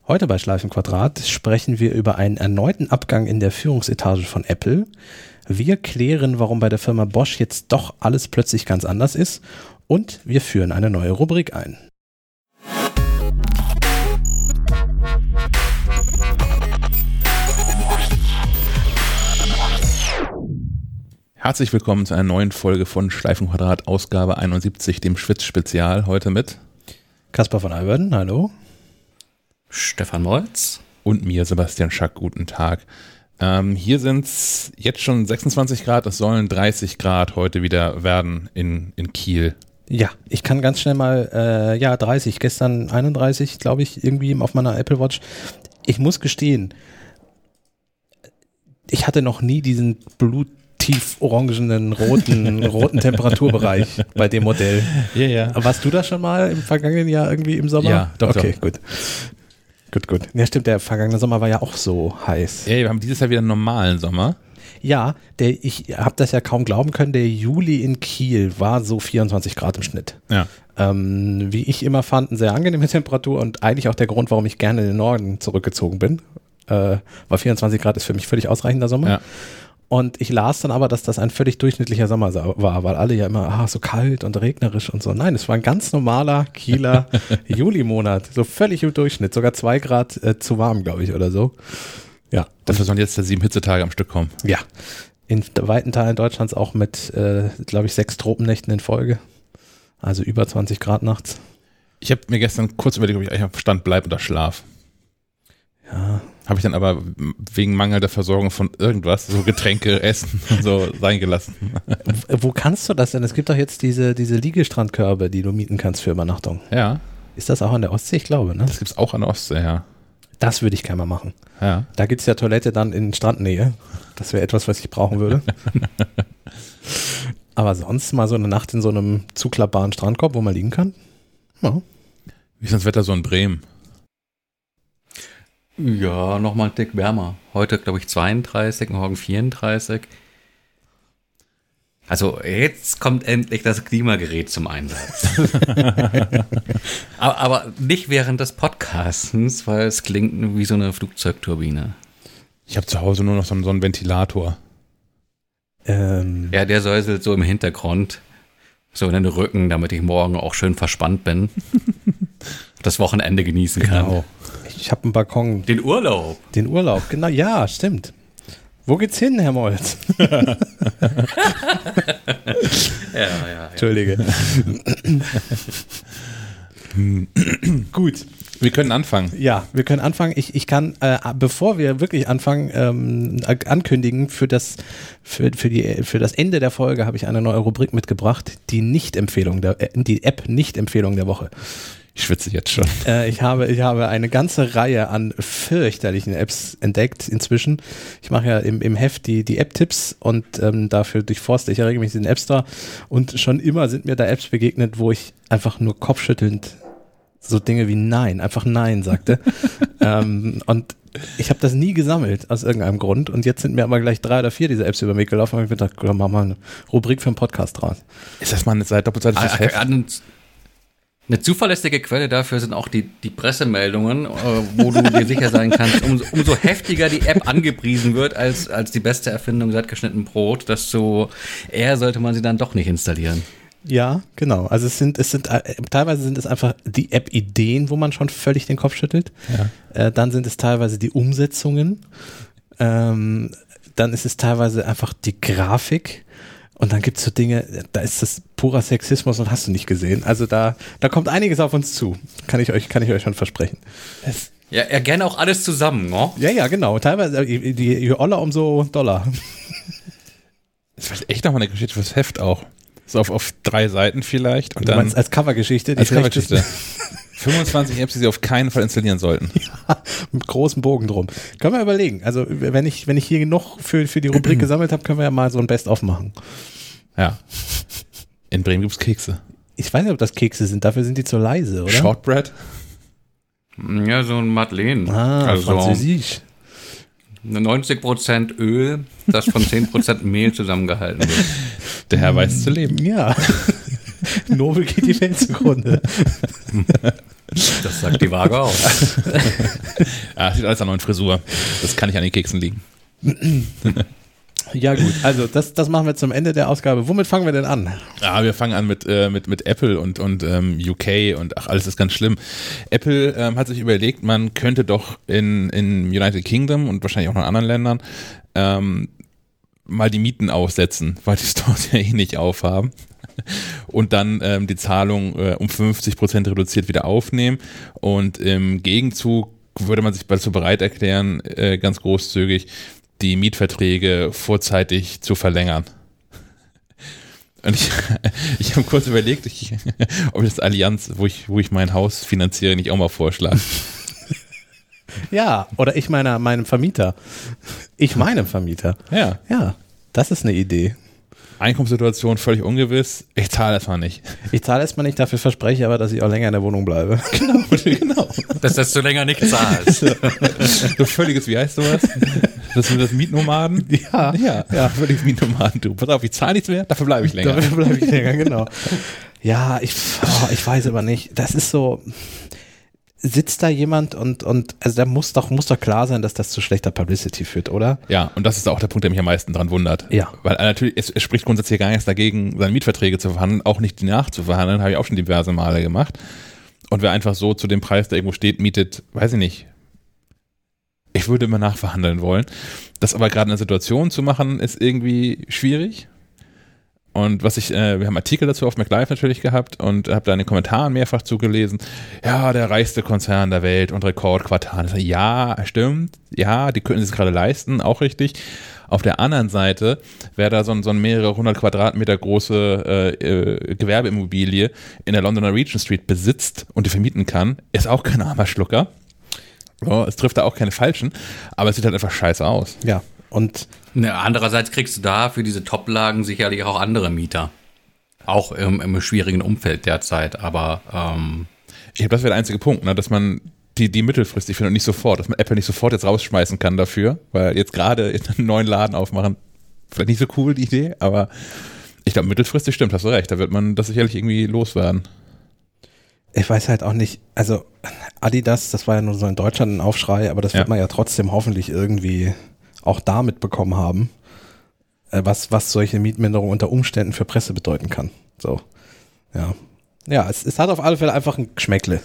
Heute bei Schleifenquadrat sprechen wir über einen erneuten Abgang in der Führungsetage von Apple. Wir klären, warum bei der Firma Bosch jetzt doch alles plötzlich ganz anders ist. Und wir führen eine neue Rubrik ein. Herzlich willkommen zu einer neuen Folge von Schleifenquadrat, Ausgabe 71, dem Schwitz-Spezial. Heute mit Caspar von Alverden, hallo. Stefan Molz. Und mir, Sebastian Schack, guten Tag. Hier sind es jetzt schon 26 Grad, es sollen 30 Grad heute wieder werden in Kiel. Ja, ich kann ganz schnell mal, 30, gestern 31, glaube ich, irgendwie auf meiner Apple Watch. Ich muss gestehen, ich hatte noch nie diesen tief-orangenen, roten Temperaturbereich bei dem Modell. Ja. Warst du da schon mal im vergangenen Jahr irgendwie im Sommer? Ja, doch. Okay, gut. Ja, stimmt, der vergangene Sommer war ja auch so heiß. Ja, wir haben dieses Jahr wieder einen normalen Sommer. Ja, ich habe das ja kaum glauben können, der Juli in Kiel war so 24 Grad im Schnitt. Ja. Wie ich immer fand, eine sehr angenehme Temperatur und eigentlich auch der Grund, warum ich gerne in den Norden zurückgezogen bin. Weil 24 Grad ist für mich völlig ausreichender Sommer. Ja. Und ich las dann aber, dass das ein völlig durchschnittlicher Sommer war, weil alle ja immer, so kalt und regnerisch und so. Nein, es war ein ganz normaler Kieler Julimonat, so völlig im Durchschnitt, sogar 2 Grad zu warm, glaube ich, oder so. Ja. Dafür sollen jetzt 7 Hitzetage am Stück kommen. Ja, in weiten Teilen Deutschlands auch mit, glaube ich, 6 Tropennächten in Folge, also über 20 Grad nachts. Ich habe mir gestern kurz überlegt, ob ich eigentlich am Stand bleibe oder schlaf. Ja. Habe ich dann aber wegen mangelnder Versorgung von irgendwas, so Getränke, Essen und so sein gelassen. Wo kannst du das denn? Es gibt doch jetzt diese Liegestrandkörbe, die du mieten kannst für Übernachtung. Ja. Ist das auch an der Ostsee? Ich glaube, ne? Das gibt's auch an der Ostsee, ja. Das würde ich gerne mal machen. Ja. Da gibt es ja Toilette dann in Strandnähe. Das wäre etwas, was ich brauchen würde. Aber sonst mal so eine Nacht in so einem zuklappbaren Strandkorb, wo man liegen kann? Ja. Wie ist das Wetter so in Bremen? Ja, nochmal ein Tick wärmer. Heute, glaube ich, 32, morgen 34. Also jetzt kommt endlich das Klimagerät zum Einsatz. aber nicht während des Podcastens, weil es klingt wie so eine Flugzeugturbine. Ich habe zu Hause nur noch so einen Ventilator. Ja, der säuselt so im Hintergrund, so in den Rücken, damit ich morgen auch schön verspannt bin. Das Wochenende genießen kann. Genau. Ich habe einen Balkon. Den Urlaub, Genau. Ja, stimmt. Wo geht's hin, Herr Molz? Ja. Entschuldige. Gut. Wir können anfangen. Ja, wir können anfangen. Ich kann, bevor wir wirklich anfangen, ankündigen, für das Ende der Folge habe ich eine neue Rubrik mitgebracht, die App-Nicht-Empfehlung der Woche. Ich schwitze jetzt schon. Ich habe eine ganze Reihe an fürchterlichen Apps entdeckt inzwischen. Ich mache ja im Heft die App-Tipps und dafür durchforste ich ja regelmäßig den App Store und schon immer sind mir da Apps begegnet, wo ich einfach nur kopfschüttelnd so Dinge wie einfach Nein sagte. Und ich habe das nie gesammelt aus irgendeinem Grund und jetzt sind mir aber gleich 3 oder 4 dieser Apps über mich gelaufen und ich habe gedacht, komm, mach mal eine Rubrik für einen Podcast draus. Ist das mal eine Doppelseite fürs Heft? Eine zuverlässige Quelle dafür sind auch die Pressemeldungen, wo du dir sicher sein kannst, umso heftiger die App angepriesen wird als die beste Erfindung seit geschnittenem Brot, desto eher sollte man sie dann doch nicht installieren. Ja, genau. Also teilweise sind es einfach die App-Ideen, wo man schon völlig den Kopf schüttelt. Ja. Dann sind es teilweise die Umsetzungen. Dann ist es teilweise einfach die Grafik. Und dann gibt es so Dinge, da ist das purer Sexismus und hast du nicht gesehen. Also da kommt einiges auf uns zu. Kann ich euch schon versprechen. Ja, gerne auch alles zusammen, ne? Ja, genau. Teilweise, je Oller, umso Dollar. Das ist echt nochmal eine Geschichte fürs Heft auch. So auf 3 Seiten vielleicht. Und du dann meinst als Covergeschichte? Als Covergeschichte. 25 Apps, die Sie auf keinen Fall installieren sollten. Ja, mit großem Bogen drum. Können wir überlegen. Also wenn ich hier genug für die Rubrik gesammelt habe, können wir ja mal so ein Best-of machen. Ja. In Bremen gibt es Kekse. Ich weiß nicht, ob das Kekse sind. Dafür sind die zu leise, oder? Shortbread? Ja, so ein Madeleine. Französisch. 90% Öl, das von 10% Mehl zusammengehalten wird. Der Herr weiß zu leben. Ja. Nobel geht die Welt zugrunde. Das sagt die Waage aus. Ja, steht alles an neuen Frisur. Das kann nicht an den Keksen liegen. Ja gut, also das machen wir zum Ende der Ausgabe. Womit fangen wir denn an? Ja, wir fangen an mit Apple und UK und ach, alles ist ganz schlimm. Apple hat sich überlegt, man könnte doch in United Kingdom und wahrscheinlich auch noch in anderen Ländern mal die Mieten aussetzen, weil die Stores ja eh nicht aufhaben. Und dann die Zahlung um 50% reduziert wieder aufnehmen. Und im Gegenzug würde man sich dazu bereit erklären, ganz großzügig die Mietverträge vorzeitig zu verlängern. Und ich habe kurz überlegt, ob ich das Allianz, wo ich mein Haus finanziere, nicht auch mal vorschlage. Ja, oder ich meinem Vermieter. Meinem Vermieter. Ja. Ja, das ist eine Idee. Einkommenssituation völlig ungewiss. Ich zahle erstmal nicht. Ich zahle erstmal nicht, dafür verspreche ich aber, dass ich auch länger in der Wohnung bleibe. Genau. Dass du länger nicht zahlst. So völliges, wie heißt sowas? Das Mietnomaden? Ja, völliges Mietnomaden. Du, pass auf, ich zahle nichts mehr, dafür bleibe ich länger. Dafür bleibe ich länger, genau. Ja, ich weiß aber nicht. Das ist so, sitzt da jemand und also da muss doch klar sein, dass das zu schlechter Publicity führt, oder? Ja, und das ist auch der Punkt, der mich am meisten dran wundert. Ja. Weil natürlich, es spricht grundsätzlich gar nichts dagegen, seine Mietverträge zu verhandeln, auch nicht die nachzuverhandeln, habe ich auch schon diverse Male gemacht. Und wer einfach so zu dem Preis, der irgendwo steht, mietet, weiß ich nicht. Ich würde immer nachverhandeln wollen. Das aber gerade in der Situation zu machen, ist irgendwie schwierig. Und wir haben Artikel dazu auf MacLive natürlich gehabt und habe da in den Kommentaren mehrfach zugelesen, ja, der reichste Konzern der Welt und Rekordquartal. Ja, stimmt, ja, die können sich gerade leisten, auch richtig. Auf der anderen Seite, wer da so ein mehrere 100 Quadratmeter große Gewerbeimmobilie in der Londoner Regent Street besitzt und die vermieten kann, ist auch kein armer Schlucker. Ja, es trifft da auch keine Falschen, aber es sieht halt einfach scheiße aus. Ja, und andererseits kriegst du da für diese Top-Lagen sicherlich auch andere Mieter. Auch im schwierigen Umfeld derzeit, aber ich glaube, das wäre der einzige Punkt, ne, dass man die mittelfristig findet und nicht sofort, dass man Apple nicht sofort jetzt rausschmeißen kann dafür, weil jetzt gerade einen neuen Laden aufmachen, vielleicht nicht so cool die Idee, aber ich glaube, mittelfristig stimmt, hast du recht, da wird man das sicherlich irgendwie loswerden. Ich weiß halt auch nicht, also Adidas, das war ja nur so in Deutschland ein Aufschrei, aber das wird man ja trotzdem hoffentlich irgendwie auch da mitbekommen haben, was solche Mietminderungen unter Umständen für Presse bedeuten kann. So, ja. Ja, es hat auf alle Fälle einfach ein Geschmäckle.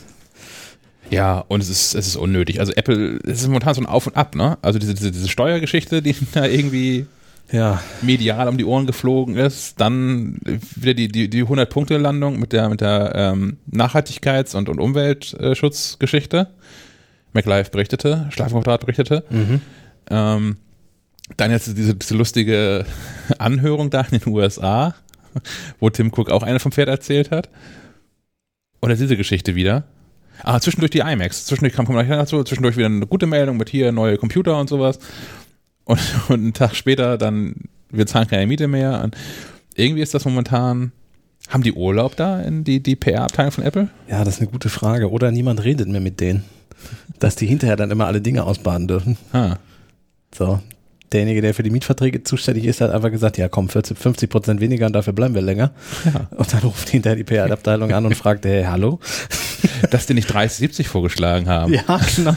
Ja, und es ist unnötig. Also Apple, es ist momentan so ein Auf und Ab, ne? Also diese Steuergeschichte, die da irgendwie medial um die Ohren geflogen ist, dann wieder die 100-Punkte-Landung mit der Nachhaltigkeits- und Umweltschutzgeschichte. MacLive berichtete, Schlafenquadrat berichtete. Dann jetzt diese lustige Anhörung da in den USA, wo Tim Cook auch eine vom Pferd erzählt hat. Und jetzt diese Geschichte wieder. Zwischendurch die iMacs. Zwischendurch kam zwischendurch wieder eine gute Meldung mit hier neue Computer und sowas. Und einen Tag später dann, wir zahlen keine Miete mehr. Und irgendwie ist das momentan, haben die Urlaub da in die PR-Abteilung von Apple? Ja, das ist eine gute Frage. Oder niemand redet mehr mit denen. Dass die hinterher dann immer alle Dinge ausbaden dürfen. So. Derjenige, der für die Mietverträge zuständig ist, hat einfach gesagt, ja komm, 50% weniger und dafür bleiben wir länger. Ja. Und dann ruft hinterher die PR-Abteilung an und fragt, hey, hallo? Dass die nicht 30-70 vorgeschlagen haben. Ja, genau.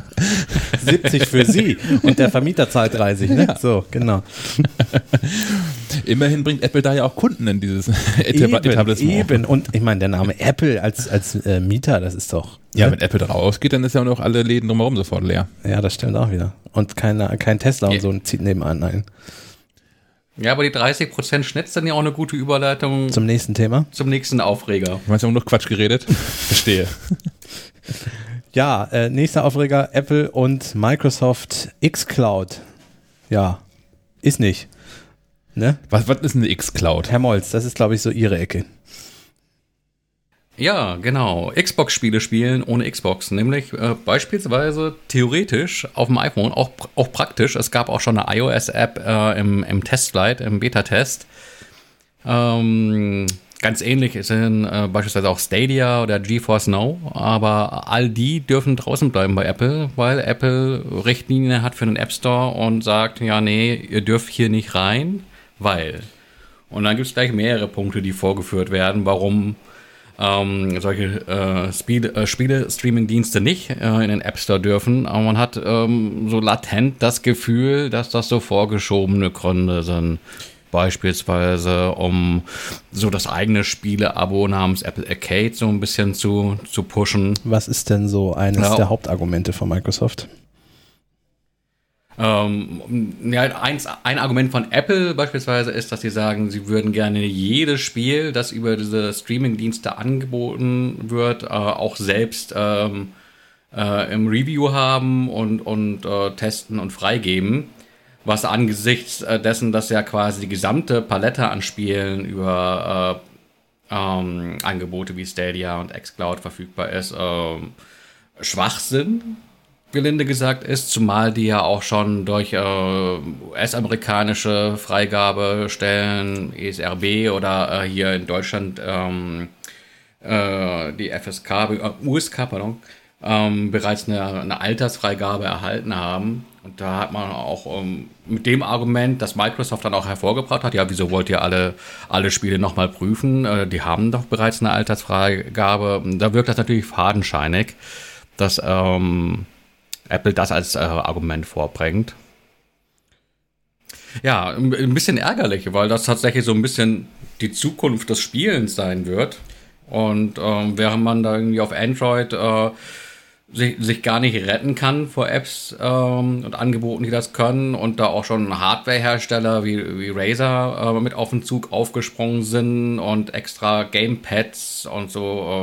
70 für sie und der Vermieter zahlt 30, ne? Ja. So, genau. Immerhin bringt Apple da ja auch Kunden in dieses Etablissement. Eben, und ich meine, der Name Apple als Mieter, das ist doch... Ja, wenn Apple da rausgeht, dann ist ja auch alle Läden drumherum sofort leer. Ja, das stimmt auch wieder. Und kein Tesla und so zieht nebenan ein. Ja, aber die 30% schnitzt dann ja auch eine gute Überleitung zum nächsten Thema. Zum nächsten Aufreger. Du hast ja auch noch Quatsch geredet? Verstehe. Ja, nächster Aufreger, Apple und Microsoft xCloud. Ja, ist nicht. Ne? Was ist eine xCloud? Herr Molz, das ist, glaube ich, so Ihre Ecke. Ja, genau. Xbox-Spiele spielen ohne Xbox. Nämlich beispielsweise theoretisch auf dem iPhone, auch praktisch. Es gab auch schon eine iOS-App im Testflight, im Beta-Test. Ganz ähnlich sind beispielsweise auch Stadia oder GeForce Now. Aber all die dürfen draußen bleiben bei Apple, weil Apple Richtlinien hat für den App Store und sagt, ja, nee, ihr dürft hier nicht rein, weil. Und dann gibt es gleich mehrere Punkte, die vorgeführt werden, warum solche Spiele-Streaming-Dienste nicht in den App Store dürfen. Aber man hat so latent das Gefühl, dass das so vorgeschobene Gründe sind. Beispielsweise, um so das eigene Spiele-Abo namens Apple Arcade so ein bisschen zu pushen. Was ist denn so eines der Hauptargumente von Microsoft? Ein Argument von Apple beispielsweise ist, dass sie sagen, sie würden gerne jedes Spiel, das über diese Streaming-Dienste angeboten wird, auch selbst im Review haben und testen und freigeben. Was angesichts dessen, dass ja quasi die gesamte Palette an Spielen über Angebote wie Stadia und xCloud verfügbar ist, Schwachsinn, gelinde gesagt ist, zumal die ja auch schon durch US-amerikanische Freigabestellen, ESRB oder hier in Deutschland die USK, bereits eine Altersfreigabe erhalten haben. Und da hat man auch mit dem Argument, das Microsoft dann auch hervorgebracht hat, ja, wieso wollt ihr alle Spiele nochmal prüfen? Die haben doch bereits eine Altersfreigabe. Da wirkt das natürlich fadenscheinig, dass Apple das als Argument vorbringt. Ja, ein bisschen ärgerlich, weil das tatsächlich so ein bisschen die Zukunft des Spielens sein wird. Und während man da irgendwie auf Android sich gar nicht retten kann vor Apps und Angeboten, die das können, und da auch schon Hardware-Hersteller wie Razer mit auf den Zug aufgesprungen sind und extra Gamepads und so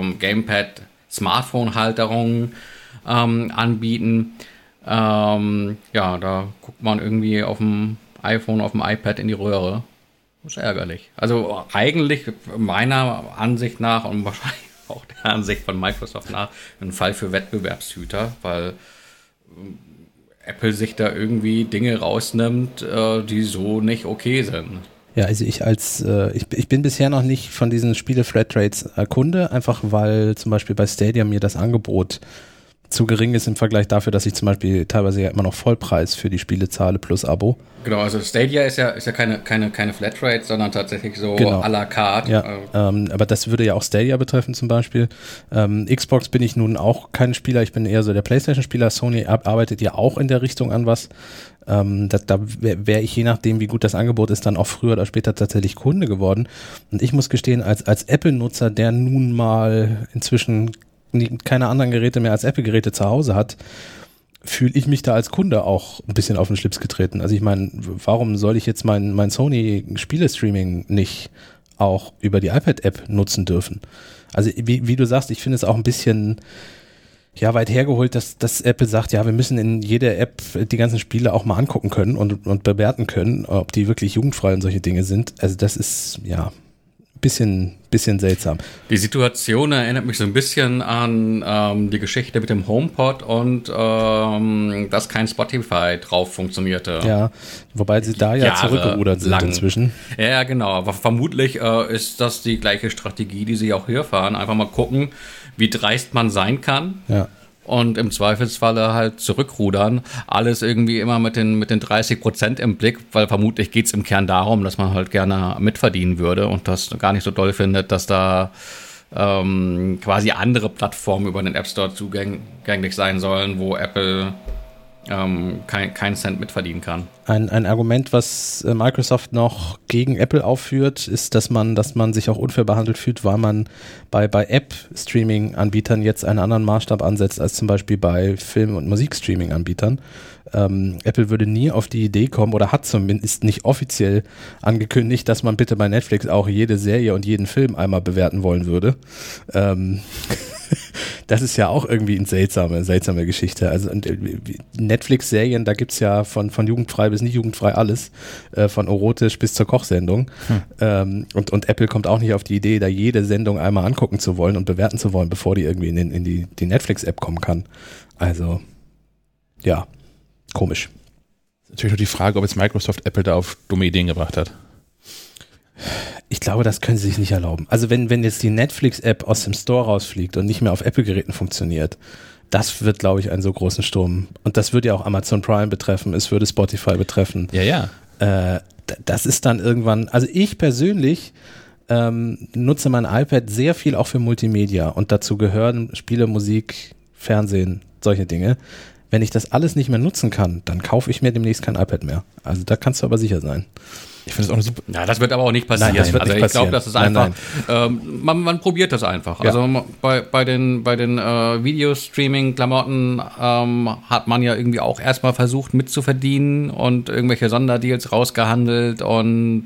Gamepad-Smartphone-Halterungen anbieten. Da guckt man irgendwie auf dem iPhone, auf dem iPad in die Röhre. Das ist ärgerlich. Also eigentlich meiner Ansicht nach und wahrscheinlich auch der Ansicht von Microsoft nach ein Fall für Wettbewerbshüter, weil Apple sich da irgendwie Dinge rausnimmt, die so nicht okay sind. Ja, also ich bin bisher noch nicht von diesen Spiele-Flatrates Kunde, einfach weil zum Beispiel bei Stadia mir das Angebot zu gering ist im Vergleich dafür, dass ich zum Beispiel teilweise ja immer noch Vollpreis für die Spiele zahle plus Abo. Genau, also Stadia ist ja keine Flatrate, sondern tatsächlich so à la carte. Ja, aber das würde ja auch Stadia betreffen zum Beispiel. Xbox bin ich nun auch kein Spieler, ich bin eher so der PlayStation-Spieler. Sony arbeitet ja auch in der Richtung an was. Da wäre ich, je nachdem, wie gut das Angebot ist, dann auch früher oder später tatsächlich Kunde geworden. Und ich muss gestehen, als Apple-Nutzer, der nun mal inzwischen keine anderen Geräte mehr als Apple-Geräte zu Hause hat, fühle ich mich da als Kunde auch ein bisschen auf den Schlips getreten. Also ich meine, warum soll ich jetzt mein Sony-Spiele-Streaming nicht auch über die iPad-App nutzen dürfen? Also wie du sagst, ich finde es auch ein bisschen weit hergeholt, dass Apple sagt, ja, wir müssen in jeder App die ganzen Spiele auch mal angucken können und bewerten können, ob die wirklich jugendfrei und solche Dinge sind. Also das ist, bisschen seltsam. Die Situation erinnert mich so ein bisschen an die Geschichte mit dem HomePod und dass kein Spotify drauf funktionierte. Ja, wobei sie da ja zurückgerudert sind inzwischen. Ja, genau. Aber vermutlich ist das die gleiche Strategie, die sie auch hier fahren. Einfach mal gucken, wie dreist man sein kann. Ja. Und im Zweifelsfalle halt zurückrudern. Alles irgendwie immer mit den 30% im Blick, weil vermutlich geht es im Kern darum, dass man halt gerne mitverdienen würde und das gar nicht so doll findet, dass da quasi andere Plattformen über den App Store zugänglich sein sollen, wo Apple keinen Cent mitverdienen kann. Ein Argument, was Microsoft noch gegen Apple aufführt, ist, dass man sich auch unfair behandelt fühlt, weil man bei App-Streaming-Anbietern jetzt einen anderen Maßstab ansetzt als zum Beispiel bei Film- und Musikstreaming-Anbietern. Apple würde nie auf die Idee kommen oder hat zumindest nicht offiziell angekündigt, dass man bitte bei Netflix auch jede Serie und jeden Film einmal bewerten wollen würde. Das ist ja auch irgendwie eine seltsame Geschichte. Also Netflix-Serien, da gibt's ja von jugendfrei bis nicht jugendfrei alles, von erotisch bis zur Kochsendung. Und Apple kommt auch nicht auf die Idee, da jede Sendung einmal angucken zu wollen und bewerten zu wollen, bevor die irgendwie in die Netflix-App kommen kann. Also, ja, komisch. Natürlich nur die Frage, ob jetzt Microsoft Apple da auf dumme Ideen gebracht hat. Ich glaube, das können sie sich nicht erlauben. Also wenn jetzt die Netflix-App aus dem Store rausfliegt und nicht mehr auf Apple-Geräten funktioniert, das wird, glaube ich, einen so großen Sturm. Und das würde ja auch Amazon Prime betreffen, es würde Spotify betreffen. Ja. Das ist dann irgendwann, also ich persönlich nutze mein iPad sehr viel auch für Multimedia und dazu gehören Spiele, Musik, Fernsehen, solche Dinge. Wenn ich das alles nicht mehr nutzen kann, dann kaufe ich mir demnächst kein iPad mehr. Also da kannst du aber sicher sein. Ich finde das auch eine super. Ja, das wird aber auch nicht passieren. Nein, das wird nicht passieren. Ich glaube, das ist einfach. Man probiert das einfach. Ja. Also bei den Videostreaming-Klamotten hat man ja irgendwie auch erstmal versucht mitzuverdienen und irgendwelche Sonderdeals rausgehandelt und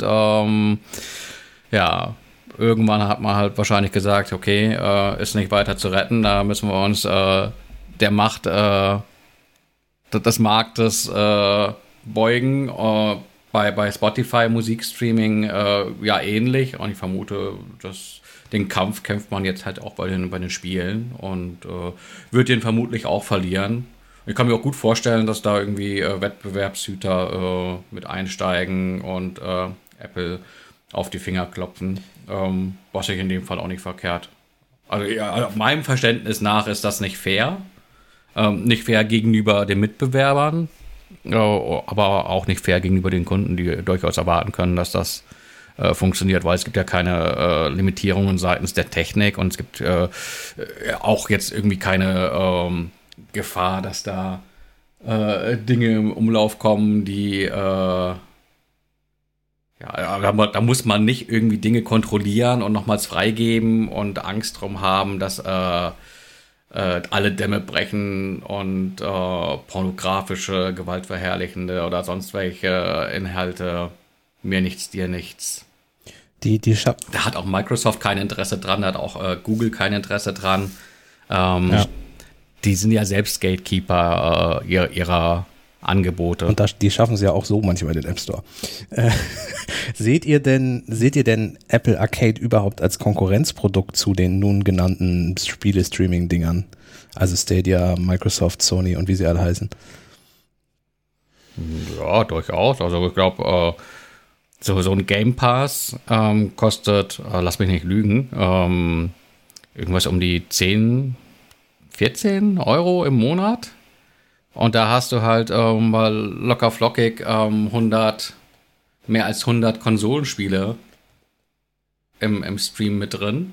irgendwann hat man halt wahrscheinlich gesagt, okay, ist nicht weiter zu retten, da müssen wir uns der Macht des Marktes beugen. Bei Spotify Musikstreaming ähnlich. Und ich vermute, den Kampf kämpft man jetzt halt auch bei den Spielen und wird den vermutlich auch verlieren. Ich kann mir auch gut vorstellen, dass da irgendwie Wettbewerbshüter mit einsteigen und Apple auf die Finger klopfen, was ich in dem Fall auch nicht verkehrt. Also meinem Verständnis nach ist das nicht fair. Nicht fair gegenüber den Mitbewerbern, aber auch nicht fair gegenüber den Kunden, die durchaus erwarten können, dass das funktioniert, weil es gibt ja keine Limitierungen seitens der Technik und es gibt auch jetzt irgendwie keine Gefahr, dass da Dinge im Umlauf kommen, die da muss man nicht irgendwie Dinge kontrollieren und nochmals freigeben und Angst drum haben, dass alle Dämme brechen und pornografische, gewaltverherrlichende oder sonst welche Inhalte, mir nichts, dir nichts. Da hat auch Microsoft kein Interesse dran, da hat auch Google kein Interesse dran. Die sind ja selbst Gatekeeper ihrer Angebote. Und die schaffen es ja auch so manchmal in den App Store. Seht ihr denn Apple Arcade überhaupt als Konkurrenzprodukt zu den nun genannten Spiele-Streaming-Dingern? Also Stadia, Microsoft, Sony und wie sie alle heißen. Ja, durchaus. Also ich glaube, so ein Game Pass kostet, lass mich nicht lügen, irgendwas um die 10, 14 Euro im Monat. Und da hast du halt mal locker flockig mehr als 100 Konsolenspiele im Stream mit drin.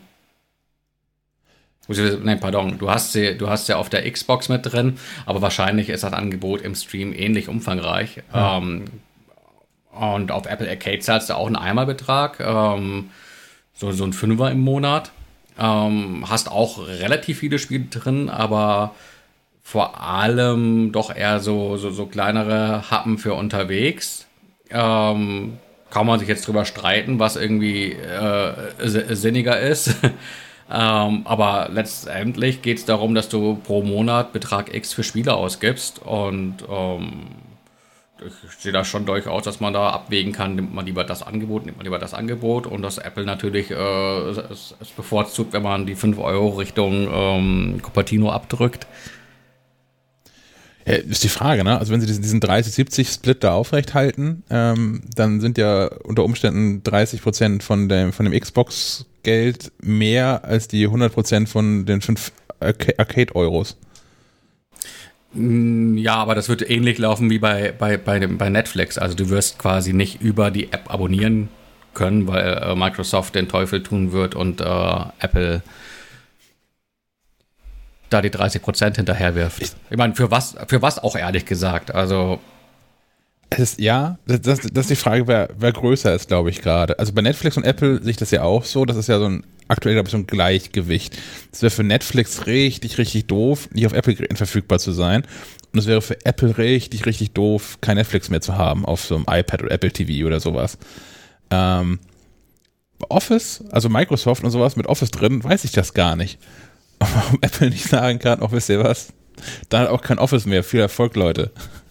Nein, pardon, du hast ja auf der Xbox mit drin, aber wahrscheinlich ist das Angebot im Stream ähnlich umfangreich. Ja. Und auf Apple Arcade zahlst du auch einen Einmalbetrag, so ein Fünfer im Monat. Hast auch relativ viele Spiele drin, aber vor allem doch eher so kleinere Happen für unterwegs. Kann man sich jetzt drüber streiten, was irgendwie sinniger ist. Aber letztendlich geht es darum, dass du pro Monat Betrag X für Spiele ausgibst. Und ich sehe da schon durchaus, dass man da abwägen kann, nimmt man lieber das Angebot. Und dass Apple natürlich es bevorzugt, wenn man die 5 Euro Richtung Cupertino abdrückt. Ja, ist die Frage, ne? Also wenn sie diesen 30-70-Split da aufrechthalten, dann sind ja unter Umständen 30% von dem Xbox-Geld mehr als die 100% von den 5 Arcade-Euros. Ja, aber das wird ähnlich laufen wie bei Netflix. Also du wirst quasi nicht über die App abonnieren können, weil Microsoft den Teufel tun wird und Apple da die 30% hinterher wirft. Ich meine, für was auch ehrlich gesagt, also das ist die Frage, wer größer ist, glaube ich, gerade. Also bei Netflix und Apple sehe ich das ja auch so, das ist ja aktuell, glaube ich, so ein Gleichgewicht. Es wäre für Netflix richtig, richtig doof, nicht auf Apple-Geräten verfügbar zu sein. Und es wäre für Apple richtig, richtig doof, kein Netflix mehr zu haben auf so einem iPad oder Apple TV oder sowas. Office, also Microsoft und sowas mit Office drin, weiß ich das gar nicht. Warum Apple nicht sagen kann, wisst ihr was? Da hat auch kein Office mehr. Viel Erfolg, Leute.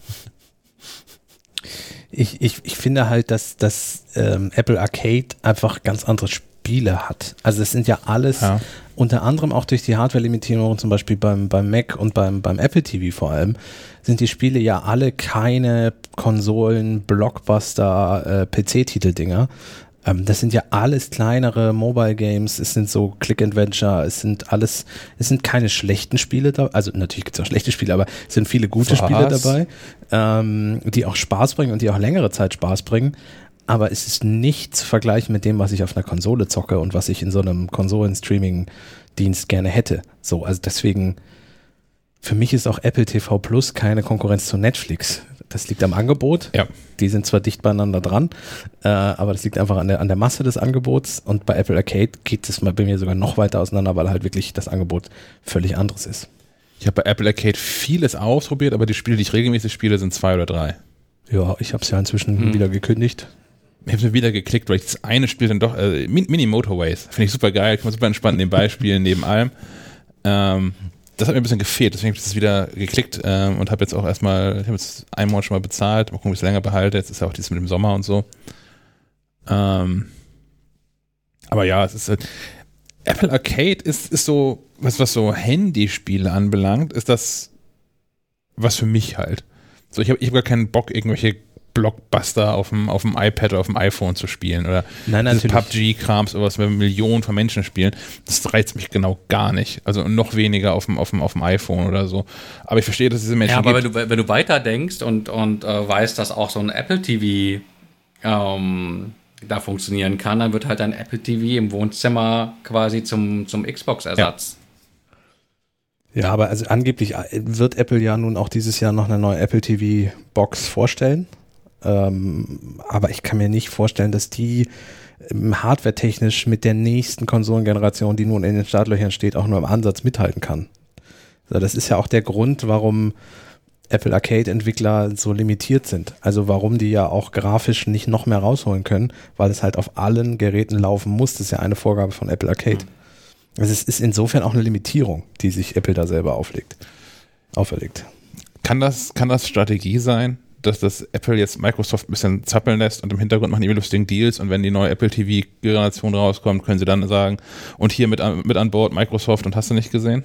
Ich finde halt, dass Apple Arcade einfach ganz andere Spiele hat. Also es sind ja alles, unter anderem auch durch die Hardware-Limitierung, zum Beispiel beim Mac und beim Apple TV vor allem, sind die Spiele ja alle keine Konsolen, Blockbuster, PC-Titel-Dinger. Das sind ja alles kleinere Mobile Games, es sind so Click-Adventure, es sind keine schlechten Spiele da, also natürlich gibt es auch schlechte Spiele, aber es sind viele gute Spiele dabei, die auch Spaß bringen und die auch längere Zeit Spaß bringen. aber es ist nicht zu vergleichen mit dem, was ich auf einer Konsole zocke und was ich in so einem Konsolen-Streaming-Dienst gerne hätte. So, also deswegen, für mich ist auch Apple TV Plus keine Konkurrenz zu Netflix. Das liegt am Angebot. Ja. Die sind zwar dicht beieinander dran, aber das liegt einfach an der Masse des Angebots. Und bei Apple Arcade geht es mal bei mir sogar noch weiter auseinander, weil halt wirklich das Angebot völlig anderes ist. Ich habe bei Apple Arcade vieles ausprobiert, aber die Spiele, die ich regelmäßig spiele, sind 2 oder 3. Ja, ich habe es ja inzwischen wieder gekündigt. Ich habe es wieder geklickt, weil ich das eine Spiel dann doch, Mini Motorways, finde ich super geil, kann man super entspannt nebenbei spielen, neben allem. Das hat mir ein bisschen gefehlt, deswegen habe ich das wieder geklickt und habe jetzt auch erstmal, ich habe jetzt einen Monat schon mal bezahlt, mal gucken, wie ich es länger behalte, jetzt ist ja auch dieses mit dem Sommer und so. Aber ja, es ist halt, Apple Arcade ist so, was so Handyspiele anbelangt, ist das was für mich halt. So, ich hab gar keinen Bock, irgendwelche Blockbuster auf dem iPad oder auf dem iPhone zu spielen oder PUBG-Krams oder was mit Millionen von Menschen spielen. Das reizt mich genau gar nicht. Also noch weniger auf dem iPhone oder so. Aber ich verstehe, dass diese Menschen. Ja, aber wenn du weiter denkst und weißt, dass auch so ein Apple TV da funktionieren kann, dann wird halt ein Apple TV im Wohnzimmer quasi zum Xbox-Ersatz. Ja, aber also angeblich wird Apple ja nun auch dieses Jahr noch eine neue Apple TV-Box vorstellen. Aber ich kann mir nicht vorstellen, dass die hardwaretechnisch mit der nächsten Konsolengeneration, die nun in den Startlöchern steht, auch nur im Ansatz mithalten kann. Also das ist ja auch der Grund, warum Apple Arcade-Entwickler so limitiert sind. Also warum die ja auch grafisch nicht noch mehr rausholen können, weil es halt auf allen Geräten laufen muss. Das ist ja eine Vorgabe von Apple Arcade. Also es ist insofern auch eine Limitierung, die sich Apple da selber auferlegt. Kann das Strategie sein, dass das Apple jetzt Microsoft ein bisschen zappeln lässt und im Hintergrund machen die lustigen Deals und wenn die neue Apple TV-Generation rauskommt, können sie dann sagen, und hier mit an Bord Microsoft und hast du nicht gesehen?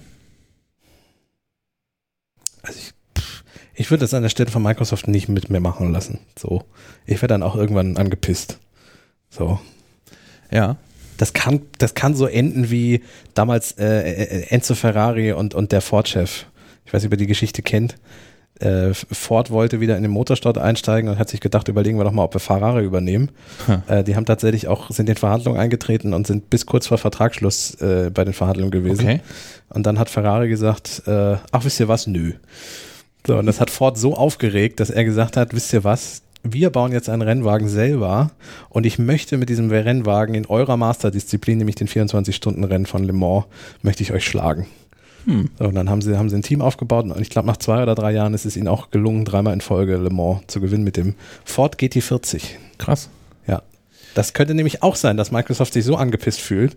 Also ich würde das an der Stelle von Microsoft nicht mit mir machen lassen. So, ich werde dann auch irgendwann angepisst. So. Ja. Das kann so enden wie damals Enzo Ferrari und der Ford-Chef. Ich weiß nicht, ob ihr die Geschichte kennt. Ford wollte wieder in den Motorsport einsteigen und hat sich gedacht, überlegen wir doch mal, ob wir Ferrari übernehmen. Die haben tatsächlich sind in Verhandlungen eingetreten und sind bis kurz vor Vertragsschluss bei den Verhandlungen gewesen. Okay. Und dann hat Ferrari gesagt, ach, wisst ihr was? Nö. So, und das hat Ford so aufgeregt, dass er gesagt hat, wisst ihr was? Wir bauen jetzt einen Rennwagen selber und ich möchte mit diesem Rennwagen in eurer Masterdisziplin, nämlich den 24-Stunden-Rennen von Le Mans, möchte ich euch schlagen. So, und dann haben sie ein Team aufgebaut und ich glaube, nach 2 oder 3 Jahren ist es ihnen auch gelungen, 3-mal in Folge Le Mans zu gewinnen mit dem Ford GT40. Krass. Ja. Das könnte nämlich auch sein, dass Microsoft sich so angepisst fühlt.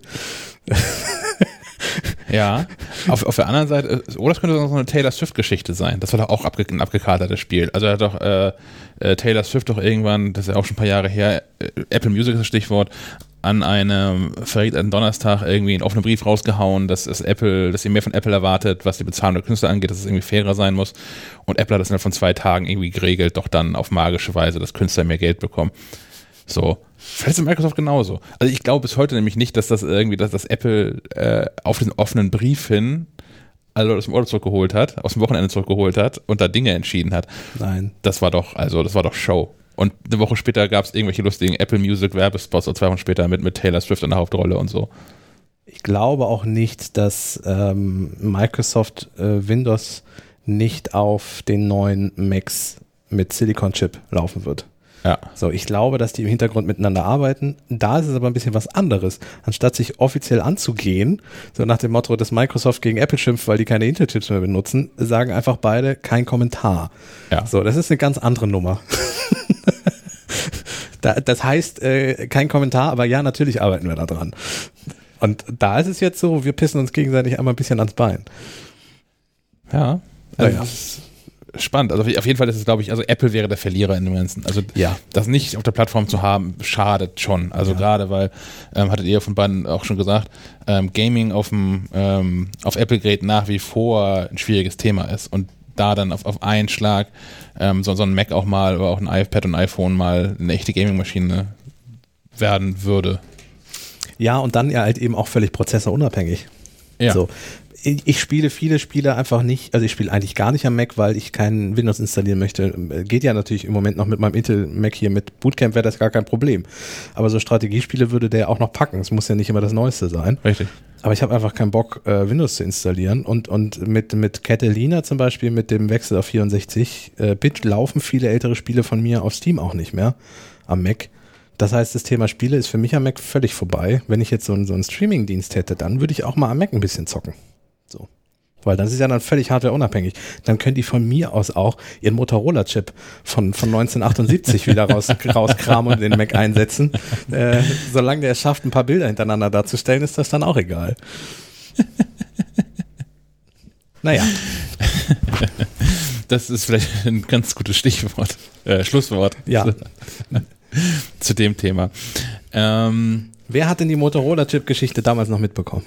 Ja, auf der anderen Seite, das könnte so eine Taylor Swift-Geschichte sein. Das war doch auch ein abgekatertes Spiel. Also hat doch Taylor Swift doch irgendwann, das ist ja auch schon ein paar Jahre her, Apple Music ist das Stichwort, an einem verregneten Donnerstag irgendwie einen offenen Brief rausgehauen, dass sie mehr von Apple erwartet, was die Bezahlung der Künstler angeht, dass es irgendwie fairer sein muss. Und Apple hat das innerhalb von 2 Tagen irgendwie geregelt, doch dann auf magische Weise, dass Künstler mehr Geld bekommen. So. Vielleicht ist Microsoft genauso. Also ich glaube bis heute nämlich nicht, dass das Apple auf den offenen Brief hin alle aus dem Urlaub zurückgeholt hat, aus dem Wochenende zurückgeholt hat und da Dinge entschieden hat. Nein. Das war doch Show. Und eine Woche später gab es irgendwelche lustigen Apple Music Werbespots oder 2 Wochen später mit Taylor Swift in der Hauptrolle und so. Ich glaube auch nicht, dass Microsoft Windows nicht auf den neuen Macs mit Silicon Chip laufen wird. Ja. So, ich glaube, dass die im Hintergrund miteinander arbeiten. Da ist es aber ein bisschen was anderes. Anstatt sich offiziell anzugehen, so nach dem Motto, dass Microsoft gegen Apple schimpft, weil die keine Intel-Chips mehr benutzen, sagen einfach beide kein Kommentar. Ja. So, das ist eine ganz andere Nummer. Das heißt, kein Kommentar, aber ja, natürlich arbeiten wir da dran. Und da ist es jetzt so, wir pissen uns gegenseitig einmal ein bisschen ans Bein. Ja. Also das ist spannend. Also auf jeden Fall ist es, glaube ich, also Apple wäre der Verlierer in dem Ganzen. Also das nicht auf der Plattform zu haben, schadet schon. Also gerade, weil, hattet ihr von beiden auch schon gesagt, Gaming auf Apple-Geräten nach wie vor ein schwieriges Thema ist. Und da dann auf einen Schlag so ein Mac auch mal, oder auch ein iPad und ein iPhone mal eine echte Gaming-Maschine werden würde. Ja, und dann ja halt eben auch völlig prozessorunabhängig. Ja. So. Ich spiele viele Spiele einfach nicht, also ich spiele eigentlich gar nicht am Mac, weil ich keinen Windows installieren möchte. Geht ja natürlich im Moment noch mit meinem Intel Mac hier mit Bootcamp, wäre das gar kein Problem. Aber so Strategiespiele würde der auch noch packen. Es muss ja nicht immer das Neueste sein. Richtig. Aber ich habe einfach keinen Bock, Windows zu installieren. Und mit Catalina zum Beispiel, mit dem Wechsel auf 64-Bit, laufen viele ältere Spiele von mir auf Steam auch nicht mehr am Mac. Das heißt, das Thema Spiele ist für mich am Mac völlig vorbei. Wenn ich jetzt so einen Streaming-Dienst hätte, dann würde ich auch mal am Mac ein bisschen zocken. So. Weil das ist ja dann völlig hardwareunabhängig. Dann können die von mir aus auch ihren Motorola-Chip von 1978 wieder rauskramen und den Mac einsetzen. Solange der es schafft, ein paar Bilder hintereinander darzustellen, ist das dann auch egal. Naja. Das ist vielleicht ein ganz gutes Stichwort, Schlusswort. Ja. Zu dem Thema. Wer hat denn die Motorola-Chip-Geschichte damals noch mitbekommen?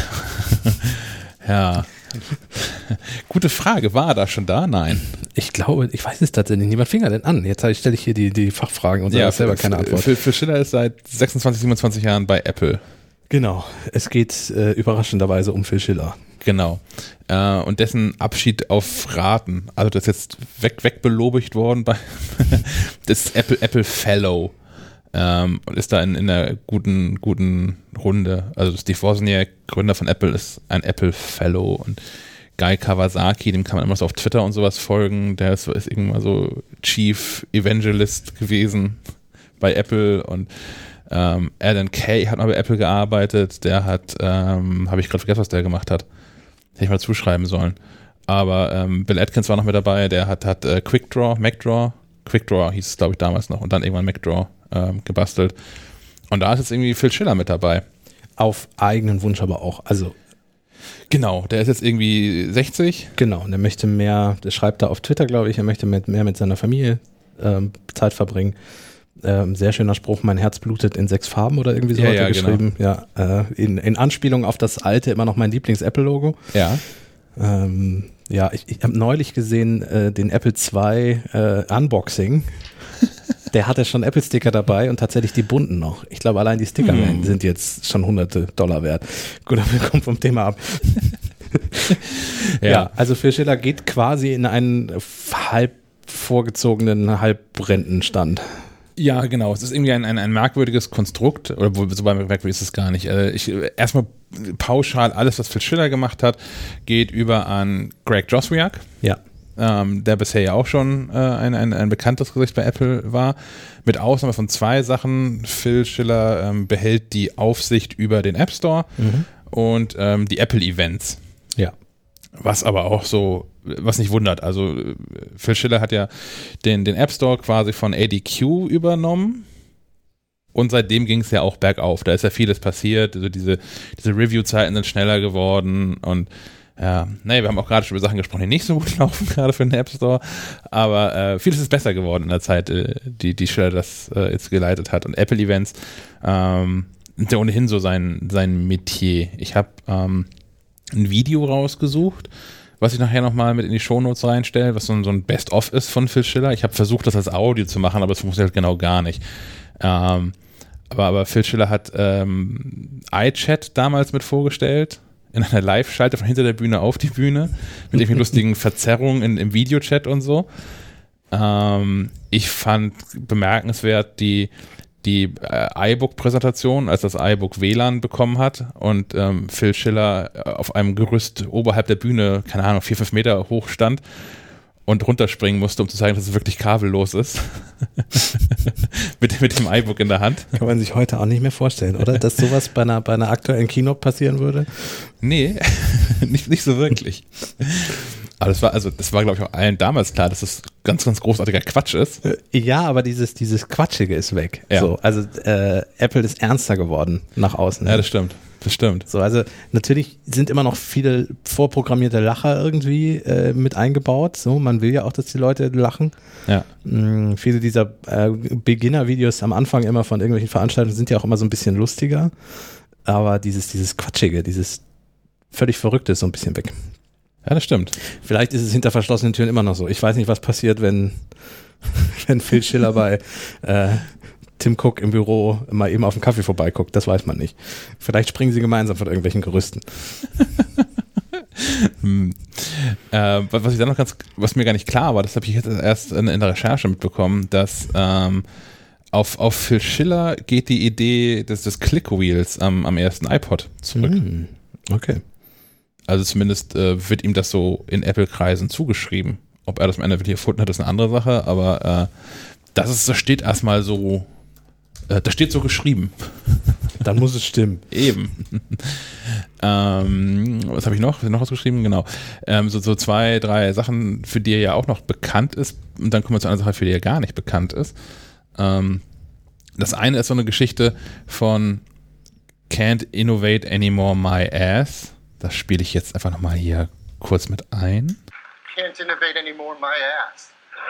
Ja. Gute Frage. War er da schon da? Nein. Ich glaube, ich weiß es tatsächlich nicht. Was fing er denn an? Jetzt stelle ich hier die Fachfragen und sage selber keine Antwort. Phil Schiller ist seit 26, 27 Jahren bei Apple. Genau. Es geht überraschenderweise um Phil Schiller. Genau. Und dessen Abschied auf Raten. Also das ist jetzt wegbelobigt worden bei das Apple Fellow. Und ist da in einer guten Runde. Also Steve Wozniak, Gründer von Apple, ist ein Apple Fellow, und Guy Kawasaki, dem kann man immer so auf Twitter und sowas folgen, der ist irgendwann so Chief Evangelist gewesen bei Apple, und Alan Kay hat mal bei Apple gearbeitet, der hat, habe ich gerade vergessen, was der gemacht hat. Hätte ich mal zuschreiben sollen. Aber Bill Atkins war noch mit dabei, der hat QuickDraw hieß es, glaube ich, damals noch, und dann irgendwann MacDraw gebastelt. Und da ist jetzt irgendwie Phil Schiller mit dabei. Auf eigenen Wunsch aber auch. Also genau, der ist jetzt irgendwie 60. Genau, und er möchte mehr, der schreibt da auf Twitter, glaube ich, er möchte mehr mit seiner Familie Zeit verbringen. Sehr schöner Spruch, mein Herz blutet in 6 Farben oder irgendwie so hat er geschrieben. Genau. Ja, in Anspielung auf das alte, immer noch mein Lieblings-Apple-Logo. Ja. Ja, ich habe neulich gesehen den Apple II Unboxing. Der hatte schon Apple-Sticker dabei und tatsächlich die bunten noch. Ich glaube, allein die Sticker sind jetzt schon $100 wert. Gut, aber wir kommen vom Thema ab. Ja, also Phil Schiller geht quasi in einen halb vorgezogenen Halbrentenstand. Ja, genau. Es ist irgendwie ein merkwürdiges Konstrukt, oder so merkwürdig ist es gar nicht. Erstmal pauschal alles, was Phil Schiller gemacht hat, geht über an Greg Joswiak. Ja. Der bisher ja auch schon ein bekanntes Gesicht bei Apple war. Mit Ausnahme von 2 Sachen. Phil Schiller behält die Aufsicht über den App Store und die Apple Events. Ja. Was aber auch so, was nicht wundert. Also Phil Schiller hat ja den App Store quasi von ADQ übernommen. Und seitdem ging es ja auch bergauf. Da ist ja vieles passiert. Also diese Review-Zeiten sind schneller geworden, und ja, wir haben auch gerade schon über Sachen gesprochen, die nicht so gut laufen, gerade für den App Store, aber vieles ist besser geworden in der Zeit, die Schiller das jetzt geleitet hat. Und Apple Events sind ja ohnehin so sein Metier. Ich habe ein Video rausgesucht, was ich nachher nochmal mit in die Shownotes reinstelle, was so ein Best-of ist von Phil Schiller. Ich habe versucht, das als Audio zu machen, aber es funktioniert genau gar nicht. Aber Phil Schiller hat iChat damals mit vorgestellt, in einer Live-Schalte von hinter der Bühne auf die Bühne, mit irgendwelchen lustigen Verzerrungen im Videochat und so. Ich fand bemerkenswert die iBook-Präsentation, als das iBook WLAN bekommen hat und Phil Schiller auf einem Gerüst oberhalb der Bühne, keine Ahnung, 4-5 Meter hoch stand und runterspringen musste, um zu zeigen, dass es wirklich kabellos ist. mit dem iBook in der Hand. Kann man sich heute auch nicht mehr vorstellen, oder? Dass sowas bei einer aktuellen Keynote passieren würde? Nee, nicht so wirklich. Aber das war, glaube ich, auch allen damals klar, dass das ganz, ganz großartiger Quatsch ist. Ja, aber dieses Quatschige ist weg. Ja. So, also Apple ist ernster geworden nach außen. Ja, das stimmt. So, also natürlich sind immer noch viele vorprogrammierte Lacher irgendwie mit eingebaut. So, man will ja auch, dass die Leute lachen. Ja. Viele dieser Beginner-Videos am Anfang immer von irgendwelchen Veranstaltungen sind ja auch immer so ein bisschen lustiger. Aber dieses Quatschige, dieses völlig Verrückte ist so ein bisschen weg. Ja, das stimmt. Vielleicht ist es hinter verschlossenen Türen immer noch so. Ich weiß nicht, was passiert, wenn Phil Schiller bei Tim Cook im Büro mal eben auf den Kaffee vorbeiguckt. Das weiß man nicht. Vielleicht springen sie gemeinsam von irgendwelchen Gerüsten. Was ich dann noch was mir gar nicht klar war, das habe ich jetzt erst in der Recherche mitbekommen, dass auf Phil Schiller geht die Idee des Click-Wheels am ersten iPod zurück. Okay. Also zumindest wird ihm das so in Apple-Kreisen zugeschrieben. Ob er das am Ende wirklich erfunden hat, ist eine andere Sache, aber das steht erstmal so, das steht so geschrieben. Dann muss es stimmen. Eben. Was habe ich noch? Noch was geschrieben? Genau. So 2, 3 Sachen, für die er ja auch noch bekannt ist. Und dann kommen wir zu einer Sache, für die er gar nicht bekannt ist. Das eine ist so eine Geschichte von Can't Innovate Anymore My Ass. Das spiele ich jetzt einfach nochmal hier kurz mit ein. Can't innovate anymore my ass.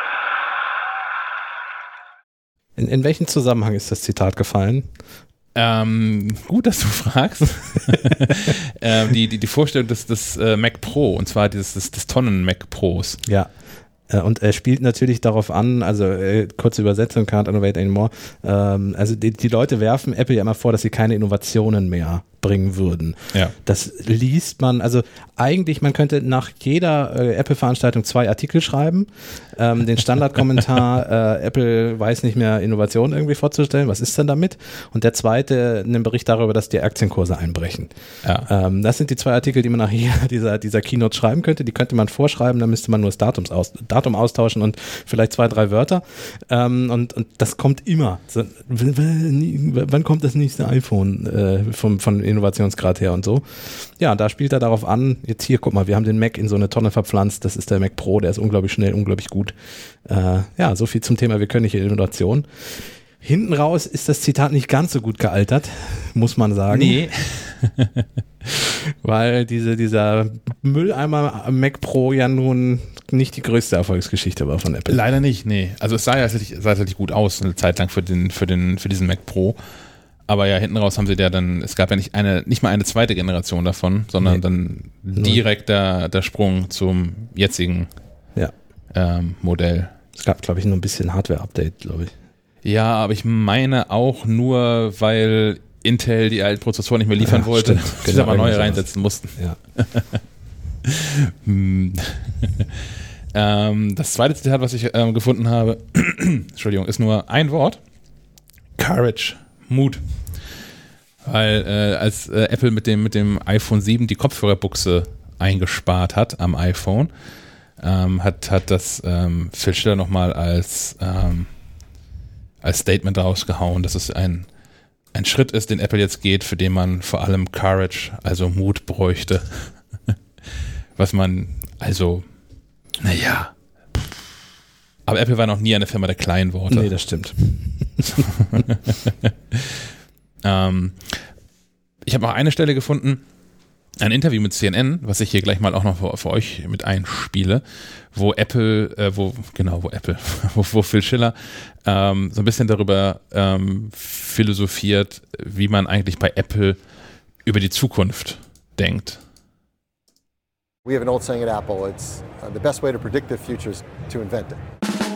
In welchem Zusammenhang ist das Zitat gefallen? Gut, dass du fragst. Die Vorstellung des Mac Pro, und zwar des Tonnen Mac Pros. Ja. Und er spielt natürlich darauf an, also kurze Übersetzung, Can't Innovate Anymore, also die Leute werfen Apple ja immer vor, dass sie keine Innovationen mehr bringen würden. Ja. Das liest man, also eigentlich, man könnte nach jeder Apple-Veranstaltung 2 Artikel schreiben, den Standardkommentar, Apple weiß nicht mehr, Innovationen irgendwie vorzustellen, was ist denn damit? Und der zweite, einen Bericht darüber, dass die Aktienkurse einbrechen. Ja. Das sind die 2 Artikel, die man nach jeder dieser Keynote schreiben könnte, die könnte man vorschreiben, dann müsste man nur das Datum austauschen und vielleicht 2, 3 Wörter. Und das kommt immer. So, wann kommt das nächste iPhone von Innovationsgrad her und so. Ja, da spielt er darauf an, jetzt hier, guck mal, wir haben den Mac in so eine Tonne verpflanzt, das ist der Mac Pro, der ist unglaublich schnell, unglaublich gut. Ja, so viel zum Thema, wir können nicht in Innovation. Hinten raus ist das Zitat nicht ganz so gut gealtert, muss man sagen. Nee. Weil dieser Mülleimer Mac Pro ja nun nicht die größte Erfolgsgeschichte war von Apple. Leider nicht, nee. Also es sah ja tatsächlich gut aus, eine Zeit lang für diesen Mac Pro. Aber ja, hinten raus haben sie es gab ja nicht mal eine zweite Generation davon, sondern dann direkt der Sprung zum jetzigen Modell. Es gab, glaube ich, nur ein bisschen Hardware-Update, glaube ich. Ja, aber ich meine auch nur, weil Intel die alten Prozessoren nicht mehr liefern wollte, sie aber neue reinsetzen mussten. Ja. Das zweite Zitat, was ich gefunden habe, Entschuldigung, ist nur ein Wort. Courage. Mut. Weil als Apple mit dem iPhone 7 die Kopfhörerbuchse eingespart hat am iPhone, hat das Phil Schiller nochmal als Statement rausgehauen, dass es ein Schritt ist, den Apple jetzt geht, für den man vor allem Courage, also Mut bräuchte. Was man, also, naja. Aber Apple war noch nie eine Firma der kleinen Worte. Nee, das stimmt. Ich habe noch eine Stelle gefunden, ein Interview mit CNN, was ich hier gleich mal auch noch für euch mit einspiele, wo Phil Schiller so ein bisschen darüber philosophiert, wie man eigentlich bei Apple über die Zukunft denkt. We have an old saying at Apple, it's the best way to predict the future is to invent it.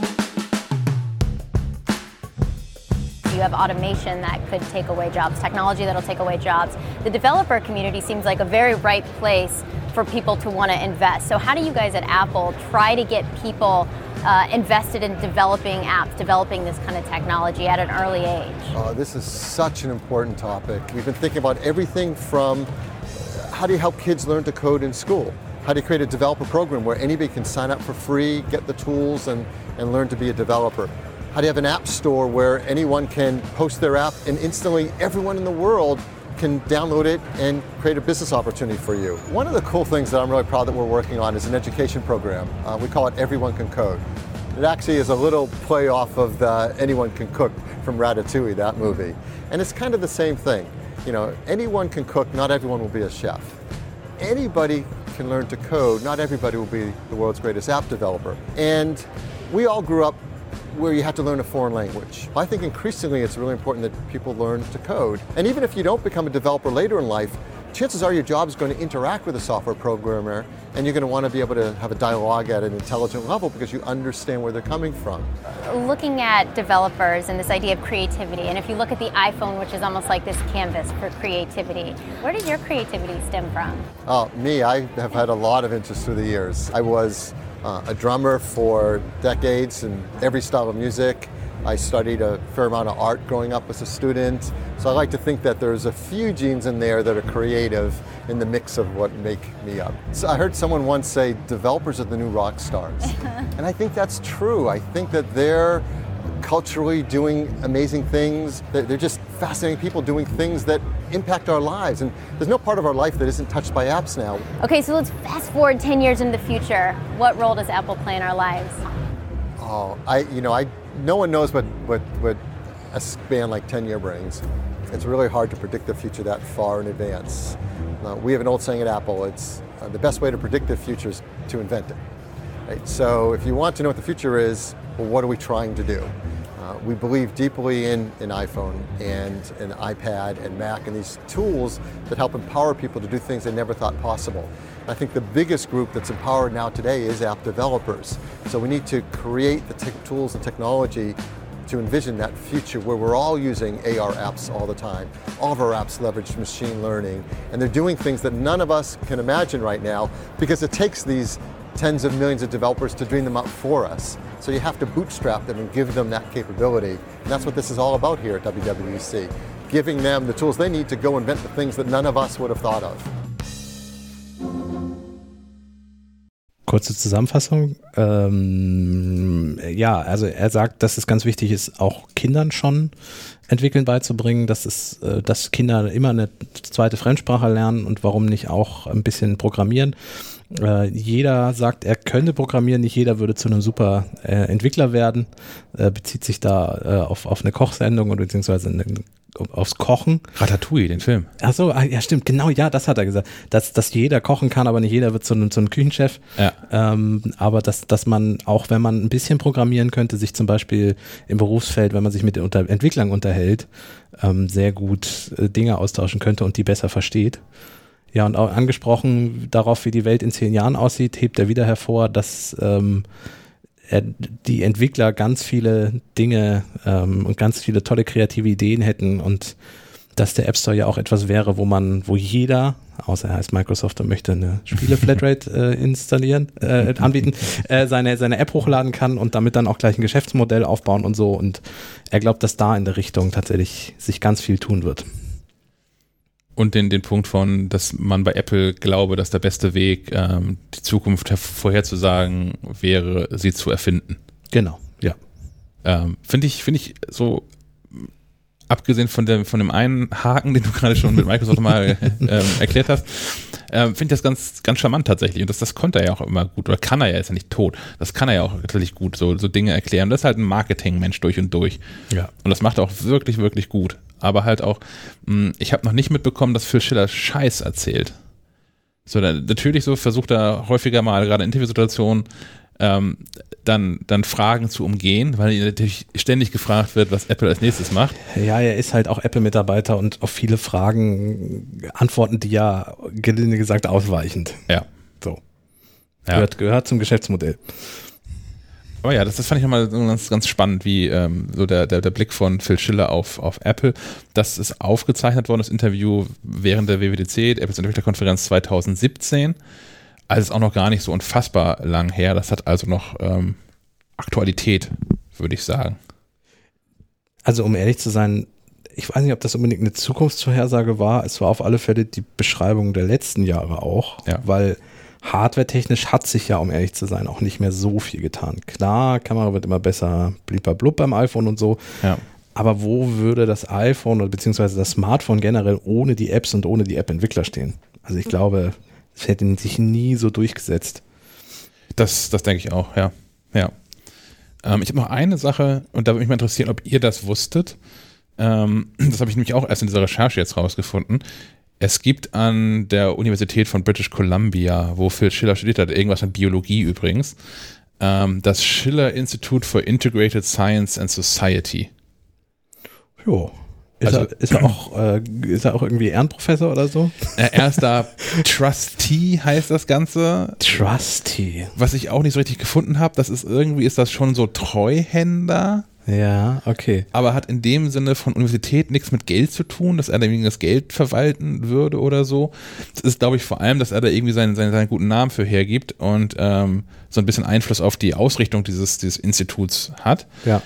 You have automation that could take away jobs, technology that'll take away jobs. The developer community seems like a very ripe place for people to want to invest. So how do you guys at Apple try to get people invested in developing apps, developing this kind of technology at an early age? This is such an important topic. We've been thinking about everything from how do you help kids learn to code in school? How do you create a developer program where anybody can sign up for free, get the tools, and learn to be a developer? How do you have an app store where anyone can post their app and instantly everyone in the world can download it and create a business opportunity for you? One of the cool things that I'm really proud that we're working on is an education program. We call it Everyone Can Code. It actually is a little play off of the Anyone Can Cook from Ratatouille, that movie. And it's kind of the same thing. You know, anyone can cook, not everyone will be a chef. Anybody can learn to code, not everybody will be the world's greatest app developer. And we all grew up where you have to learn a foreign language. I think increasingly it's really important that people learn to code. And even if you don't become a developer later in life, chances are your job is going to interact with a software programmer, and you're going to want to be able to have a dialogue at an intelligent level because you understand where they're coming from. Looking at developers and this idea of creativity, and if you look at the iPhone, which is almost like this canvas for creativity, where does your creativity stem from? Me, I have had a lot of interest through the years. I was a drummer for decades in every style of music. I studied a fair amount of art growing up as a student. So I like to think that there's a few genes in there that are creative in the mix of what make me up. So I heard someone once say, developers are the new rock stars. And I think that's true. I think that they're culturally doing amazing things. They're just fascinating people doing things that impact our lives. And there's no part of our life that isn't touched by apps now. Okay, so let's fast forward 10 years into the future. What role does Apple play in our lives? No one knows what a span like 10 year brings. It's really hard to predict the future that far in advance. We have an old saying at Apple, it's the best way to predict the future is to invent it. Right? So if you want to know what the future is, well, what are we trying to do? We believe deeply in an iPhone and an iPad and Mac and these tools that help empower people to do things they never thought possible. I think the biggest group that's empowered now today is app developers. So we need to create the tools and technology to envision that future where we're all using AR apps all the time. All of our apps leverage machine learning, and they're doing things that none of us can imagine right now because it takes these tens of millions of developers to dream them up for us. So you have to bootstrap them and give them that capability. And that's what this is all about here at WWDC, giving them the tools they need to go invent the things that none of us would have thought of. Kurze Zusammenfassung. Also er sagt, dass es ganz wichtig ist, auch Kindern schon Entwickeln beizubringen, dass Kinder immer eine zweite Fremdsprache lernen und warum nicht auch ein bisschen programmieren. Jeder sagt, er könnte programmieren, nicht jeder würde zu einem super Entwickler werden, bezieht sich da auf eine Kochsendung oder beziehungsweise aufs Kochen. Ratatouille, den Film. Ach so, ja stimmt, genau, ja, das hat er gesagt, dass jeder kochen kann, aber nicht jeder wird zu einem Küchenchef. Ja. Aber dass man, auch wenn man ein bisschen programmieren könnte, sich zum Beispiel im Berufsfeld, wenn man sich mit den Entwicklern unterhält, sehr gut Dinge austauschen könnte und die besser versteht. Ja, und auch angesprochen darauf, wie die Welt in 10 Jahren aussieht, hebt er wieder hervor, dass die Entwickler ganz viele Dinge und ganz viele tolle kreative Ideen hätten und dass der App Store ja auch etwas wäre, wo jeder, außer er heißt Microsoft und möchte eine Spiele-Flatrate anbieten, seine App hochladen kann und damit dann auch gleich ein Geschäftsmodell aufbauen und so. Und er glaubt, dass da in der Richtung tatsächlich sich ganz viel tun wird. Und den Punkt von, dass man bei Apple glaube, dass der beste Weg, die Zukunft vorherzusagen, wäre, sie zu erfinden. Genau, ja. Finde ich so, abgesehen von dem einen Haken, den du gerade schon mit Microsoft mal erklärt hast, finde ich das ganz, ganz charmant tatsächlich. Und das konnte er ja auch immer gut, oder kann er ja, ist ja nicht tot. Das kann er ja auch tatsächlich gut, so Dinge erklären. Das ist halt ein Marketingmensch durch und durch. Ja. Und das macht er auch wirklich, wirklich gut. Aber halt auch, ich habe noch nicht mitbekommen, dass Phil Schiller Scheiß erzählt. So, natürlich so versucht er häufiger mal, gerade in Interviewsituationen, dann Fragen zu umgehen, weil natürlich ständig gefragt wird, was Apple als nächstes macht. Ja, er ist halt auch Apple-Mitarbeiter und auf viele Fragen antworten die ja, gelinde gesagt, ausweichend. Ja. So. Ja. Gehört zum Geschäftsmodell. Aber ja, das fand ich nochmal ganz, ganz spannend, wie so der Blick von Phil Schiller auf Apple. Das ist aufgezeichnet worden, das Interview während der WWDC, Apples Entwicklerkonferenz 2017. Also ist auch noch gar nicht so unfassbar lang her. Das hat also noch Aktualität, würde ich sagen. Also um ehrlich zu sein, ich weiß nicht, ob das unbedingt eine Zukunftsvorhersage war. Es war auf alle Fälle die Beschreibung der letzten Jahre auch, ja. Weil hardwaretechnisch hat sich ja, um ehrlich zu sein, auch nicht mehr so viel getan. Klar, Kamera wird immer besser, blub beim iPhone und so. Ja. Aber wo würde das iPhone oder beziehungsweise das Smartphone generell ohne die Apps und ohne die App-Entwickler stehen? Also ich glaube, es hätte sich nie so durchgesetzt. Das denke ich auch, ja. Ja. Ich habe noch eine Sache, und da würde mich mal interessieren, ob ihr das wusstet. Das habe ich nämlich auch erst in dieser Recherche jetzt rausgefunden. Es gibt an der Universität von British Columbia, wo Phil Schiller studiert hat, irgendwas mit Biologie übrigens, das Schiller Institute for Integrated Science and Society. Jo, Ist er auch irgendwie Ehrenprofessor oder so? Er ist da Trustee, heißt das Ganze. Trustee. Was ich auch nicht so richtig gefunden habe, ist das schon so Treuhänder. Ja, okay. Aber hat in dem Sinne von Universität nichts mit Geld zu tun, dass er da irgendwie das Geld verwalten würde oder so. Das ist, glaube ich, vor allem, dass er da irgendwie seinen guten Namen für hergibt und so ein bisschen Einfluss auf die Ausrichtung dieses Instituts hat. Ja.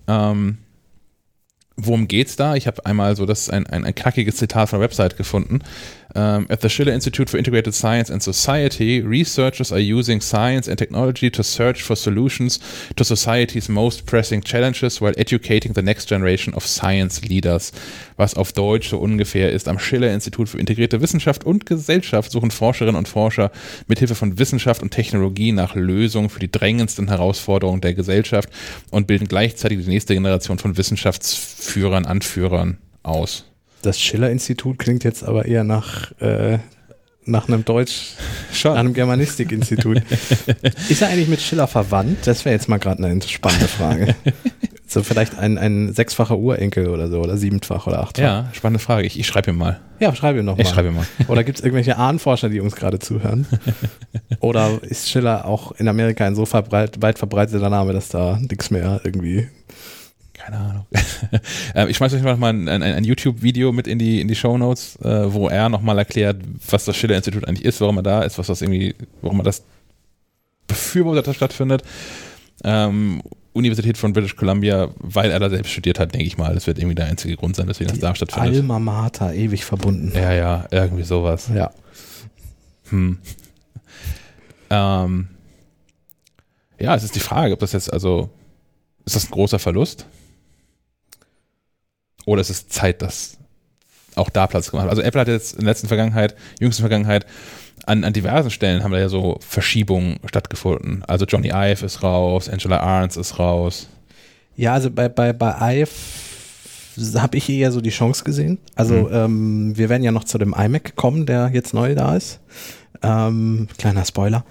Worum geht's da? Ich habe einmal so ein knackiges Zitat von der Website gefunden. At the Schiller Institute for Integrated Science and Society, researchers are using science and technology to search for solutions to society's most pressing challenges while educating the next generation of science leaders. Was auf Deutsch so ungefähr ist: Am Schiller Institut für integrierte Wissenschaft und Gesellschaft suchen Forscherinnen und Forscher mithilfe von Wissenschaft und Technologie nach Lösungen für die drängendsten Herausforderungen der Gesellschaft und bilden gleichzeitig die nächste Generation von Wissenschaftsführern, Anführern aus. Das Schiller-Institut klingt jetzt aber eher nach einem nach einem Germanistik-Institut. Ist er eigentlich mit Schiller verwandt? Das wäre jetzt mal gerade eine spannende Frage. So vielleicht ein sechsfacher Urenkel oder so, oder siebenfach oder achtfach. Ja, spannende Frage. Ich schreibe ihm mal. Ja, schreibe ihm nochmal. Ich schreibe ihm mal. Oder gibt es irgendwelche Ahnenforscher, die uns gerade zuhören? Oder ist Schiller auch in Amerika ein so weit verbreiteter Name, dass da nichts mehr irgendwie... Keine Ahnung. Ich schmeiß euch noch mal ein YouTube-Video mit in die Shownotes, wo er nochmal erklärt, was das Schiller-Institut eigentlich ist, warum er da ist, warum er das befürwortet, dass stattfindet. Universität von British Columbia, weil er da selbst studiert hat, denke ich mal. Das wird irgendwie der einzige Grund sein, weswegen das da stattfindet. Alma Mater, ewig verbunden. Ja, irgendwie sowas. Ja. Ja, es ist die Frage, ob das jetzt ist das ein großer Verlust? Oder ist es Zeit, dass auch da Platz gemacht wird? Also Apple hat jetzt in der jüngsten Vergangenheit, an diversen Stellen haben da ja so Verschiebungen stattgefunden. Also Johnny Ive ist raus, Angela Ahrendts ist raus. Ja, also bei Ive habe ich eher so die Chance gesehen. Also wir werden ja noch zu dem iMac kommen, der jetzt neu da ist. Kleiner Spoiler.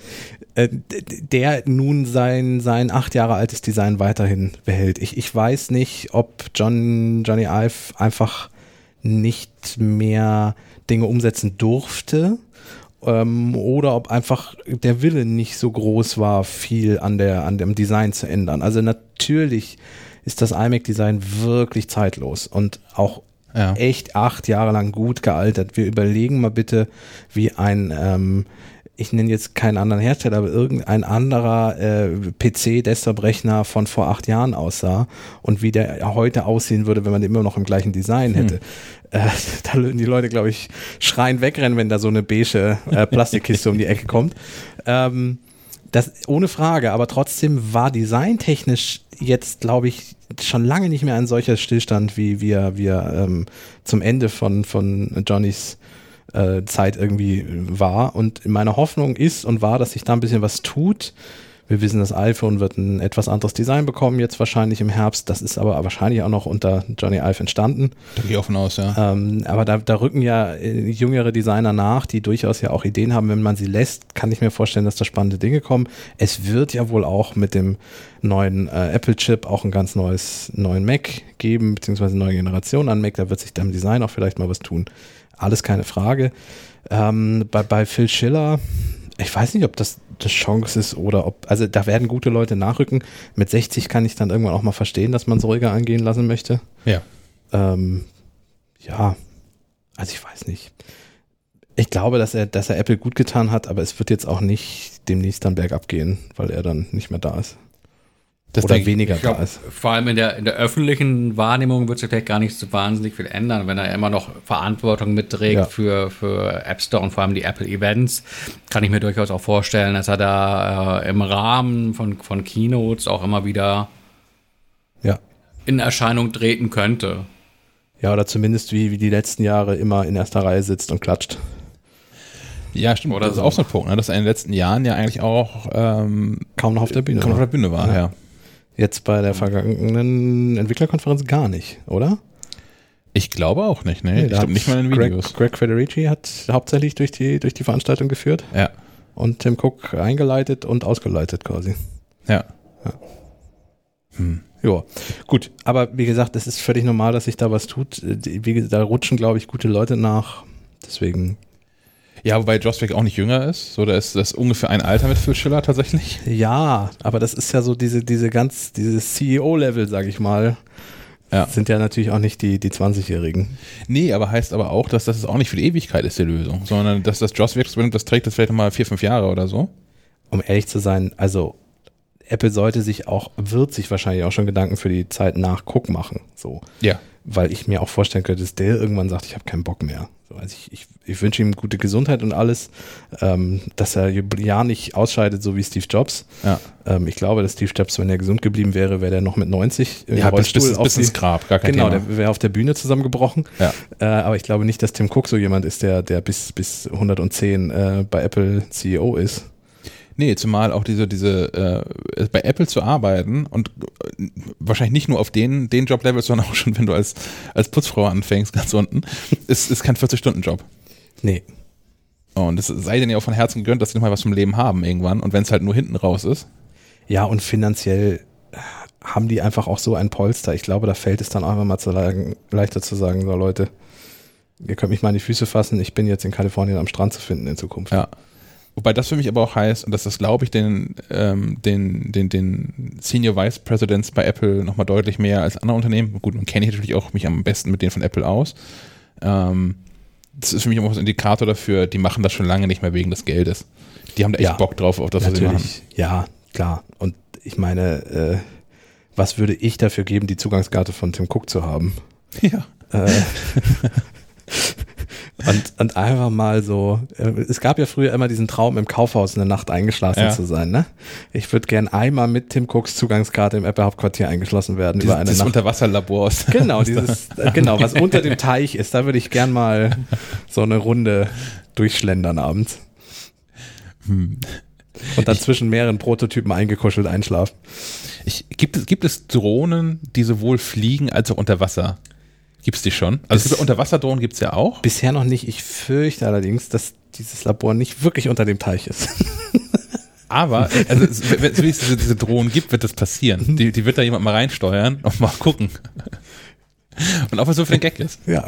Der nun sein 8 Jahre altes Design weiterhin behält. Ich weiß nicht, ob Johnny Ive einfach nicht mehr Dinge umsetzen durfte oder ob einfach der Wille nicht so groß war, viel an dem Design zu ändern. Also natürlich ist das iMac-Design wirklich zeitlos und auch echt 8 Jahre lang gut gealtert. Wir überlegen mal bitte, wie ich nenne jetzt keinen anderen Hersteller, aber irgendein anderer PC-Desktop-Rechner von vor 8 Jahren aussah und wie der heute aussehen würde, wenn man den immer noch im gleichen Design hätte. Da würden die Leute, glaube ich, schreiend wegrennen, wenn da so eine beige Plastikkiste um die Ecke kommt. Das ohne Frage, aber trotzdem war designtechnisch jetzt, glaube ich, schon lange nicht mehr ein solcher Stillstand, wie wir zum Ende von Johnnys Zeit irgendwie war. Und meine Hoffnung ist und war, dass sich da ein bisschen was tut. Wir wissen, das iPhone wird ein etwas anderes Design bekommen, jetzt wahrscheinlich im Herbst. Das ist aber wahrscheinlich auch noch unter Johnny Ive entstanden. Da gehe ich auch von aus, ja. Aber da rücken ja jüngere Designer nach, die durchaus ja auch Ideen haben. Wenn man sie lässt, kann ich mir vorstellen, dass da spannende Dinge kommen. Es wird ja wohl auch mit dem neuen Apple-Chip auch ein ganz neuen Mac geben, beziehungsweise eine neue Generation an Mac. Da wird sich da im Design auch vielleicht mal was tun. Alles keine Frage. Bei Phil Schiller, ich weiß nicht, ob das Chance ist oder also da werden gute Leute nachrücken. Mit 60 kann ich dann irgendwann auch mal verstehen, dass man es ruhiger angehen lassen möchte. Ja. Ja, also ich weiß nicht. Ich glaube, dass er Apple gut getan hat, aber es wird jetzt auch nicht demnächst dann bergab gehen, weil er dann nicht mehr da ist. Oder weniger da ist. Vor allem in der öffentlichen Wahrnehmung wird sich vielleicht gar nicht so wahnsinnig viel ändern, wenn er immer noch Verantwortung mitträgt für App Store und vor allem die Apple Events. Kann ich mir durchaus auch vorstellen, dass er da im Rahmen von Keynotes auch immer wieder in Erscheinung treten könnte. Ja, oder zumindest wie die letzten Jahre immer in erster Reihe sitzt und klatscht. Ja, stimmt. Oder das ist auch so ein Punkt, ne? Dass er in den letzten Jahren ja eigentlich auch kaum noch auf der Bühne war. Ja. Jetzt bei der vergangenen Entwicklerkonferenz gar nicht, oder? Ich glaube auch nicht, ne? Ich glaube nicht mal in den Videos. Greg Federici hat hauptsächlich durch die Veranstaltung geführt. Ja. Und Tim Cook eingeleitet und ausgeleitet quasi. Ja. Ja, gut. Aber wie gesagt, es ist völlig normal, dass sich da was tut. Da rutschen, glaube ich, gute Leute nach. Deswegen. Ja, wobei Joss Whedon auch nicht jünger ist. So, das ist ungefähr ein Alter mit Phil Schiller tatsächlich. Ja, aber das ist ja so dieses CEO-Level, sag ich mal. Ja. Sind ja natürlich auch nicht die 20-Jährigen. Nee, aber heißt aber auch, dass das auch nicht für die Ewigkeit ist, die Lösung, sondern dass das Joss Whedon, das trägt das vielleicht mal 4-5 Jahre oder so. Um ehrlich zu sein, also Apple wird sich wahrscheinlich auch schon Gedanken für die Zeit nach Cook machen. So. Ja. Weil ich mir auch vorstellen könnte, dass der irgendwann sagt, ich habe keinen Bock mehr. So, also ich wünsche ihm gute Gesundheit und alles, dass er ja nicht ausscheidet, so wie Steve Jobs. Ja. Ich glaube, dass Steve Jobs, wenn er gesund geblieben wäre, wäre der noch mit 90 im Rollstuhl bis ins Grab, gar kein Thema. Thema. Der wäre auf der Bühne zusammengebrochen. Ja. Aber ich glaube nicht, dass Tim Cook so jemand ist, der bis 110 bei Apple CEO ist. Nee, zumal auch bei Apple zu arbeiten und wahrscheinlich nicht nur auf den Joblevel, sondern auch schon, wenn du als Putzfrau anfängst, ganz unten, ist kein 40-Stunden-Job. Nee. Und es sei denen ja auch von Herzen gegönnt, dass sie nochmal was vom Leben haben irgendwann und wenn es halt nur hinten raus ist. Ja, und finanziell haben die einfach auch so ein Polster. Ich glaube, da fällt es dann einfach mal leichter zu sagen, so Leute, ihr könnt mich mal in die Füße fassen, ich bin jetzt in Kalifornien am Strand zu finden in Zukunft. Ja. Wobei das für mich aber auch heißt, und das glaube ich den Senior Vice Presidents bei Apple nochmal deutlich mehr als andere Unternehmen. Gut, nun kenne ich natürlich auch mich am besten mit denen von Apple aus. Das ist für mich auch ein Indikator dafür, die machen das schon lange nicht mehr wegen des Geldes. Die haben da echt Bock drauf, auf das, was sie machen. Ja, klar. Und ich meine, was würde ich dafür geben, die Zugangskarte von Tim Cook zu haben? Ja. Und einfach mal so, es gab ja früher immer diesen Traum, im Kaufhaus eine Nacht eingeschlossen zu sein, ne? Ich würde gern einmal mit Tim Cooks Zugangskarte im Apple-Hauptquartier eingeschlossen werden. Über eine das Nacht. Unterwasserlabor. Genau, was unter dem Teich ist, da würde ich gern mal so eine Runde durchschlendern abends. Und dann zwischen mehreren Prototypen eingekuschelt einschlafen. Gibt es Drohnen, die sowohl fliegen als auch unter Wasser? Gibt es die schon? Also Unterwasserdrohnen gibt es ja auch. Bisher noch nicht. Ich fürchte allerdings, dass dieses Labor nicht wirklich unter dem Teich ist. Aber, also, wenn es diese Drohnen gibt, wird das passieren. Die wird da jemand mal reinsteuern und mal gucken. Und ob es so für den Gag ist. Ja.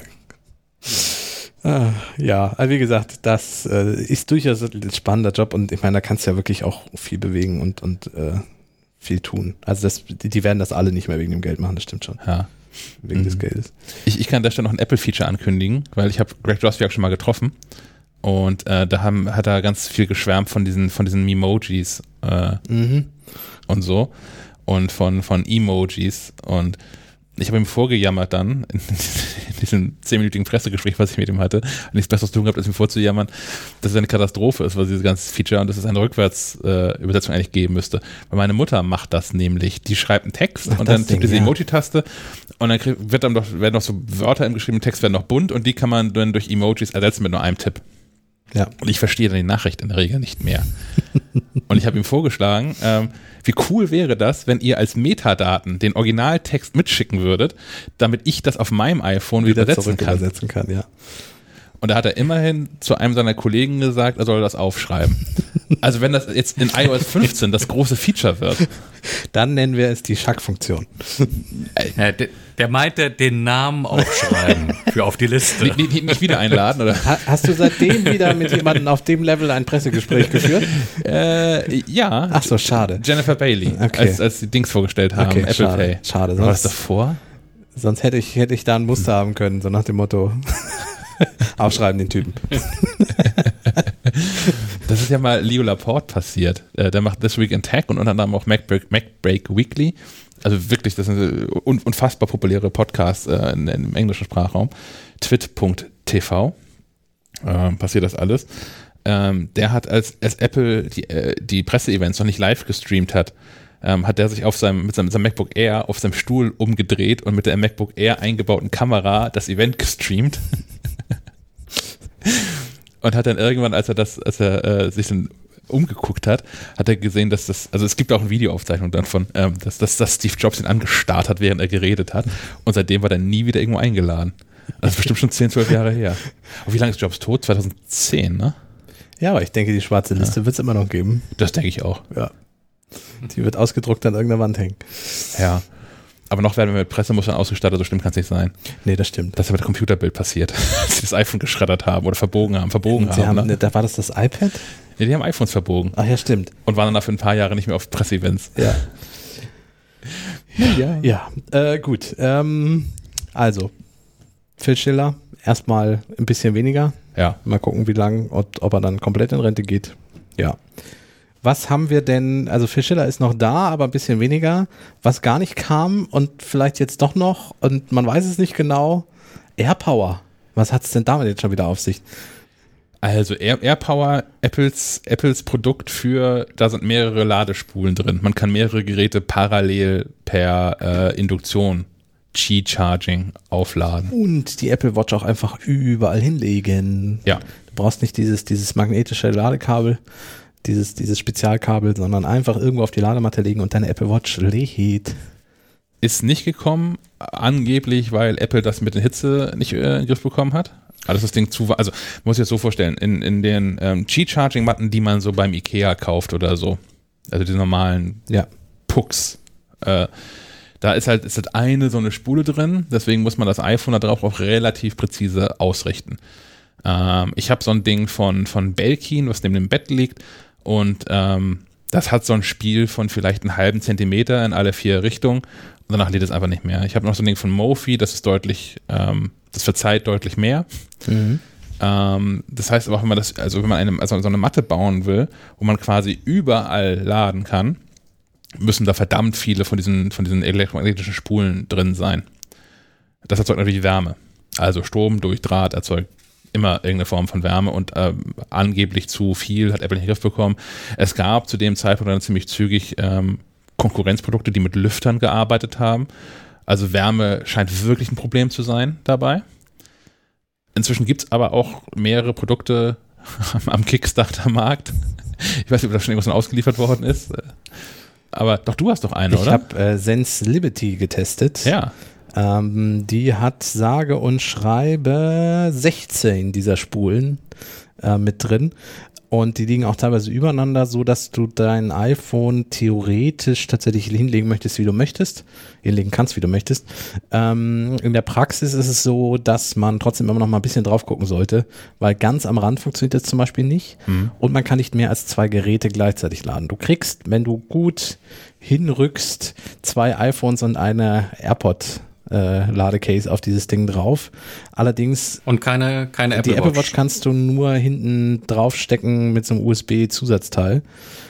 Ja, also wie gesagt, das ist durchaus ein spannender Job und ich meine, da kannst du ja wirklich auch viel bewegen und viel tun. Also die werden das alle nicht mehr wegen dem Geld machen, das stimmt schon. Ja. Wegen des Geldes. Ich kann da schon noch ein Apple-Feature ankündigen, weil ich habe Greg Roswiak schon mal getroffen und hat er ganz viel geschwärmt von diesen Memojis und so und von Emojis und ich habe ihm vorgejammert dann in diesem 10-minütigen Pressegespräch, was ich mit ihm hatte, nichts Besseres zu tun gehabt, als ihm vorzujammern, dass es eine Katastrophe ist, was dieses ganze Feature und dass es eine Rückwärtsübersetzung eigentlich geben müsste. Weil meine Mutter macht das nämlich. Die schreibt einen Text und dann tippt diese Emoji-Taste und dann werden noch so Wörter im geschriebenen Text werden noch bunt und die kann man dann durch Emojis ersetzen mit nur einem Tipp. Ja. Und ich verstehe dann die Nachricht in der Regel nicht mehr. Und ich habe ihm vorgeschlagen, wie cool wäre das, wenn ihr als Metadaten den Originaltext mitschicken würdet, damit ich das auf meinem iPhone wieder übersetzen kann. Ja. Und da hat er immerhin zu einem seiner Kollegen gesagt, er soll das aufschreiben. Also wenn das jetzt in iOS 15 das große Feature wird. Dann nennen wir es die Schack-Funktion. Ja, der meinte, den Namen aufschreiben für auf die Liste. Nicht wieder einladen, oder? Hast du seitdem wieder mit jemandem auf dem Level ein Pressegespräch geführt? Ja. Ach so, schade. Jennifer Bailey, okay. als die Dings vorgestellt haben, okay, Apple Pay. Schade. War das davor? Sonst hätte ich da ein Muster haben können, so nach dem Motto, aufschreiben den Typen. Das ist ja mal Leo Laporte passiert. Der macht This Week in Tech und unter anderem auch MacBreak Weekly. Also wirklich, das sind unfassbar populäre Podcasts im englischen Sprachraum. Twit.tv passiert das alles. Der hat, als Apple die Presseevents noch nicht live gestreamt hat der sich mit seinem MacBook Air auf seinem Stuhl umgedreht und mit der MacBook Air eingebauten Kamera das Event gestreamt. Und hat dann irgendwann, als er sich dann umgeguckt hat er gesehen, dass es gibt auch eine Videoaufzeichnung dann von, dass Steve Jobs ihn angestarrt hat, während er geredet hat. Und seitdem war er nie wieder irgendwo eingeladen. Das ist bestimmt schon 10, 12 Jahre her. Und wie lange ist Jobs tot? 2010, ne? Ja, aber ich denke, die schwarze Liste wird es immer noch geben. Das denke ich auch. Ja. Die wird ausgedruckt an irgendeiner Wand hängen. Ja. Aber noch werden wir mit Pressemustern ausgestattet, so schlimm kann es nicht sein. Nee, das stimmt. Das ist aber das Computerbild passiert. Dass sie das iPhone geschreddert haben oder verbogen haben. Ne? Da war das iPad? Ja, die haben iPhones verbogen. Ach ja, stimmt. Und waren dann dafür ein paar Jahre nicht mehr auf Presseevents. Ja. Gut. Also, Phil Schiller, erstmal ein bisschen weniger. Ja. Mal gucken, wie lang, ob er dann komplett in Rente geht. Ja. Was haben wir denn, also Phil Schiller ist noch da, aber ein bisschen weniger, was gar nicht kam und vielleicht jetzt doch noch und man weiß es nicht genau. AirPower, was hat es denn damit jetzt schon wieder auf sich? Also AirPower, Apples Produkt da sind mehrere Ladespulen drin. Man kann mehrere Geräte parallel per Induktion, Qi-Charging aufladen. Und die Apple Watch auch einfach überall hinlegen. Ja. Du brauchst nicht dieses magnetische Ladekabel, dieses Spezialkabel, sondern einfach irgendwo auf die Ladematte legen und deine Apple Watch lädt. Ist nicht gekommen, angeblich, weil Apple das mit der Hitze nicht in den Griff bekommen hat. Also das Ding also muss ich jetzt so vorstellen, in den Qi-Charging-Matten, die man so beim Ikea kauft oder so, also die normalen Pucks, da ist halt eine so eine Spule drin, deswegen muss man das iPhone da drauf auch relativ präzise ausrichten. Ich habe so ein Ding von Belkin, was neben dem Bett liegt und das hat so ein Spiel von vielleicht einen halben Zentimeter in alle 4 Richtungen und danach lädt es einfach nicht mehr. Ich habe noch so ein Ding von Mophie, das ist deutlich, das verzeiht deutlich mehr. Mhm. Das heißt aber auch, wenn man so eine Matte bauen will, wo man quasi überall laden kann, müssen da verdammt viele von diesen elektromagnetischen Spulen drin sein. Das erzeugt natürlich Wärme. Also Strom durch Draht erzeugt immer irgendeine Form von Wärme und angeblich zu viel hat Apple nicht in den Griff bekommen. Es gab zu dem Zeitpunkt dann ziemlich zügig Konkurrenzprodukte, die mit Lüftern gearbeitet haben. Also Wärme scheint wirklich ein Problem zu sein dabei. Inzwischen gibt es aber auch mehrere Produkte am Kickstarter-Markt. Ich weiß nicht, ob da schon irgendwas ausgeliefert worden ist. Aber doch, du hast doch eine, oder? Ich habe Sense Liberty getestet. Ja. Die hat sage und schreibe 16 dieser Spulen mit drin. Und die liegen auch teilweise übereinander, so dass du dein iPhone theoretisch tatsächlich hinlegen möchtest, wie du möchtest. Hinlegen kannst, wie du möchtest. In der Praxis ist es so, dass man trotzdem immer noch mal ein bisschen drauf gucken sollte, weil ganz am Rand funktioniert das zum Beispiel nicht. Und man kann nicht mehr als 2 Geräte gleichzeitig laden. Du kriegst, wenn du gut hinrückst, 2 iPhones und eine AirPod Ladecase auf dieses Ding drauf. Allerdings und keine Apple Watch. Die Apple Watch kannst du nur hinten draufstecken mit so einem USB-Zusatzteil.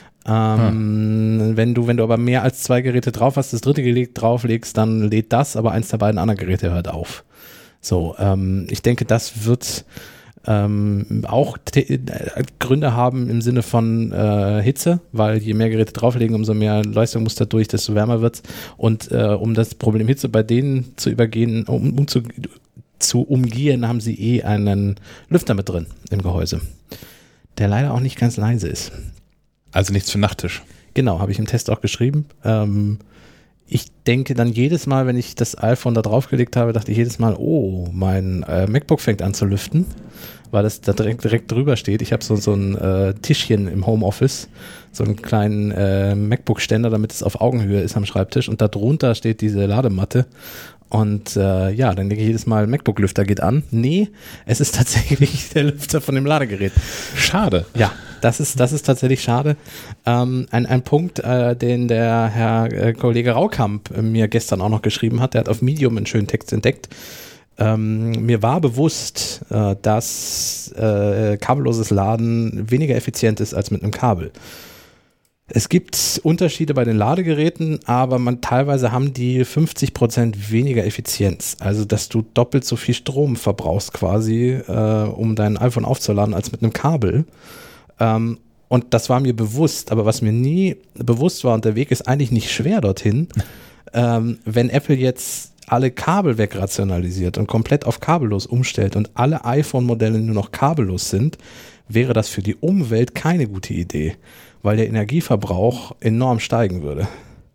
Wenn du aber mehr als 2 Geräte drauf hast, das dritte Gerät drauflegst, dann lädt das, aber eins der beiden anderen Geräte hört auf. So, ich denke, das wird auch Gründe haben im Sinne von Hitze, weil je mehr Geräte drauflegen, umso mehr Leistung muss da durch, desto wärmer wird's. Und um das Problem Hitze bei denen zu übergehen, zu umgehen, haben sie einen Lüfter mit drin im Gehäuse, der leider auch nicht ganz leise ist. Also nichts für Nachttisch. Genau, habe ich im Test auch geschrieben. Ich denke dann jedes Mal, wenn ich das iPhone da draufgelegt habe, dachte ich jedes Mal, oh, mein MacBook fängt an zu lüften, weil es da direkt drüber steht. Ich habe so ein Tischchen im Homeoffice, so einen kleinen MacBook-Ständer, damit es auf Augenhöhe ist am Schreibtisch und da drunter steht diese Ladematte. Und dann denke ich jedes Mal, MacBook-Lüfter geht an. Nee, es ist tatsächlich der Lüfter von dem Ladegerät. Schade. Ja, das ist tatsächlich schade. Ein Punkt, den der Herr Kollege Raukamp mir gestern auch noch geschrieben hat, der hat auf Medium einen schönen Text entdeckt. Mir war bewusst, dass kabelloses Laden weniger effizient ist als mit einem Kabel. Es gibt Unterschiede bei den Ladegeräten, aber teilweise haben die 50% weniger Effizienz. Also, dass du doppelt so viel Strom verbrauchst quasi, um dein iPhone aufzuladen, als mit einem Kabel. Und das war mir bewusst, aber was mir nie bewusst war, und der Weg ist eigentlich nicht schwer dorthin, wenn Apple jetzt alle Kabel wegrationalisiert und komplett auf kabellos umstellt und alle iPhone-Modelle nur noch kabellos sind, wäre das für die Umwelt keine gute Idee, weil der Energieverbrauch enorm steigen würde.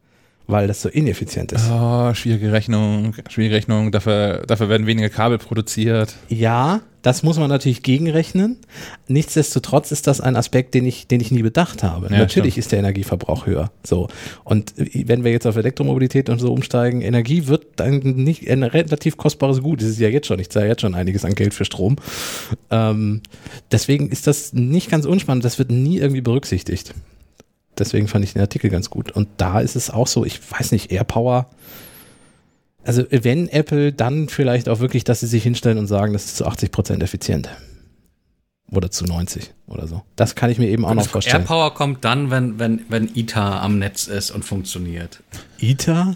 weil das so ineffizient ist. Oh, schwierige Rechnung. Dafür werden weniger Kabel produziert. Ja, das muss man natürlich gegenrechnen. Nichtsdestotrotz ist das ein Aspekt, den ich nie bedacht habe. Ja, natürlich stimmt. ist der Energieverbrauch höher. So. Und wenn wir jetzt auf Elektromobilität und so umsteigen, Energie wird dann nicht ein relativ kostbares Gut. Das ist ja jetzt schon. Ich zahle jetzt schon einiges an Geld für Strom. Deswegen ist das nicht ganz unspannend. Das wird nie irgendwie berücksichtigt. Deswegen fand ich den Artikel ganz gut. Und da ist es auch so, ich weiß nicht, AirPower. Also wenn Apple, dann vielleicht auch wirklich, dass sie sich hinstellen und sagen, das ist zu 80% effizient. Oder zu 90 oder so. Das kann ich mir eben auch noch vorstellen. AirPower kommt dann, wenn ITER am Netz ist und funktioniert. ITER?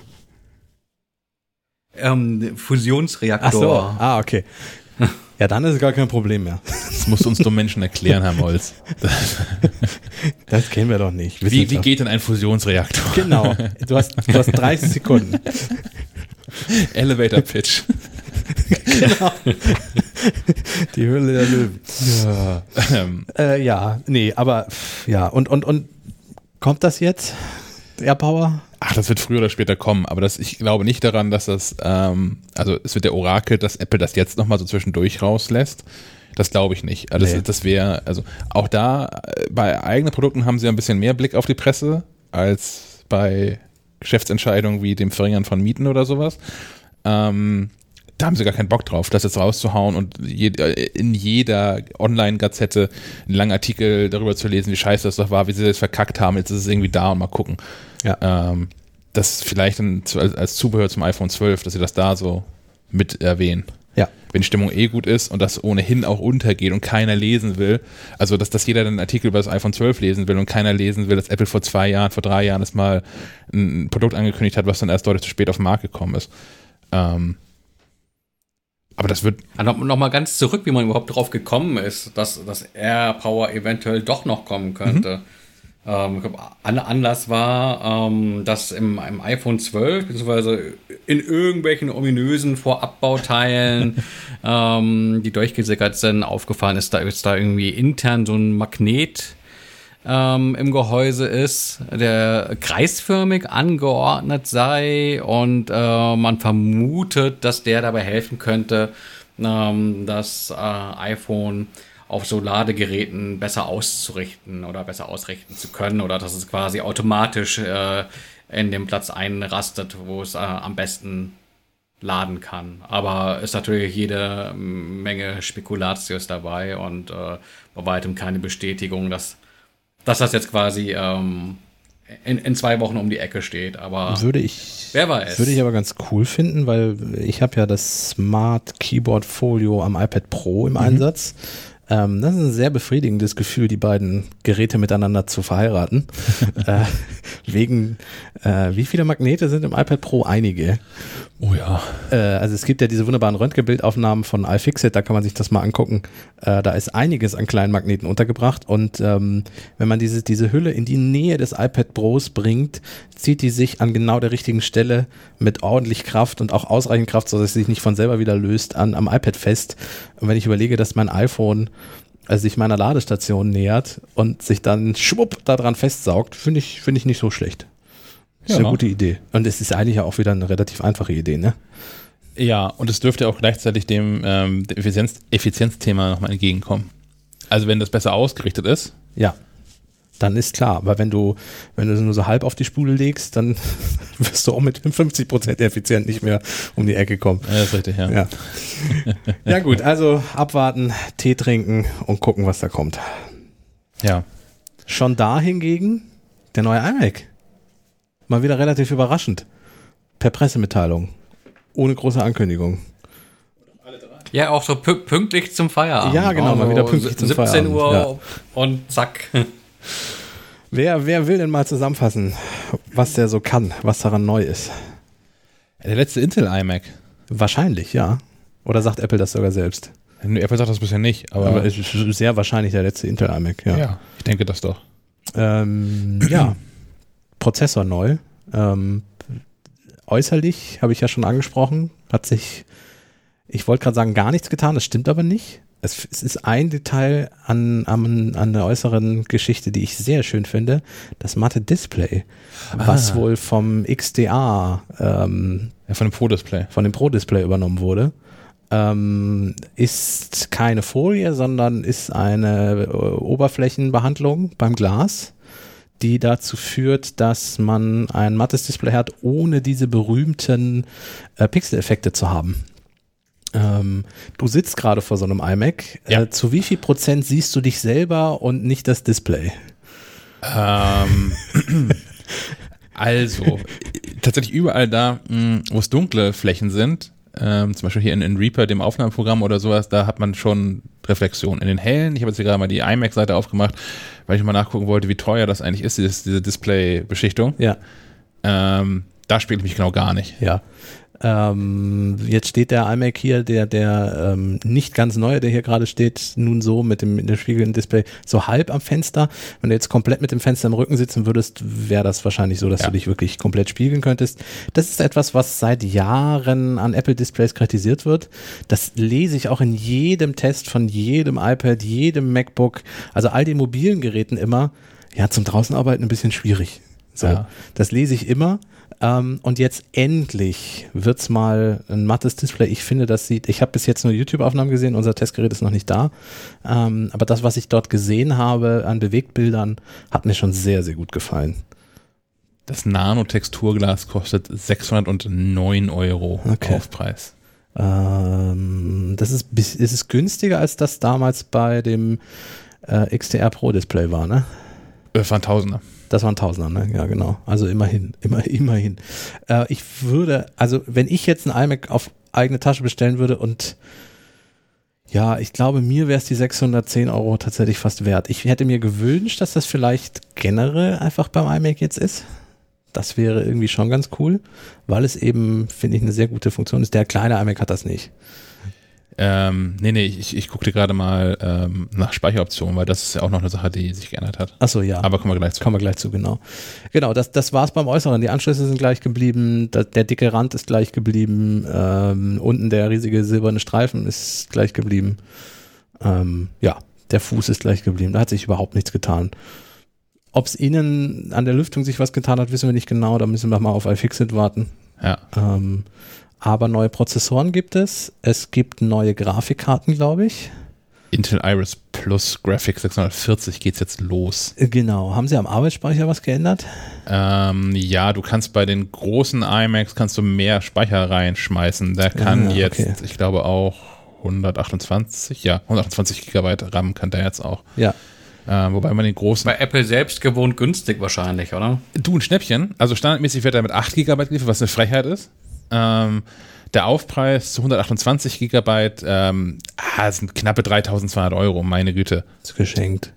Fusionsreaktor. Ach so, okay. Ja, dann ist es gar kein Problem mehr. Das musst du uns dumme Menschen erklären, Herr Molz. Das kennen wir doch nicht. Wie geht denn ein Fusionsreaktor? Genau. Du hast 30 Sekunden. Elevator Pitch. Genau. Die Höhle der Löwen. Ja, nee, aber ja, und kommt das jetzt? AirPower? Ach, das wird früher oder später kommen, aber ich glaube nicht daran, dass das, also es wird der Orakel, dass Apple das jetzt nochmal so zwischendurch rauslässt. Das glaube ich nicht. Also nee. Das wäre, also auch da, bei eigenen Produkten haben sie ein bisschen mehr Blick auf die Presse, als bei Geschäftsentscheidungen wie dem Verringern von Mieten oder sowas. Da haben sie gar keinen Bock drauf, das jetzt rauszuhauen und in jeder Online-Gazette einen langen Artikel darüber zu lesen, wie scheiße das doch war, wie sie das verkackt haben, jetzt ist es irgendwie da und mal gucken. Ja. Das vielleicht als Zubehör zum iPhone 12, dass sie das da so mit erwähnen. Ja. Wenn die Stimmung gut ist und das ohnehin auch untergeht und keiner lesen will, also dass jeder einen Artikel über das iPhone 12 lesen will und keiner lesen will, dass Apple vor 3 Jahren das mal ein Produkt angekündigt hat, was dann erst deutlich zu spät auf den Markt gekommen ist. Aber das wird... Noch mal ganz zurück, wie man überhaupt drauf gekommen ist, dass AirPower eventuell doch noch kommen könnte. Anlass war, dass im iPhone 12 beziehungsweise in irgendwelchen ominösen Vorabbauteilen, die durchgesickert sind, aufgefallen ist, da irgendwie intern so ein Magnet im Gehäuse ist, der kreisförmig angeordnet sei und man vermutet, dass der dabei helfen könnte, das iPhone auf so Ladegeräten besser auszurichten oder besser ausrichten zu können oder dass es quasi automatisch in den Platz einrastet, wo es am besten laden kann. Aber ist natürlich jede Menge Spekulatius dabei und bei weitem keine Bestätigung, dass das jetzt quasi in 2 Wochen um die Ecke steht. Aber wer weiß. Würde ich aber ganz cool finden, weil ich habe ja das Smart Keyboard Folio am iPad Pro im Einsatz. Das ist ein sehr befriedigendes Gefühl, die beiden Geräte miteinander zu verheiraten. Wie viele Magnete sind im iPad Pro? Einige. Oh ja. Also es gibt ja diese wunderbaren Röntgenbildaufnahmen von iFixit, da kann man sich das mal angucken. Da ist einiges an kleinen Magneten untergebracht und wenn man diese Hülle in die Nähe des iPad Pros bringt, zieht die sich an genau der richtigen Stelle mit ordentlich Kraft und auch ausreichend Kraft, sodass sie sich nicht von selber wieder löst, am iPad fest. Und wenn ich überlege, dass mein iPhone sich meiner Ladestation nähert und sich dann schwupp daran festsaugt, finde ich nicht so schlecht. Das ist eine gute Idee. Und es ist eigentlich auch wieder eine relativ einfache Idee, ne? Ja, und es dürfte auch gleichzeitig dem Effizienzthema nochmal entgegenkommen. Also wenn das besser ausgerichtet ist. Ja, dann ist klar. Aber wenn du nur so halb auf die Spule legst, dann wirst du auch mit 50% effizient nicht mehr um die Ecke kommen. Ja, das ist richtig, ja. Ja gut, also abwarten, Tee trinken und gucken, was da kommt. Ja. Schon da hingegen der neue iMac. Mal wieder relativ überraschend. Per Pressemitteilung. Ohne große Ankündigung. Ja, auch so pünktlich zum Feierabend. Ja, genau, mal wieder pünktlich zum 17 Feierabend. Uhr Ja. und zack. Wer will denn mal zusammenfassen, was der so kann, was daran neu ist? Der letzte Intel iMac. Wahrscheinlich, ja. Oder sagt Apple das sogar selbst? Apple sagt das bisher nicht, Aber es ist sehr wahrscheinlich der letzte Intel iMac, ja. Ja, ich denke das doch. Ja. Prozessor neu. Äußerlich, habe ich ja schon angesprochen, hat sich, ich wollte gerade sagen, gar nichts getan, das stimmt aber nicht. Es ist ein Detail an der äußeren Geschichte, die ich sehr schön finde, das matte Display, was wohl vom XDA von dem Pro-Display übernommen wurde. Ist keine Folie, sondern ist eine Oberflächenbehandlung beim Glas, die dazu führt, dass man ein mattes Display hat, ohne diese berühmten Pixel-Effekte zu haben. Du sitzt gerade vor so einem iMac. Ja. Zu wie viel % siehst du dich selber und nicht das Display? Also, tatsächlich überall da, wo es dunkle Flächen sind, zum Beispiel hier in Reaper, dem Aufnahmeprogramm oder sowas, da hat man schon Reflexion. In den hellen, ich habe jetzt hier gerade mal die iMac-Seite aufgemacht, weil ich mal nachgucken wollte, wie teuer das eigentlich ist, diese Display-Beschichtung. Ja. Da spiele ich mich genau gar nicht. Ja. Jetzt steht der iMac hier, der nicht ganz neue, der hier gerade steht, nun so mit dem spiegelnden Display so halb am Fenster. Wenn du jetzt komplett mit dem Fenster im Rücken sitzen würdest, wäre das wahrscheinlich so, dass du dich wirklich komplett spiegeln könntest. Das ist etwas, was seit Jahren an Apple-Displays kritisiert wird. Das lese ich auch in jedem Test von jedem iPad, jedem MacBook, also all den mobilen Geräten immer. Ja, zum Draußenarbeiten ein bisschen schwierig. So, ja. Das lese ich immer. Und jetzt endlich wird's mal ein mattes Display. Ich finde, ich habe bis jetzt nur YouTube-Aufnahmen gesehen, unser Testgerät ist noch nicht da. Aber das, was ich dort gesehen habe an Bewegtbildern, hat mir schon sehr, sehr gut gefallen. Das Nano-Texturglas kostet 609 € Aufpreis. Es ist günstiger, als das damals bei dem XDR Pro Display war, ne? Das waren Tausender. Das waren Tausender, ne? Ja, genau. Also immerhin. Ich würde, also wenn ich jetzt ein iMac auf eigene Tasche bestellen würde und ja, ich glaube, mir wäre es die 610 € tatsächlich fast wert. Ich hätte mir gewünscht, dass das vielleicht generell einfach beim iMac jetzt ist. Das wäre irgendwie schon ganz cool, weil es eben, finde ich, eine sehr gute Funktion ist. Der kleine iMac hat das nicht. Ich guckte gerade mal nach Speicheroptionen, weil das ist ja auch noch eine Sache, die sich geändert hat. Achso, ja. Aber kommen wir gleich zu. Genau. Genau, das war's beim Äußeren. Die Anschlüsse sind gleich geblieben, der dicke Rand ist gleich geblieben, unten der riesige silberne Streifen ist gleich geblieben. Der Fuß ist gleich geblieben. Da hat sich überhaupt nichts getan. Ob es innen an der Lüftung sich was getan hat, wissen wir nicht genau. Da müssen wir mal auf iFixit warten. Ja. Aber neue Prozessoren gibt es. Es gibt neue Grafikkarten, glaube ich. Intel Iris Plus Graphics 640 geht's jetzt los. Genau. Haben sie am Arbeitsspeicher was geändert? Ja, du kannst bei den großen iMacs mehr Speicher reinschmeißen. Der kann jetzt, ich glaube auch 128 GB RAM kann der jetzt auch. Ja. Wobei man den großen... Bei Apple selbst gewohnt günstig wahrscheinlich, oder? Du, ein Schnäppchen. Also standardmäßig wird er mit 8 GB geliefert, was eine Frechheit ist. Der Aufpreis zu 128 GB sind knappe 3.200 €, meine Güte. Das ist geschenkt.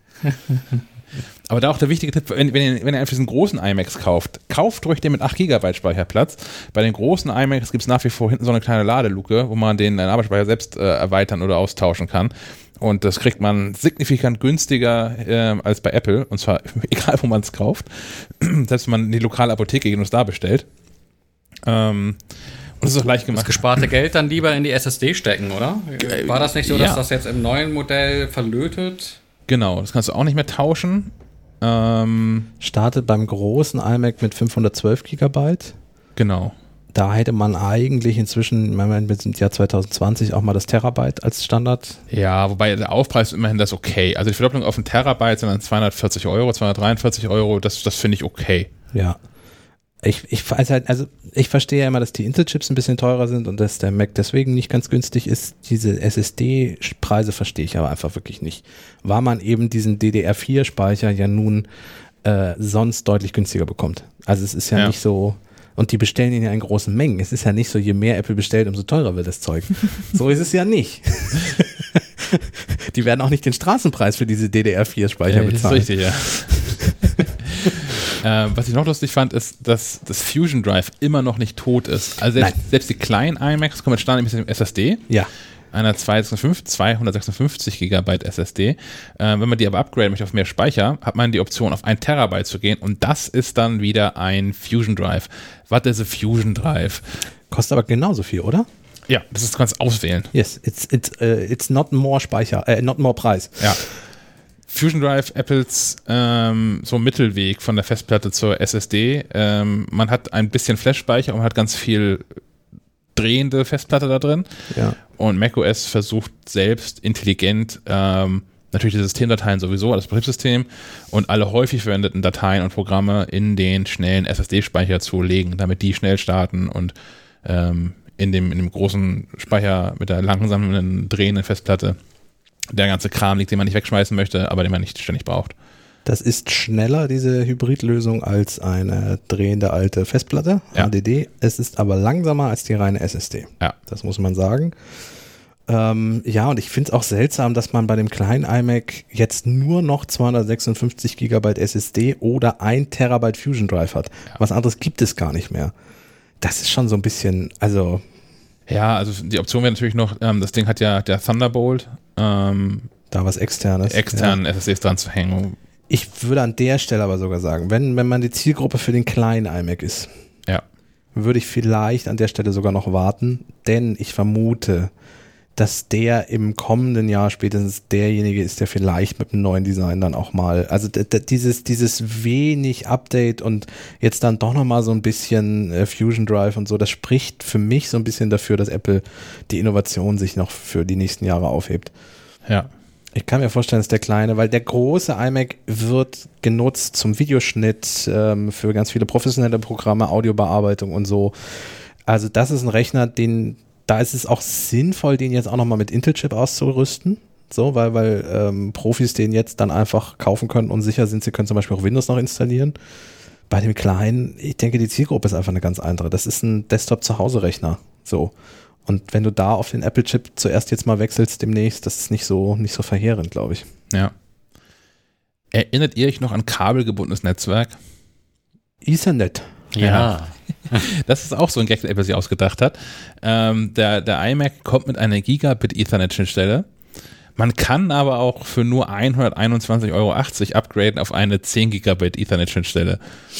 Aber da auch der wichtige Tipp, wenn ihr einfach diesen großen iMacs kauft ruhig den mit 8 GB Speicherplatz. Bei den großen iMacs gibt es nach wie vor hinten so eine kleine Ladeluke, wo man den Arbeitsspeicher selbst erweitern oder austauschen kann. Und das kriegt man signifikant günstiger als bei Apple. Und zwar egal, wo man es kauft. Selbst wenn man in die lokale Apotheke geht und es da bestellt. Und das ist auch leicht gemacht. Das gesparte Geld dann lieber in die SSD stecken, oder? War das nicht so, dass das jetzt im neuen Modell verlötet? Genau, das kannst du auch nicht mehr tauschen. Startet beim großen iMac mit 512 GB. Genau. Da hätte man eigentlich inzwischen, wir sind Jahr 2020, auch mal das Terabyte als Standard. Ja, wobei der Aufpreis ist immerhin das okay. Also die Verdopplung auf ein Terabyte sind dann 240 €, 243 €, das finde ich okay. Ja. Ich weiß halt, also ich verstehe ja immer, dass die Intel-Chips ein bisschen teurer sind und dass der Mac deswegen nicht ganz günstig ist. Diese SSD-Preise verstehe ich aber einfach wirklich nicht. Weil man eben diesen DDR4-Speicher ja nun sonst deutlich günstiger bekommt. Also es ist ja nicht so, und die bestellen ihn ja in großen Mengen. Es ist ja nicht so, je mehr Apple bestellt, umso teurer wird das Zeug. So ist es ja nicht. Die werden auch nicht den Straßenpreis für diese DDR4-Speicher bezahlen. Das ist richtig, ja. Was ich noch lustig fand, ist, dass das Fusion Drive immer noch nicht tot ist. Also selbst die kleinen iMacs kommen mit standardmäßig mit dem SSD. Ja. Einer 256 GB SSD. Wenn man die aber upgraden möchte auf mehr Speicher, hat man die Option, auf 1 Terabyte zu gehen. Und das ist dann wieder ein Fusion Drive. Was ist ein Fusion Drive? Kostet aber genauso viel, oder? Ja, du kannst auswählen. Yes, it's not more not more Preis. Ja. Fusion Drive, Apples so Mittelweg von der Festplatte zur SSD. Man hat ein bisschen Flash-Speicher und man hat ganz viel drehende Festplatte da drin. Ja. Und macOS versucht selbst intelligent natürlich die Systemdateien sowieso, das Betriebssystem und alle häufig verwendeten Dateien und Programme in den schnellen SSD-Speicher zu legen, damit die schnell starten und in dem großen Speicher mit der langsamen, drehenden Festplatte der ganze Kram liegt, den man nicht wegschmeißen möchte, aber den man nicht ständig braucht. Das ist schneller, diese Hybridlösung, als eine drehende alte Festplatte, HDD. Es ist aber langsamer als die reine SSD. Ja. Das muss man sagen. Und ich finde es auch seltsam, dass man bei dem kleinen iMac jetzt nur noch 256 GB SSD oder 1 Terabyte Fusion Drive hat. Ja. Was anderes gibt es gar nicht mehr. Das ist schon so ein bisschen, also... Ja, also die Option wäre natürlich noch, das Ding hat ja der Thunderbolt. Da was Externes. Externen SSDs dran zu hängen. Ich würde an der Stelle aber sogar sagen, wenn man die Zielgruppe für den kleinen iMac ist, würde ich vielleicht an der Stelle sogar noch warten, denn ich vermute, dass der im kommenden Jahr spätestens derjenige ist, der vielleicht mit einem neuen Design dann auch mal, also dieses wenig Update und jetzt dann doch nochmal so ein bisschen Fusion Drive und so, das spricht für mich so ein bisschen dafür, dass Apple die Innovation sich noch für die nächsten Jahre aufhebt. Ja. Ich kann mir vorstellen, dass der kleine, weil der große iMac wird genutzt zum Videoschnitt, für ganz viele professionelle Programme, Audiobearbeitung und so. Also das ist ein Rechner, da ist es auch sinnvoll, den jetzt auch nochmal mit Intel-Chip auszurüsten, so, weil Profis den jetzt dann einfach kaufen können und sicher sind, sie können zum Beispiel auch Windows noch installieren. Bei dem kleinen, ich denke, die Zielgruppe ist einfach eine ganz andere. Das ist ein Desktop-Zuhause-Rechner, so. Und wenn du da auf den Apple-Chip zuerst jetzt mal wechselst demnächst, das ist nicht so verheerend, glaube ich. Ja. Erinnert ihr euch noch an kabelgebundenes Netzwerk? Ethernet. Ja. Das ist auch so ein Gag, der Apple sich ausgedacht hat. Der iMac kommt mit einer Gigabit Ethernet-Schnittstelle. Man kann aber auch für nur 121,80 € upgraden auf eine 10 Gigabit Ethernet-Schnittstelle.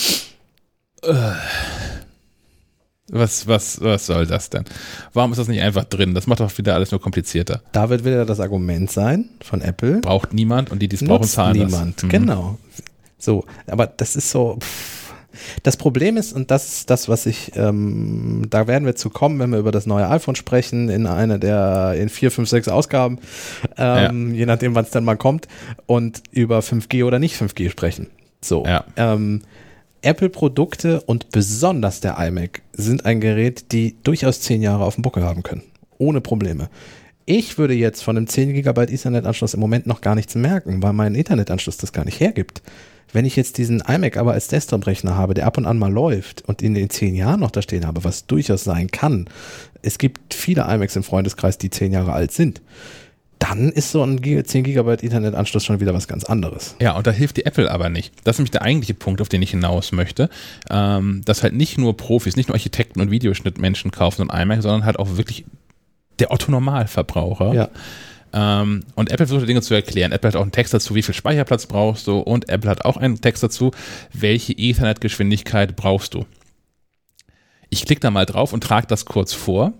Was soll das denn? Warum ist das nicht einfach drin? Das macht doch wieder alles nur komplizierter. Da wird wieder das Argument sein von Apple. Braucht niemand und die es brauchen, zahlen niemand. Das. Genau. So, aber das ist so... Das Problem ist, und das ist das, was da werden wir zu kommen, wenn wir über das neue iPhone sprechen, in 4, 5, 6 Ausgaben, je nachdem, wann es dann mal kommt, und über 5G oder nicht 5G sprechen. So. Ja. Apple-Produkte und besonders der iMac sind ein Gerät, die durchaus 10 Jahre auf dem Buckel haben können. Ohne Probleme. Ich würde jetzt von einem 10 GB Ethernet-Anschluss im Moment noch gar nichts merken, weil mein Internetanschluss das gar nicht hergibt. Wenn ich jetzt diesen iMac aber als Desktop-Rechner habe, der ab und an mal läuft und in den 10 Jahren noch da stehen habe, was durchaus sein kann, es gibt viele iMacs im Freundeskreis, die 10 Jahre alt sind, dann ist so ein 10 GB Ethernet-Anschluss schon wieder was ganz anderes. Ja, und da hilft die Apple aber nicht. Das ist nämlich der eigentliche Punkt, auf den ich hinaus möchte, dass halt nicht nur Profis, nicht nur Architekten und Videoschnittmenschen kaufen so ein iMac, sondern halt auch wirklich der Otto-Normalverbraucher. Ja. Und Apple versucht Dinge zu erklären. Apple hat auch einen Text dazu, wie viel Speicherplatz brauchst du, und Apple hat auch einen Text dazu, welche Ethernet-Geschwindigkeit brauchst du. Ich klicke da mal drauf und trage das kurz vor.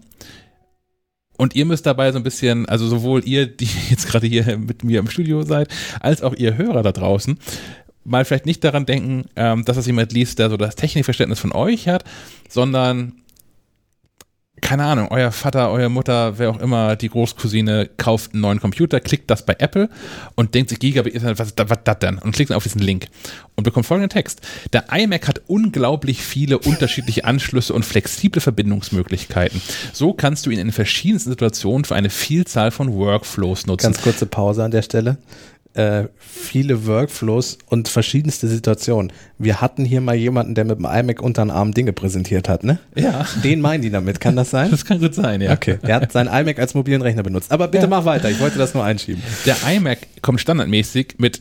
Und ihr müsst dabei so ein bisschen, also sowohl ihr, die jetzt gerade hier mit mir im Studio seid, als auch ihr Hörer da draußen, mal vielleicht nicht daran denken, dass das jemand liest, der so das Technikverständnis von euch hat, sondern keine Ahnung, euer Vater, eure Mutter, wer auch immer, die Großcousine kauft einen neuen Computer, klickt das bei Apple und denkt sich, Gigabit ist was das denn? Und klickt auf diesen Link und bekommt folgenden Text. Der iMac hat unglaublich viele unterschiedliche Anschlüsse und flexible Verbindungsmöglichkeiten. So kannst du ihn in verschiedensten Situationen für eine Vielzahl von Workflows nutzen. Ganz kurze Pause an der Stelle. Viele Workflows und verschiedenste Situationen. Wir hatten hier mal jemanden, der mit dem iMac unter den Arm Dinge präsentiert hat, ne? Ja. Den meinen die damit, kann das sein? Das kann gut sein, ja. Okay, der hat seinen iMac als mobilen Rechner benutzt. Aber bitte mach weiter, ich wollte das nur einschieben. Der iMac kommt standardmäßig mit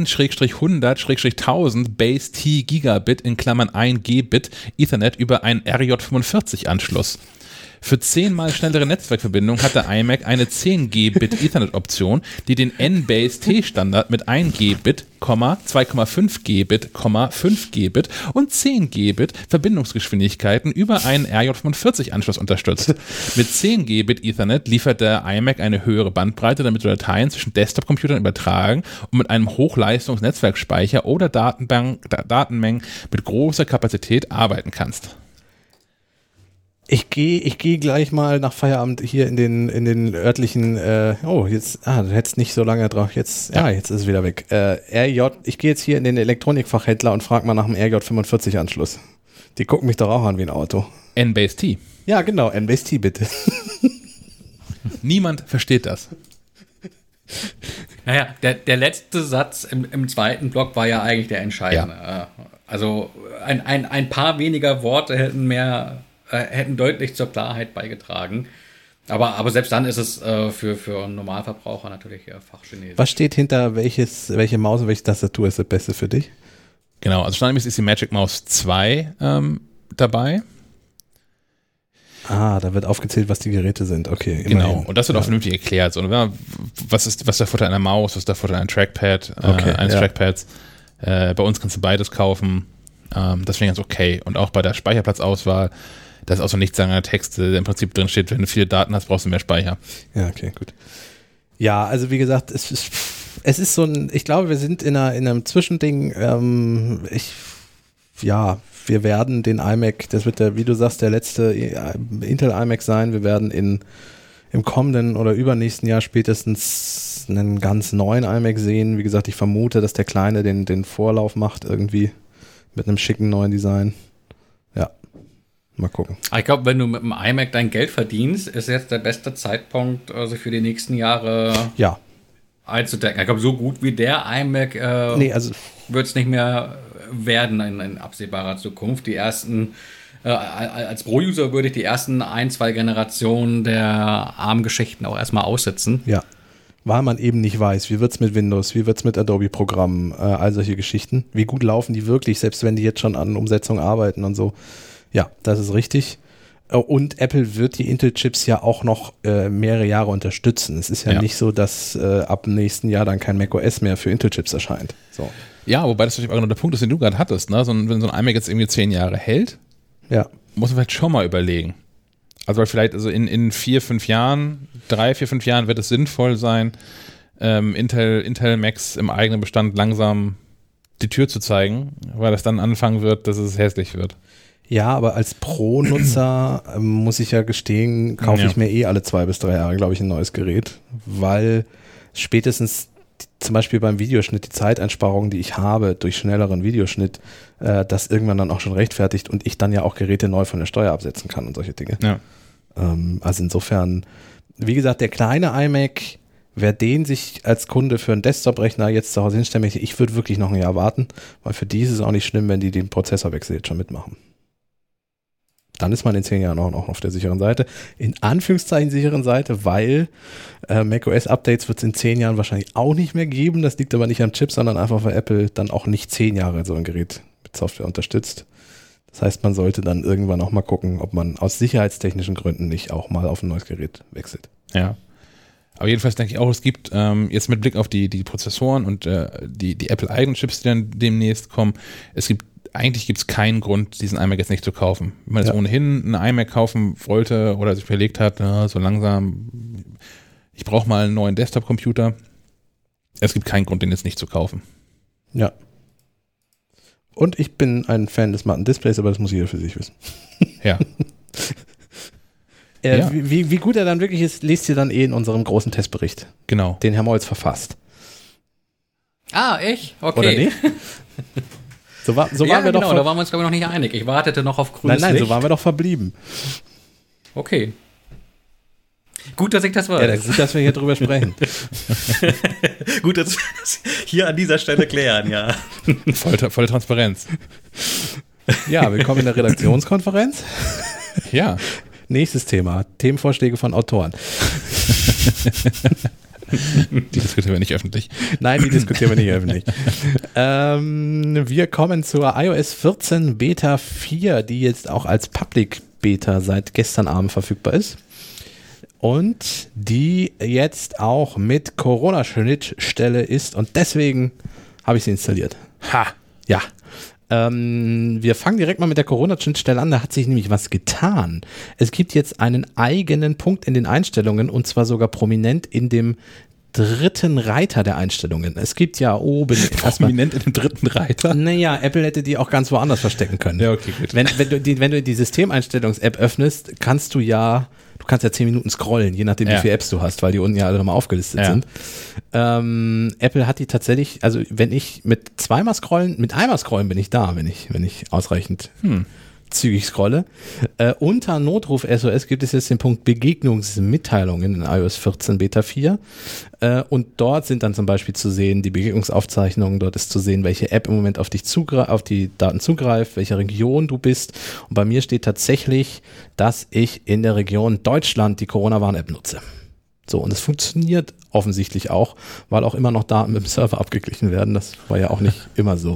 10/100/1000 Base T Gigabit in Klammern 1 Gbit Ethernet über einen RJ45-Anschluss. Für 10-mal schnellere Netzwerkverbindung hat der iMac eine 10 Gbit Ethernet-Option, die den N-Base-T-Standard mit 1 Gbit, 2,5 Gbit, 5 Gbit und 10 Gbit Verbindungsgeschwindigkeiten über einen RJ45-Anschluss unterstützt. Mit 10 Gbit Ethernet liefert der iMac eine höhere Bandbreite, damit du Dateien zwischen Desktop-Computern übertragen und mit einem Hochleistungs-Netzwerkspeicher oder Datenmengen mit großer Kapazität arbeiten kannst. Ich geh gleich mal nach Feierabend hier in den örtlichen, du hättest nicht so lange drauf, jetzt ist es wieder weg. Ich gehe jetzt hier in den Elektronikfachhändler und frage mal nach dem RJ45-Anschluss. Die gucken mich doch auch an wie ein Auto. N-Base-T. Ja, genau, N-Base-T bitte. Niemand versteht das. Naja, der letzte Satz im zweiten Block war ja eigentlich der entscheidende. Ja. Also ein paar weniger Worte hätten deutlich zur Klarheit beigetragen. Aber selbst dann ist es für einen Normalverbraucher natürlich Fachchinesisch. Was steht hinter welche Maus und welche Tastatur ist das Beste für dich? Genau, also standardmäßig ist die Magic Mouse 2 dabei. Da wird aufgezählt, was die Geräte sind. Okay, genau. Immerhin. Und das wird auch vernünftig erklärt. So, was ist der Vorteil einer Maus, was ist der Vorteil eines Trackpads? Bei uns kannst du beides kaufen. Das finde ich ganz okay. Und auch bei der Speicherplatzauswahl, da ist auch so nichtssagender Text, der im Prinzip drin steht, wenn du viele Daten hast, brauchst du mehr Speicher. Ja, okay, gut. Ja, also wie gesagt, es ist so ich glaube, wir sind in einem Zwischending. Wir werden den iMac, das wird wie du sagst, der letzte Intel iMac sein. Wir werden im kommenden oder übernächsten Jahr spätestens einen ganz neuen iMac sehen. Wie gesagt, ich vermute, dass der Kleine den Vorlauf macht irgendwie mit einem schicken neuen Design. Ja, mal gucken. Ich glaube, wenn du mit dem iMac dein Geld verdienst, ist jetzt der beste Zeitpunkt, also für die nächsten Jahre einzudecken. Ich glaube, so gut wie der iMac wird es nicht mehr werden in absehbarer Zukunft. Die ersten, als Pro-User würde ich die ersten 1-2 Generationen der ARM-Geschichten auch erstmal aussitzen. Ja, weil man eben nicht weiß, wie wird es mit Windows, wie wird es mit Adobe-Programmen, all solche Geschichten. Wie gut laufen die wirklich, selbst wenn die jetzt schon an Umsetzung arbeiten und so. Ja, das ist richtig. Und Apple wird die Intel-Chips ja auch noch mehrere Jahre unterstützen. Es ist ja nicht so, dass ab dem nächsten Jahr dann kein macOS mehr für Intel-Chips erscheint. So. Ja, wobei das natürlich auch noch der Punkt ist, den du gerade hattest. Ne? Wenn so ein iMac jetzt irgendwie 10 Jahre hält, muss man vielleicht schon mal überlegen. Also weil vielleicht in 4-5 Jahren, 3-4-5 Jahren wird es sinnvoll sein, Intel Macs im eigenen Bestand langsam die Tür zu zeigen, weil das dann anfangen wird, dass es hässlich wird. Ja, aber als Pro-Nutzer muss ich ja gestehen, kaufe ich mir alle 2 bis 3 Jahre, glaube ich, ein neues Gerät, weil spätestens zum Beispiel beim Videoschnitt die Zeiteinsparungen, die ich habe durch schnelleren Videoschnitt, das irgendwann dann auch schon rechtfertigt und ich dann ja auch Geräte neu von der Steuer absetzen kann und solche Dinge. Ja. Also insofern, wie gesagt, der kleine iMac, wer den sich als Kunde für einen Desktop-Rechner jetzt zu Hause hinstellen möchte, ich würde wirklich noch ein Jahr warten, weil für die ist es auch nicht schlimm, wenn die den Prozessorwechsel jetzt schon mitmachen. Dann ist man in 10 Jahren auch noch auf der sicheren Seite. In Anführungszeichen sicheren Seite, weil macOS-Updates wird es in 10 Jahren wahrscheinlich auch nicht mehr geben. Das liegt aber nicht am Chip, sondern einfach, weil Apple dann auch nicht 10 Jahre so ein Gerät mit Software unterstützt. Das heißt, man sollte dann irgendwann auch mal gucken, ob man aus sicherheitstechnischen Gründen nicht auch mal auf ein neues Gerät wechselt. Ja. Aber jedenfalls denke ich auch, es gibt jetzt mit Blick auf die Prozessoren und die Apple-eigenen Chips, die dann demnächst kommen, eigentlich gibt es keinen Grund, diesen iMac jetzt nicht zu kaufen. Wenn man jetzt ohnehin einen iMac kaufen wollte oder sich überlegt hat, so langsam, ich brauche mal einen neuen Desktop-Computer, es gibt keinen Grund, den jetzt nicht zu kaufen. Ja. Und ich bin ein Fan des matten Displays, aber das muss jeder für sich wissen. Ja. Wie gut er dann wirklich ist, lest ihr dann in unserem großen Testbericht. Genau. Den Herr Molz verfasst. Ich? Okay. Oder nicht? So waren wir doch. Da waren wir uns, glaube ich, noch nicht einig. Ich wartete noch auf grünes Licht. So waren wir doch verblieben. Okay. Gut, dass ich das weiß. Ja, gut, dass wir hier drüber sprechen. Gut, dass wir das hier an dieser Stelle klären, ja. Volle Transparenz. Ja, willkommen in der Redaktionskonferenz. Ja. Nächstes Thema. Themenvorschläge von Autoren. Die diskutieren wir nicht öffentlich. Nein, die diskutieren wir nicht öffentlich. Wir kommen zur iOS 14 Beta 4, die jetzt auch als Public Beta seit gestern Abend verfügbar ist. Und die jetzt auch mit Corona-Schnittstelle ist und deswegen habe ich sie installiert. Ha! Ja. Wir fangen direkt mal mit der Corona-Schnittstelle an, da hat sich nämlich was getan. Es gibt jetzt einen eigenen Punkt in den Einstellungen und zwar sogar prominent in dem dritten Reiter der Einstellungen. Es gibt ja oben prominent in dem dritten Reiter? Naja, Apple hätte die auch ganz woanders verstecken können. Ja, okay, gut. Wenn du die Systemeinstellungs-App öffnest, kannst du kannst ja 10 Minuten scrollen, je nachdem, wie viele Apps du hast, weil die unten ja alle nochmal aufgelistet sind. Apple hat die tatsächlich, also wenn ich mit einmal scrollen bin ich da, wenn ich ausreichend zügig scrolle. Unter Notruf SOS gibt es jetzt den Punkt Begegnungsmitteilungen in iOS 14 Beta 4 und dort sind dann zum Beispiel zu sehen die Begegnungsaufzeichnungen, dort ist zu sehen, welche App im Moment auf die Daten zugreift, welche Region du bist und bei mir steht tatsächlich, dass ich in der Region Deutschland die Corona-Warn-App nutze. So, und es funktioniert offensichtlich auch, weil auch immer noch Daten mit dem Server abgeglichen werden. Das war ja auch nicht immer so.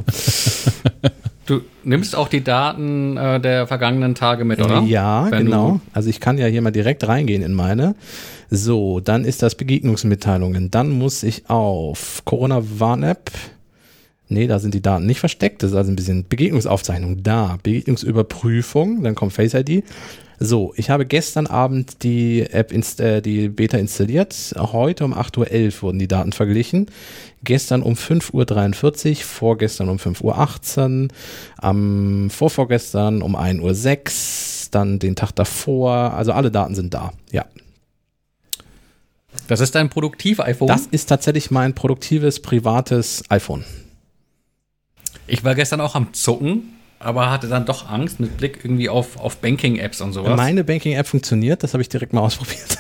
Du nimmst auch die Daten der vergangenen Tage mit, oder? Ja, genau. Also ich kann ja hier mal direkt reingehen in meine. So, dann ist das Begegnungsmitteilungen. Dann muss ich auf Corona-Warn-App. Nee, da sind die Daten nicht versteckt. Das ist also ein bisschen Begegnungsaufzeichnung. Da, Begegnungsüberprüfung. Dann kommt Face ID. So, ich habe gestern Abend die App, die Beta installiert. Heute um 8.11 Uhr wurden die Daten verglichen. Gestern um 5.43 Uhr, vorgestern um 5.18 Uhr, vorvorgestern um 1.06 Uhr, dann den Tag davor. Also alle Daten sind da, ja. Das ist dein Produktiv-iPhone? Das ist tatsächlich mein produktives, privates iPhone. Ich war gestern auch am Zucken, aber hatte dann doch Angst mit Blick irgendwie auf Banking-Apps und sowas. Meine Banking-App funktioniert, das habe ich direkt mal ausprobiert.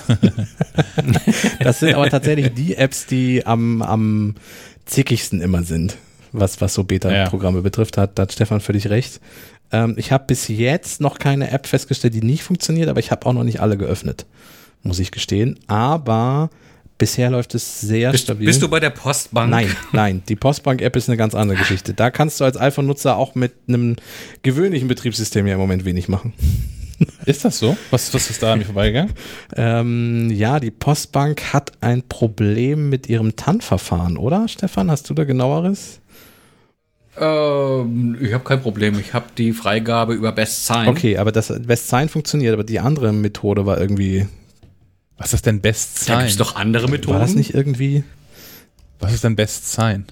Das sind aber tatsächlich die Apps, die am zickigsten immer sind, was so Beta-Programme betrifft. Da hat Stefan völlig recht. Ich habe bis jetzt noch keine App festgestellt, die nicht funktioniert, aber ich habe auch noch nicht alle geöffnet, muss ich gestehen. Aber bisher läuft es sehr stabil. Bist du bei der Postbank? Nein, die Postbank-App ist eine ganz andere Geschichte. Da kannst du als iPhone-Nutzer auch mit einem gewöhnlichen Betriebssystem ja im Moment wenig machen. Ist das so? Was ist da an mir vorbeigegangen? Ja, die Postbank hat ein Problem mit ihrem TAN-Verfahren, oder Stefan? Hast du da genaueres? Ich habe kein Problem. Ich habe die Freigabe über Best Sign. Okay, aber das Best Sign funktioniert, aber die andere Methode war irgendwie... Was ist denn Best Sign? Da gibt es doch andere Methoden. War das nicht irgendwie... Was ist denn Best Sign?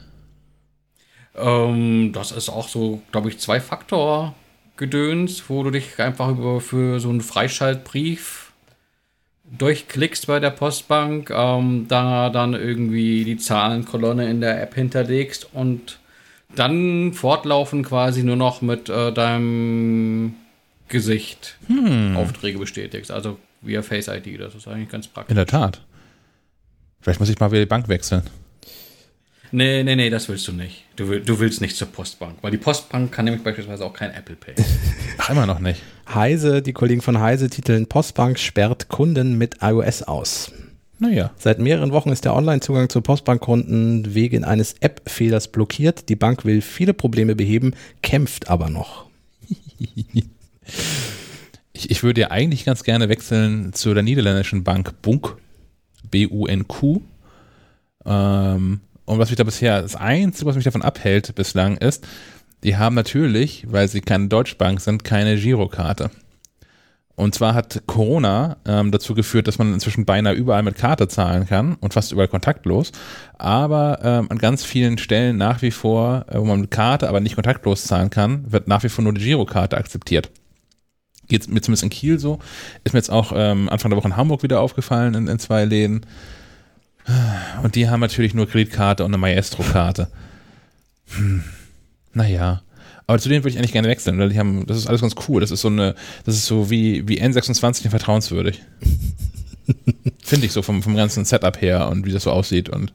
Das ist auch so, glaube ich, 2-Faktor-Gedöns, wo du dich einfach für so einen Freischaltbrief durchklickst bei der Postbank, da dann irgendwie die Zahlenkolonne in der App hinterlegst und dann fortlaufend quasi nur noch mit deinem Gesicht Aufträge bestätigst. Also via Face ID, das ist eigentlich ganz praktisch. In der Tat. Vielleicht muss ich mal wieder die Bank wechseln. Nee, das willst du nicht. Du willst nicht zur Postbank, weil die Postbank kann nämlich beispielsweise auch kein Apple Pay. Ach, immer noch nicht. Heise, die Kollegen von Heise titeln, Postbank sperrt Kunden mit iOS aus. Naja. Seit mehreren Wochen ist der Online-Zugang zu Postbankkunden wegen eines App-Fehlers blockiert. Die Bank will viele Probleme beheben, kämpft aber noch. Ich würde ja eigentlich ganz gerne wechseln zu der niederländischen Bank Bunk, B-U-N-Q. Und was mich da bisher, das Einzige, was mich davon abhält bislang ist, die haben natürlich, weil sie keine Deutschbank sind, keine Girokarte. Und zwar hat Corona dazu geführt, dass man inzwischen beinahe überall mit Karte zahlen kann und fast überall kontaktlos. Aber an ganz vielen Stellen nach wie vor, wo man mit Karte, aber nicht kontaktlos zahlen kann, wird nach wie vor nur die Girokarte akzeptiert. Geht mir zumindest in Kiel so. Ist mir jetzt auch Anfang der Woche in Hamburg wieder aufgefallen in 2 Läden. Und die haben natürlich nur Kreditkarte und eine Maestro-Karte. Naja. Aber zu denen würde ich eigentlich gerne wechseln, weil das ist alles ganz cool. Das ist so wie N26 vertrauenswürdig. Finde ich so vom ganzen Setup her und wie das so aussieht und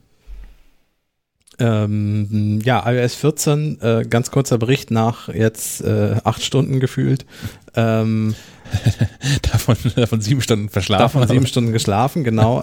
ja, iOS 14, ganz kurzer Bericht nach jetzt 8 Stunden gefühlt. Davon 7 Stunden verschlafen. Davon 7 Stunden geschlafen, genau.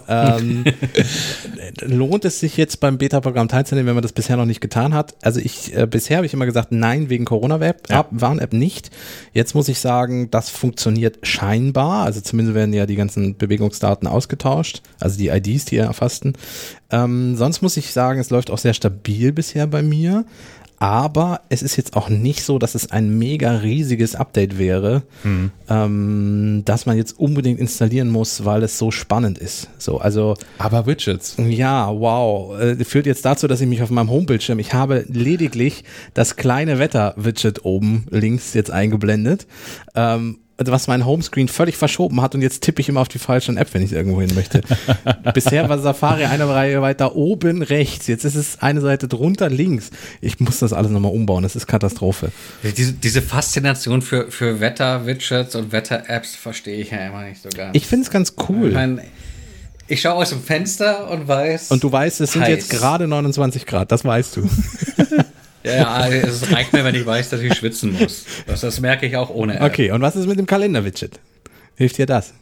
Lohnt es sich jetzt beim Beta-Programm teilzunehmen, wenn man das bisher noch nicht getan hat? Also bisher habe ich immer gesagt, nein, wegen Corona-Warn-App nicht. Jetzt muss ich sagen, das funktioniert scheinbar. Also zumindest werden ja die ganzen Bewegungsdaten ausgetauscht, also die IDs, die erfassten. Sonst muss ich sagen, es läuft auch sehr stabil bisher bei mir. Aber es ist jetzt auch nicht so, dass es ein mega riesiges Update wäre, dass man jetzt unbedingt installieren muss, weil es so spannend ist. So, also, aber Widgets. Ja, wow. Führt jetzt dazu, dass ich mich auf meinem Homebildschirm, ich habe lediglich das kleine Wetter-Widget oben links jetzt eingeblendet, was mein Homescreen völlig verschoben hat und jetzt tippe ich immer auf die falsche App, wenn ich irgendwo hin möchte. Bisher war Safari eine Reihe weiter oben rechts, jetzt ist es eine Seite drunter links. Ich muss das alles nochmal umbauen, das ist Katastrophe. Diese Faszination für Wetter-Widgets und Wetter-Apps verstehe ich ja immer nicht so ganz. Ich finde es ganz cool. Ich schaue aus dem Fenster und weiß. Und du weißt, es sind jetzt gerade 29 Grad, das weißt du. Ja, es reicht mir, wenn ich weiß, dass ich schwitzen muss. Das merke ich auch ohne App. Okay, und was ist mit dem Kalender-Widget? Hilft dir das?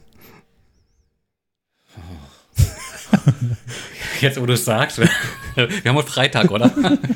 Jetzt, wo du es sagst, wir haben heute Freitag, oder?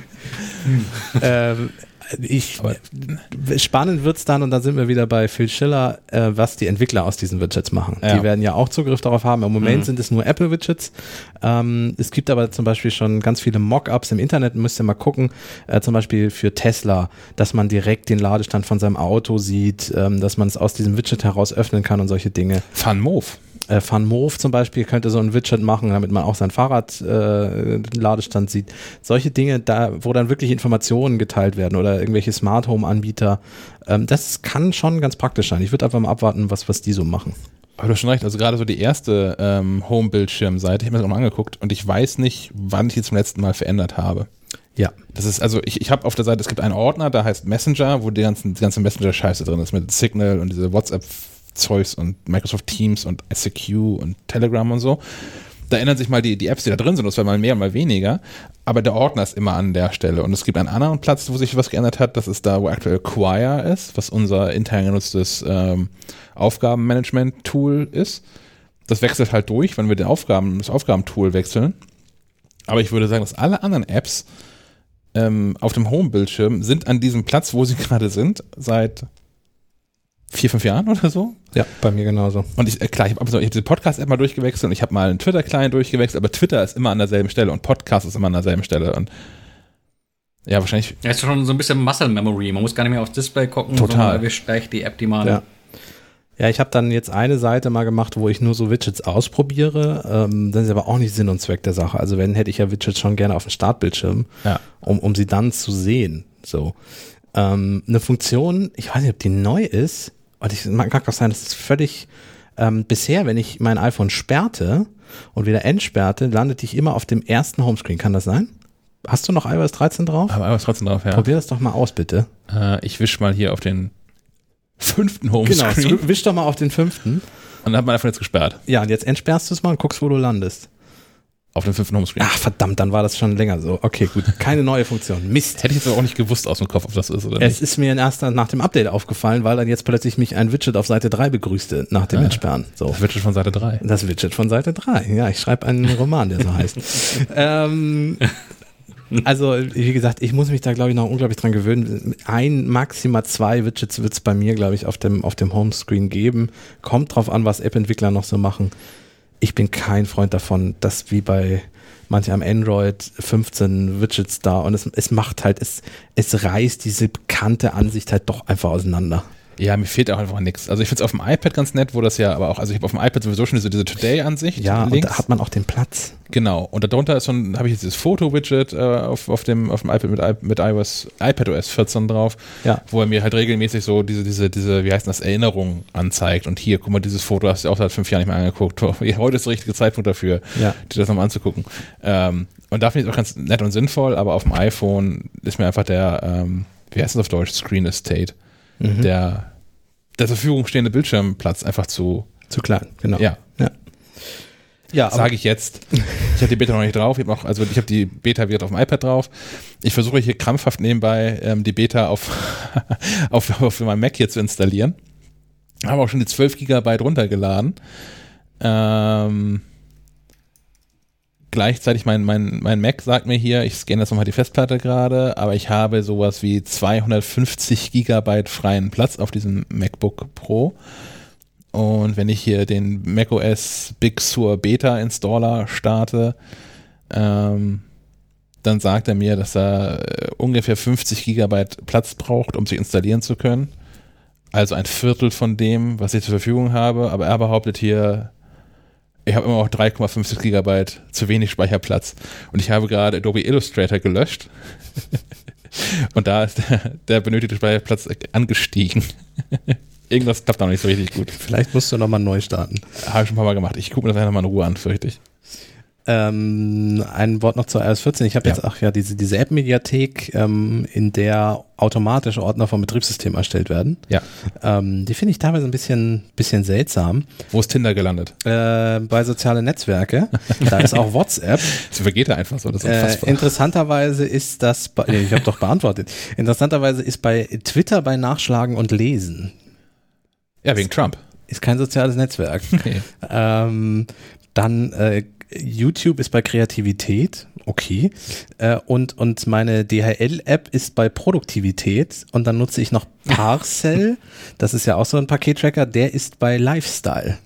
Spannend wird's dann, und dann sind wir wieder bei Phil Schiller, was die Entwickler aus diesen Widgets machen. Ja. Die werden ja auch Zugriff darauf haben. Im Moment sind es nur Apple-Widgets. Es gibt aber zum Beispiel schon ganz viele Mockups im Internet, müsst ihr mal gucken, zum Beispiel für Tesla, dass man direkt den Ladestand von seinem Auto sieht, dass man es aus diesem Widget heraus öffnen kann und solche Dinge. FunMove. FunMove zum Beispiel könnte so ein Widget machen, damit man auch seinen Fahrrad-Ladestand sieht. Solche Dinge, wo dann wirklich Informationen geteilt werden oder irgendwelche Smart Home Anbieter. Das kann schon ganz praktisch sein. Ich würde einfach mal abwarten, was die so machen. Aber du hast schon recht, also gerade so die erste Home-Bildschirmseite, ich habe mir das auch mal angeguckt und ich weiß nicht, wann ich die zum letzten Mal verändert habe. Ja. Das ist, also ich habe auf der Seite, es gibt einen Ordner, da heißt Messenger, wo die ganze Messenger-Scheiße drin ist, mit Signal und diese WhatsApp-Zeugs und Microsoft Teams und ICQ und Telegram und so. Da ändern sich mal die Apps, die da drin sind, das war mal mehr, mal weniger, aber der Ordner ist immer an der Stelle und es gibt einen anderen Platz, wo sich was geändert hat, das ist da, wo aktuell Quire ist, was unser intern genutztes Aufgabenmanagement-Tool ist. Das wechselt halt durch, wenn wir das Aufgabentool wechseln, aber ich würde sagen, dass alle anderen Apps auf dem Home-Bildschirm sind an diesem Platz, wo sie gerade sind, seit 4-5 Jahren oder so. Ja, bei mir genauso. Und ich habe diese Podcast-App mal durchgewechselt und ich habe mal einen Twitter-Client durchgewechselt, aber Twitter ist immer an derselben Stelle und Podcast ist immer an derselben Stelle und ja, wahrscheinlich. Ja, ist schon so ein bisschen Muscle Memory. Man muss gar nicht mehr aufs Display gucken, total. Sondern erwischt gleich die App, die man. Ja, ich habe dann jetzt eine Seite mal gemacht, wo ich nur so Widgets ausprobiere. Das ist aber auch nicht Sinn und Zweck der Sache. Also hätte ich ja Widgets schon gerne auf dem Startbildschirm, um sie dann zu sehen. So. Eine Funktion, ich weiß nicht, ob die neu ist, und es mag auch sein, das ist völlig, bisher, wenn ich mein iPhone sperrte und wieder entsperrte, landete ich immer auf dem ersten Homescreen. Kann das sein? Hast du noch iOS 13 drauf? Aber iOS 13 drauf, ja. Probier das doch mal aus, bitte. Ich wisch mal hier auf den 5. Homescreen. Genau, wisch doch mal auf den 5. Und dann hat man einfach jetzt gesperrt. Ja, und jetzt entsperrst du es mal und guckst, wo du landest. Auf dem 5. Homescreen. Ach, verdammt, dann war das schon länger so. Okay, gut. Keine neue Funktion. Mist. Hätte ich jetzt aber auch nicht gewusst aus dem Kopf, ob das ist oder nicht. Es ist mir erst nach dem Update aufgefallen, weil dann jetzt plötzlich mich ein Widget auf Seite 3 begrüßte nach dem Entsperren. So. Das Widget von Seite 3. Das Widget von Seite 3. Ja, ich schreibe einen Roman, der so heißt. Also, wie gesagt, ich muss mich da, glaube ich, noch unglaublich dran gewöhnen. Maximal 2 Widgets wird es bei mir, glaube ich, auf dem Homescreen geben. Kommt drauf an, was App-Entwickler noch so machen. Ich bin kein Freund davon, dass wie bei manche am Android 15 Widgets da und es macht halt, es reißt diese bekannte Ansicht halt doch einfach auseinander. Ja, mir fehlt auch einfach nichts. Also ich finde es auf dem iPad ganz nett, wo das ja aber auch, also ich habe auf dem iPad sowieso schon diese Today-Ansicht. Ja, links. Und da hat man auch den Platz. Genau. Und darunter habe ich jetzt dieses Foto-Widget auf dem iPad mit iPadOS 14 drauf, wo er mir halt regelmäßig so diese, wie heißt das, Erinnerung anzeigt. Und hier, guck mal, dieses Foto hast du auch seit 5 Jahren nicht mehr angeguckt. Heute ist der richtige Zeitpunkt dafür, dir das nochmal anzugucken. Und da finde ich es auch ganz nett und sinnvoll, aber auf dem iPhone ist mir einfach der, wie heißt das auf Deutsch, Screen Estate. Der zur Verfügung stehende Bildschirmplatz einfach zu klein, genau. Ja, sage ich jetzt. Ich habe die Beta noch nicht drauf. Ich habe die Beta wieder auf dem iPad drauf. Ich versuche hier krampfhaft nebenbei die Beta auf meinem Mac hier zu installieren. Habe auch schon die 12 Gigabyte runtergeladen. Gleichzeitig mein Mac sagt mir hier, ich scanne jetzt nochmal die Festplatte gerade, aber ich habe sowas wie 250 Gigabyte freien Platz auf diesem MacBook Pro. Und wenn ich hier den macOS Big Sur Beta Installer starte, dann sagt er mir, dass er ungefähr 50 Gigabyte Platz braucht, um sich installieren zu können. Also ein Viertel von dem, was ich zur Verfügung habe. Aber er behauptet hier, ich habe immer noch 3,50 Gigabyte zu wenig Speicherplatz. Und ich habe gerade Adobe Illustrator gelöscht. Und da ist der benötigte Speicherplatz angestiegen. Irgendwas klappt da noch nicht so richtig gut. Vielleicht musst du nochmal neu starten. Habe ich schon ein paar Mal gemacht. Ich gucke mir das einfach mal in Ruhe an, fürchte ich. Ein Wort noch zur iOS 14. Ich habe jetzt diese App-Mediathek, in der automatische Ordner vom Betriebssystem erstellt werden. Ja. Die finde ich teilweise ein bisschen seltsam. Wo ist Tinder gelandet? Bei soziale Netzwerke. Da ist auch WhatsApp. Das vergeht da einfach so. Das ist unfassbar. Interessanterweise ist das, ich habe doch beantwortet. Interessanterweise ist bei Twitter bei Nachschlagen und Lesen. Ja, wegen Trump. Ist kein soziales Netzwerk. Okay. Dann YouTube ist bei Kreativität, okay. Und meine DHL-App ist bei Produktivität. Und dann nutze ich noch Parcel. Das ist ja auch so ein Pakettracker. Der ist bei Lifestyle.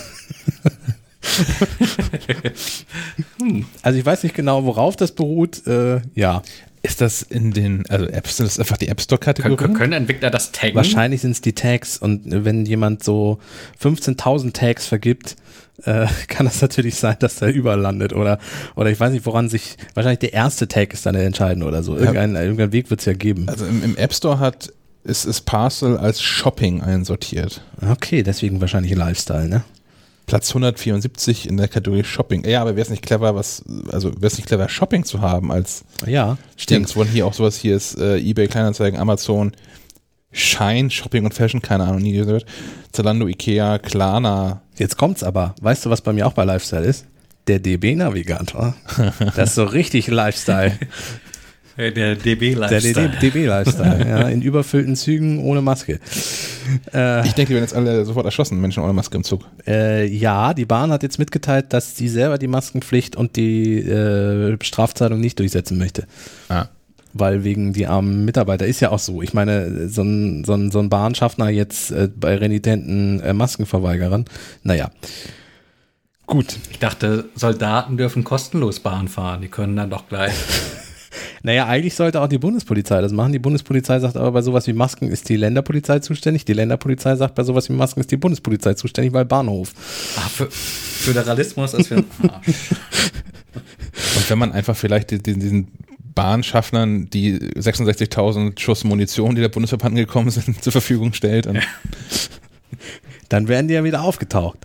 Also ich weiß nicht genau, worauf das beruht. Ja. Ist das in den Apps, sind das einfach die App Store-Kategorien? Können Entwickler das taggen? Wahrscheinlich sind es die Tags. Und wenn jemand so 15.000 Tags vergibt, kann das natürlich sein, dass der überall landet. Oder ich weiß nicht, woran sich, wahrscheinlich der erste Tag ist dann der entscheidende oder so. Irgendein Weg wird es ja geben. Also im App Store ist Parcel als Shopping einsortiert. Okay, deswegen wahrscheinlich Lifestyle, ne? Platz 174 in der Kategorie Shopping. Ja, aber wäre es nicht clever, Shopping zu haben als Stimmt. Wo hier auch sowas hier ist, eBay, Kleinanzeigen, Amazon, Shine, Shopping und Fashion, keine Ahnung, nie gehört. Zalando, Ikea, Klarna. Jetzt kommt's aber. Weißt du, was bei mir auch bei Lifestyle ist? Der DB-Navigator. Das ist so richtig Lifestyle. Der DB-Lifestyle. Der DB-Lifestyle, ja, in überfüllten Zügen ohne Maske. Ich denke, die werden jetzt alle sofort erschossen, Menschen ohne Maske im Zug. Ja, die Bahn hat jetzt mitgeteilt, dass sie selber die Maskenpflicht und die Strafzahlung nicht durchsetzen möchte. Weil wegen die armen Mitarbeiter ist ja auch so. Ich meine, so ein Bahnschaffner jetzt bei renitenten Maskenverweigerern, naja. Gut. Ich dachte, Soldaten dürfen kostenlos Bahn fahren, die können dann doch gleich. Naja, eigentlich sollte auch die Bundespolizei das machen. Die Bundespolizei sagt aber, bei sowas wie Masken ist die Länderpolizei zuständig. Die Länderpolizei sagt, bei sowas wie Masken ist die Bundespolizei zuständig, weil Bahnhof. Föderalismus ist für den Arsch. Und wenn man einfach vielleicht diesen Bahnschaffnern die 66.000 Schuss Munition, die der Bundesverband gekommen sind, zur Verfügung stellt. Und dann werden die ja wieder aufgetaucht.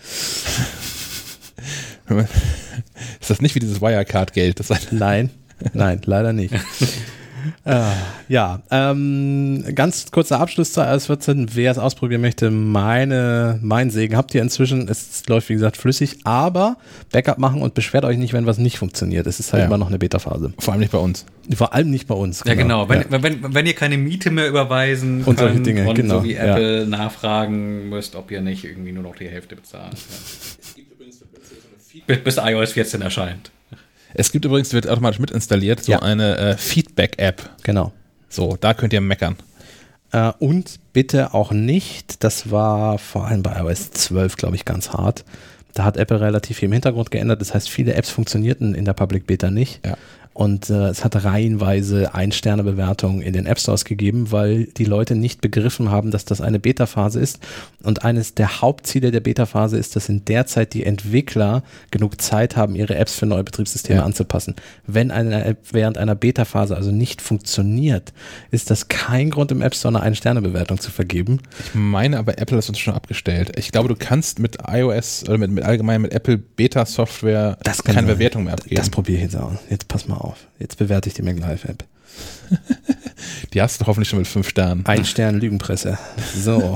Ist das nicht wie dieses Wirecard-Geld? Nein, leider nicht. Ganz kurzer Abschluss zur iOS 14. Wer es ausprobieren möchte, mein Segen habt ihr inzwischen. Es läuft, wie gesagt, flüssig, aber Backup machen und beschwert euch nicht, wenn was nicht funktioniert. Es ist halt immer noch eine Beta-Phase. Vor allem nicht bei uns. Vor allem nicht bei uns. Ja, genau. Wenn ihr keine Miete mehr überweisen und solche Dinge, und so wie Apple nachfragen müsst, ob ihr nicht irgendwie nur noch die Hälfte bezahlt. Es gibt übrigens bis iOS 14 erscheint. Es gibt übrigens, wird automatisch mitinstalliert, eine Feedback-App. Genau. So, da könnt ihr meckern. Und bitte auch nicht, das war vor allem bei iOS 12, glaube ich, ganz hart. Da hat Apple relativ viel im Hintergrund geändert. Das heißt, viele Apps funktionierten in der Public Beta nicht. Ja. Und es hat reihenweise 1-Sterne-Bewertungen in den App Stores gegeben, weil die Leute nicht begriffen haben, dass das eine Beta-Phase ist. Und eines der Hauptziele der Beta-Phase ist, dass in der Zeit die Entwickler genug Zeit haben, ihre Apps für neue Betriebssysteme anzupassen. Wenn eine App während einer Beta-Phase also nicht funktioniert, ist das kein Grund, im App Store eine 1-Sterne-Bewertung zu vergeben. Ich meine aber, Apple hat uns schon abgestellt. Ich glaube, du kannst mit iOS oder mit allgemein mit Apple Beta-Software keine Bewertung mehr abgeben. Das probiere ich jetzt auch. Jetzt pass mal auf. Jetzt bewerte ich die MacLive-App. Die hast du hoffentlich schon mit 5 Sternen. 1 Stern Lügenpresse. So.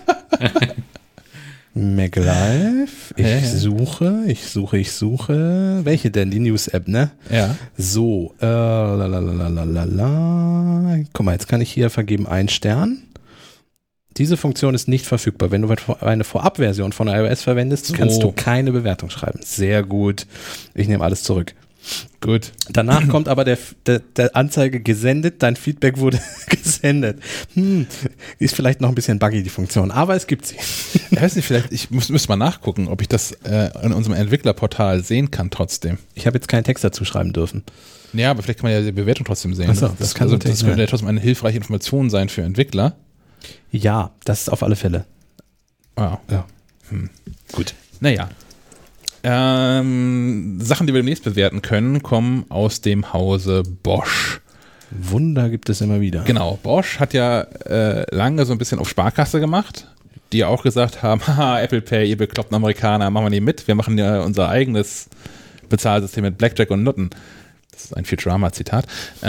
MacLive. Ich suche. Welche denn? Die News-App, ne? Ja. So. Guck mal, jetzt kann ich hier vergeben 1 Stern. Diese Funktion ist nicht verfügbar. Wenn du eine Vorabversion von iOS verwendest, kannst du keine Bewertung schreiben. Sehr gut. Ich nehme alles zurück. Gut. Danach kommt aber der Anzeige gesendet, dein Feedback wurde gesendet. Ist vielleicht noch ein bisschen buggy, die Funktion, aber es gibt sie. Ich weiß nicht, vielleicht, ich müsste mal nachgucken, ob ich das in unserem Entwicklerportal sehen kann trotzdem. Ich habe jetzt keinen Text dazu schreiben dürfen. Ja, aber vielleicht kann man ja die Bewertung trotzdem sehen. Achso, das könnte ja trotzdem eine hilfreiche Information sein für Entwickler. Ja, das ist auf alle Fälle. Wow. Ja. Gut. Naja. Sachen, die wir demnächst bewerten können, kommen aus dem Hause Bosch. Wunder gibt es immer wieder. Genau, Bosch hat ja lange so ein bisschen auf Sparkasse gemacht, die ja auch gesagt haben, haha, Apple Pay, ihr bekloppten Amerikaner, machen wir nicht mit, wir machen ja unser eigenes Bezahlsystem mit Blackjack und Nutten. Das ist ein Futurama-Zitat.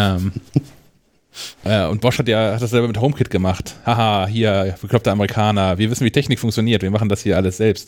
Und Bosch hat das selber mit HomeKit gemacht. Haha, hier, bekloppte Amerikaner, wir wissen, wie Technik funktioniert, wir machen das hier alles selbst.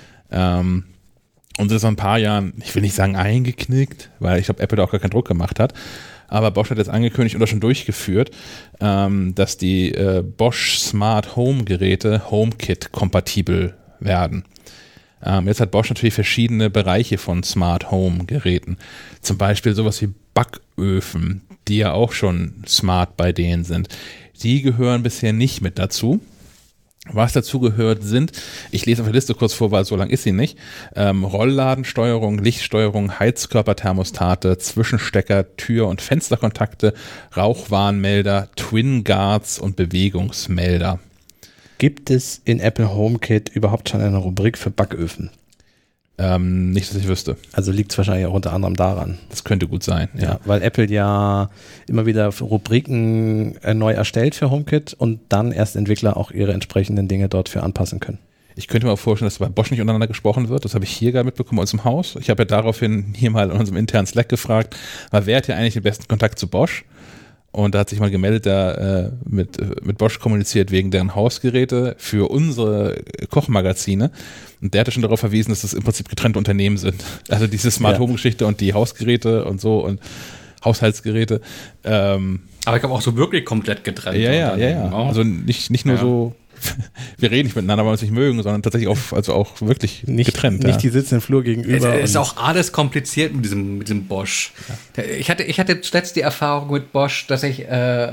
Und das ist vor ein paar Jahren, ich will nicht sagen eingeknickt, weil ich glaube, Apple da auch gar keinen Druck gemacht hat. Aber Bosch hat jetzt angekündigt oder schon durchgeführt, dass die Bosch Smart Home Geräte HomeKit-kompatibel werden. Jetzt hat Bosch natürlich verschiedene Bereiche von Smart Home Geräten. Zum Beispiel sowas wie Backöfen, die ja auch schon smart bei denen sind. Die gehören bisher nicht mit dazu. Was dazu gehört sind, ich lese auf der Liste kurz vor, weil so lang ist sie nicht, Rollladensteuerung, Lichtsteuerung, Heizkörperthermostate, Zwischenstecker, Tür- und Fensterkontakte, Rauchwarnmelder, Twin Guards und Bewegungsmelder. Gibt es in Apple HomeKit überhaupt schon eine Rubrik für Backöfen? Nicht, dass ich wüsste. Also liegt es wahrscheinlich auch unter anderem daran. Das könnte gut sein, ja. Weil Apple ja immer wieder Rubriken neu erstellt für HomeKit und dann erst Entwickler auch ihre entsprechenden Dinge dort für anpassen können. Ich könnte mir auch vorstellen, dass bei Bosch nicht untereinander gesprochen wird. Das habe ich hier gerade mitbekommen bei uns im Haus. Ich habe ja daraufhin hier mal in unserem internen Slack gefragt, wer hat ja eigentlich den besten Kontakt zu Bosch? Und da hat sich mal gemeldet, der mit Bosch kommuniziert wegen deren Hausgeräte für unsere Kochmagazine. Und der hatte schon darauf verwiesen, dass das im Prinzip getrennte Unternehmen sind. Also diese Smart-Home-Geschichte und die Hausgeräte und so und Haushaltsgeräte. Aber ich glaube auch so wirklich komplett getrennt. Ja. Also nicht nur so, wir reden nicht miteinander, weil wir uns nicht mögen, sondern tatsächlich auch wirklich getrennt. Nicht die sitzen im Flur gegenüber. Es ist auch alles kompliziert mit diesem Bosch. Ja. Ich hatte zuletzt die Erfahrung mit Bosch, dass ich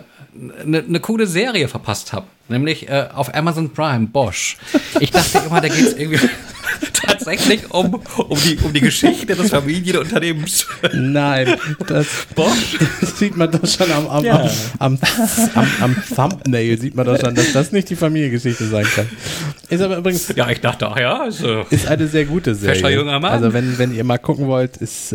eine coole Serie verpasst habe. Nämlich auf Amazon Prime, Bosch. Ich dachte immer, da geht es irgendwie tatsächlich um die Geschichte des Familienunternehmens. Nein, das Bosch sieht man doch schon am Thumbnail, sieht man doch schon, dass das nicht die Familiengeschichte sein kann. Ist aber übrigens... Ja, ich dachte, ist eine sehr gute Serie. Fescher junger Mann. Also wenn ihr mal gucken wollt, ist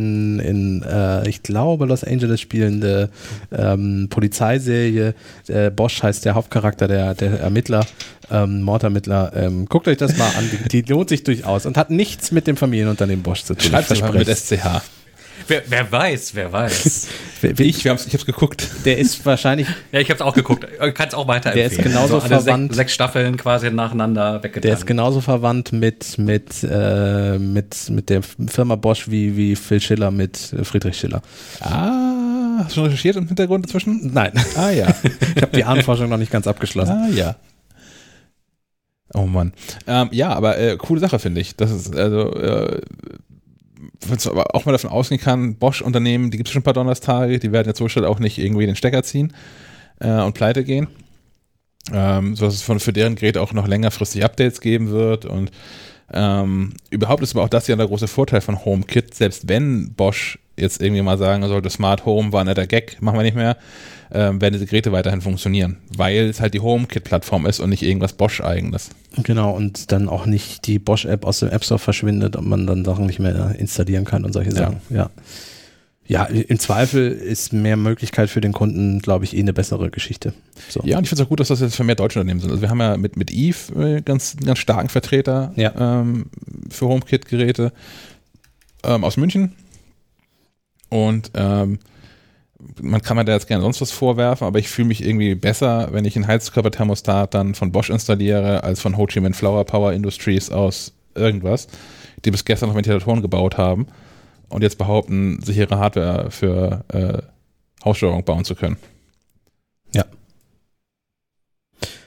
ich glaube, Los Angeles spielende Polizeiserie. Bosch heißt der Hauptcharakter, der Ermittler, Mordermittler. Guckt euch das mal an. Die lohnt sich durchaus und hat nichts mit dem Familienunternehmen Bosch zu tun. Schreibt es mal mit SCH. Wer weiß. Ich hab's geguckt. Der ist wahrscheinlich... Ja, ich hab's auch geguckt. Ich kann es auch weiterempfehlen. Der ist genauso verwandt... 6 Staffeln quasi nacheinander weggetan. Der ist genauso verwandt mit der Firma Bosch wie Phil Schiller mit Friedrich Schiller. Hast du schon recherchiert im Hintergrund dazwischen? Nein. Ja. Ich habe die Ahnenforschung noch nicht ganz abgeschlossen. Ja. Oh Mann. Aber coole Sache, finde ich. Das ist aber auch mal davon ausgehen kann, Bosch-Unternehmen, die gibt es schon ein paar Donnerstage, die werden jetzt so schnell auch nicht irgendwie den Stecker ziehen und pleite gehen. Sodass es für deren Geräte auch noch längerfristig Updates geben wird und überhaupt ist aber auch das ja der große Vorteil von HomeKit, selbst wenn Bosch jetzt irgendwie mal sagen sollte, Smart Home war ein netter Gag, machen wir nicht mehr, werden diese Geräte weiterhin funktionieren, weil es halt die HomeKit-Plattform ist und nicht irgendwas Bosch-eigenes. Genau, und dann auch nicht die Bosch-App aus dem App Store verschwindet und man dann Sachen nicht mehr installieren kann und solche Sachen. Ja, im Zweifel ist mehr Möglichkeit für den Kunden, glaube ich, eine bessere Geschichte. So. Ja, und ich finde es auch gut, dass das jetzt für mehr deutsche Unternehmen sind. Also wir haben ja mit Eve ganz starken Vertreter für HomeKit-Geräte aus München. Und man kann mir da jetzt gerne sonst was vorwerfen, aber ich fühle mich irgendwie besser, wenn ich einen Heizkörperthermostat dann von Bosch installiere, als von Ho Chi Minh Flower Power Industries aus irgendwas, die bis gestern noch Ventilatoren gebaut haben und jetzt behaupten, sichere Hardware für Haussteuerung bauen zu können. Ja.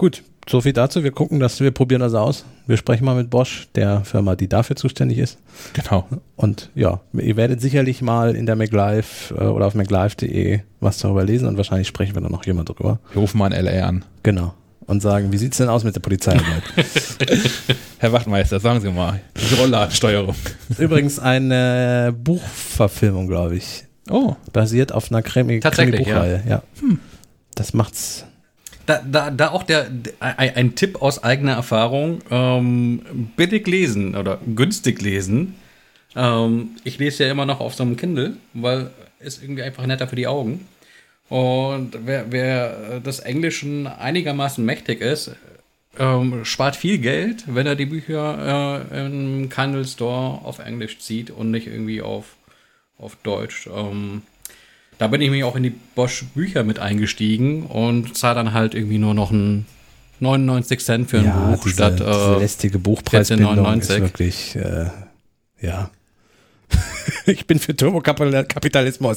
Gut, so viel dazu. Wir probieren das aus. Wir sprechen mal mit Bosch, der Firma, die dafür zuständig ist. Genau. Und ja, ihr werdet sicherlich mal in der MacLive oder auf maclive.de was darüber lesen und wahrscheinlich sprechen wir dann noch jemand drüber. Wir rufen mal in LA an. Genau. Und sagen, wie sieht es denn aus mit der Polizeiarbeit? Herr Wachtmeister, sagen Sie mal, diese Rollladensteuerung. Übrigens eine Buchverfilmung, glaube ich. Oh. Basiert auf einer Krimi-Buchreihe. Ja. Das macht's. Da auch ein Tipp aus eigener Erfahrung, billig lesen oder günstig lesen. Ich lese ja immer noch auf so einem Kindle, weil es irgendwie einfach netter für die Augen. Und wer des Englischen einigermaßen mächtig ist, spart viel Geld, wenn er die Bücher im Kindle Store auf Englisch zieht und nicht irgendwie auf Deutsch. Da bin ich mir auch in die Bosch Bücher mit eingestiegen und zahle dann halt irgendwie nur noch 99 Cent für ein Buch statt diese lästige Buchpreisbindung ist wirklich, ja. Ich bin für Turbokapitalismus.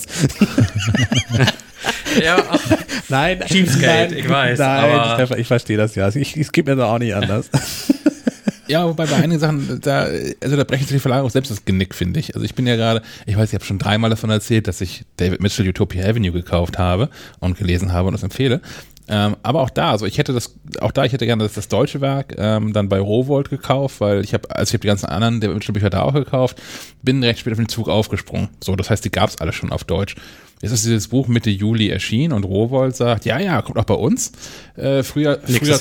Ja, nein, Cheapskate, ich weiß. Nein, aber ich verstehe das ja. Es geht mir da auch nicht anders. Ja, wobei bei einigen Sachen, da brechen sich die Verlage auch selbst das Genick, finde ich. Also ich bin ja gerade, ich habe schon 3-mal davon erzählt, dass ich David Mitchell Utopia Avenue gekauft habe und gelesen habe und das empfehle. Aber auch da, also ich hätte gerne das deutsche Werk dann bei Rowohlt gekauft, weil ich habe die ganzen anderen David Mitchell Bücher da auch gekauft, bin recht spät auf den Zug aufgesprungen. So, das heißt, die gab es alle schon auf Deutsch. Jetzt ist dieses Buch Mitte Juli erschienen und Rowohlt sagt, ja, kommt auch bei uns. Frühjahr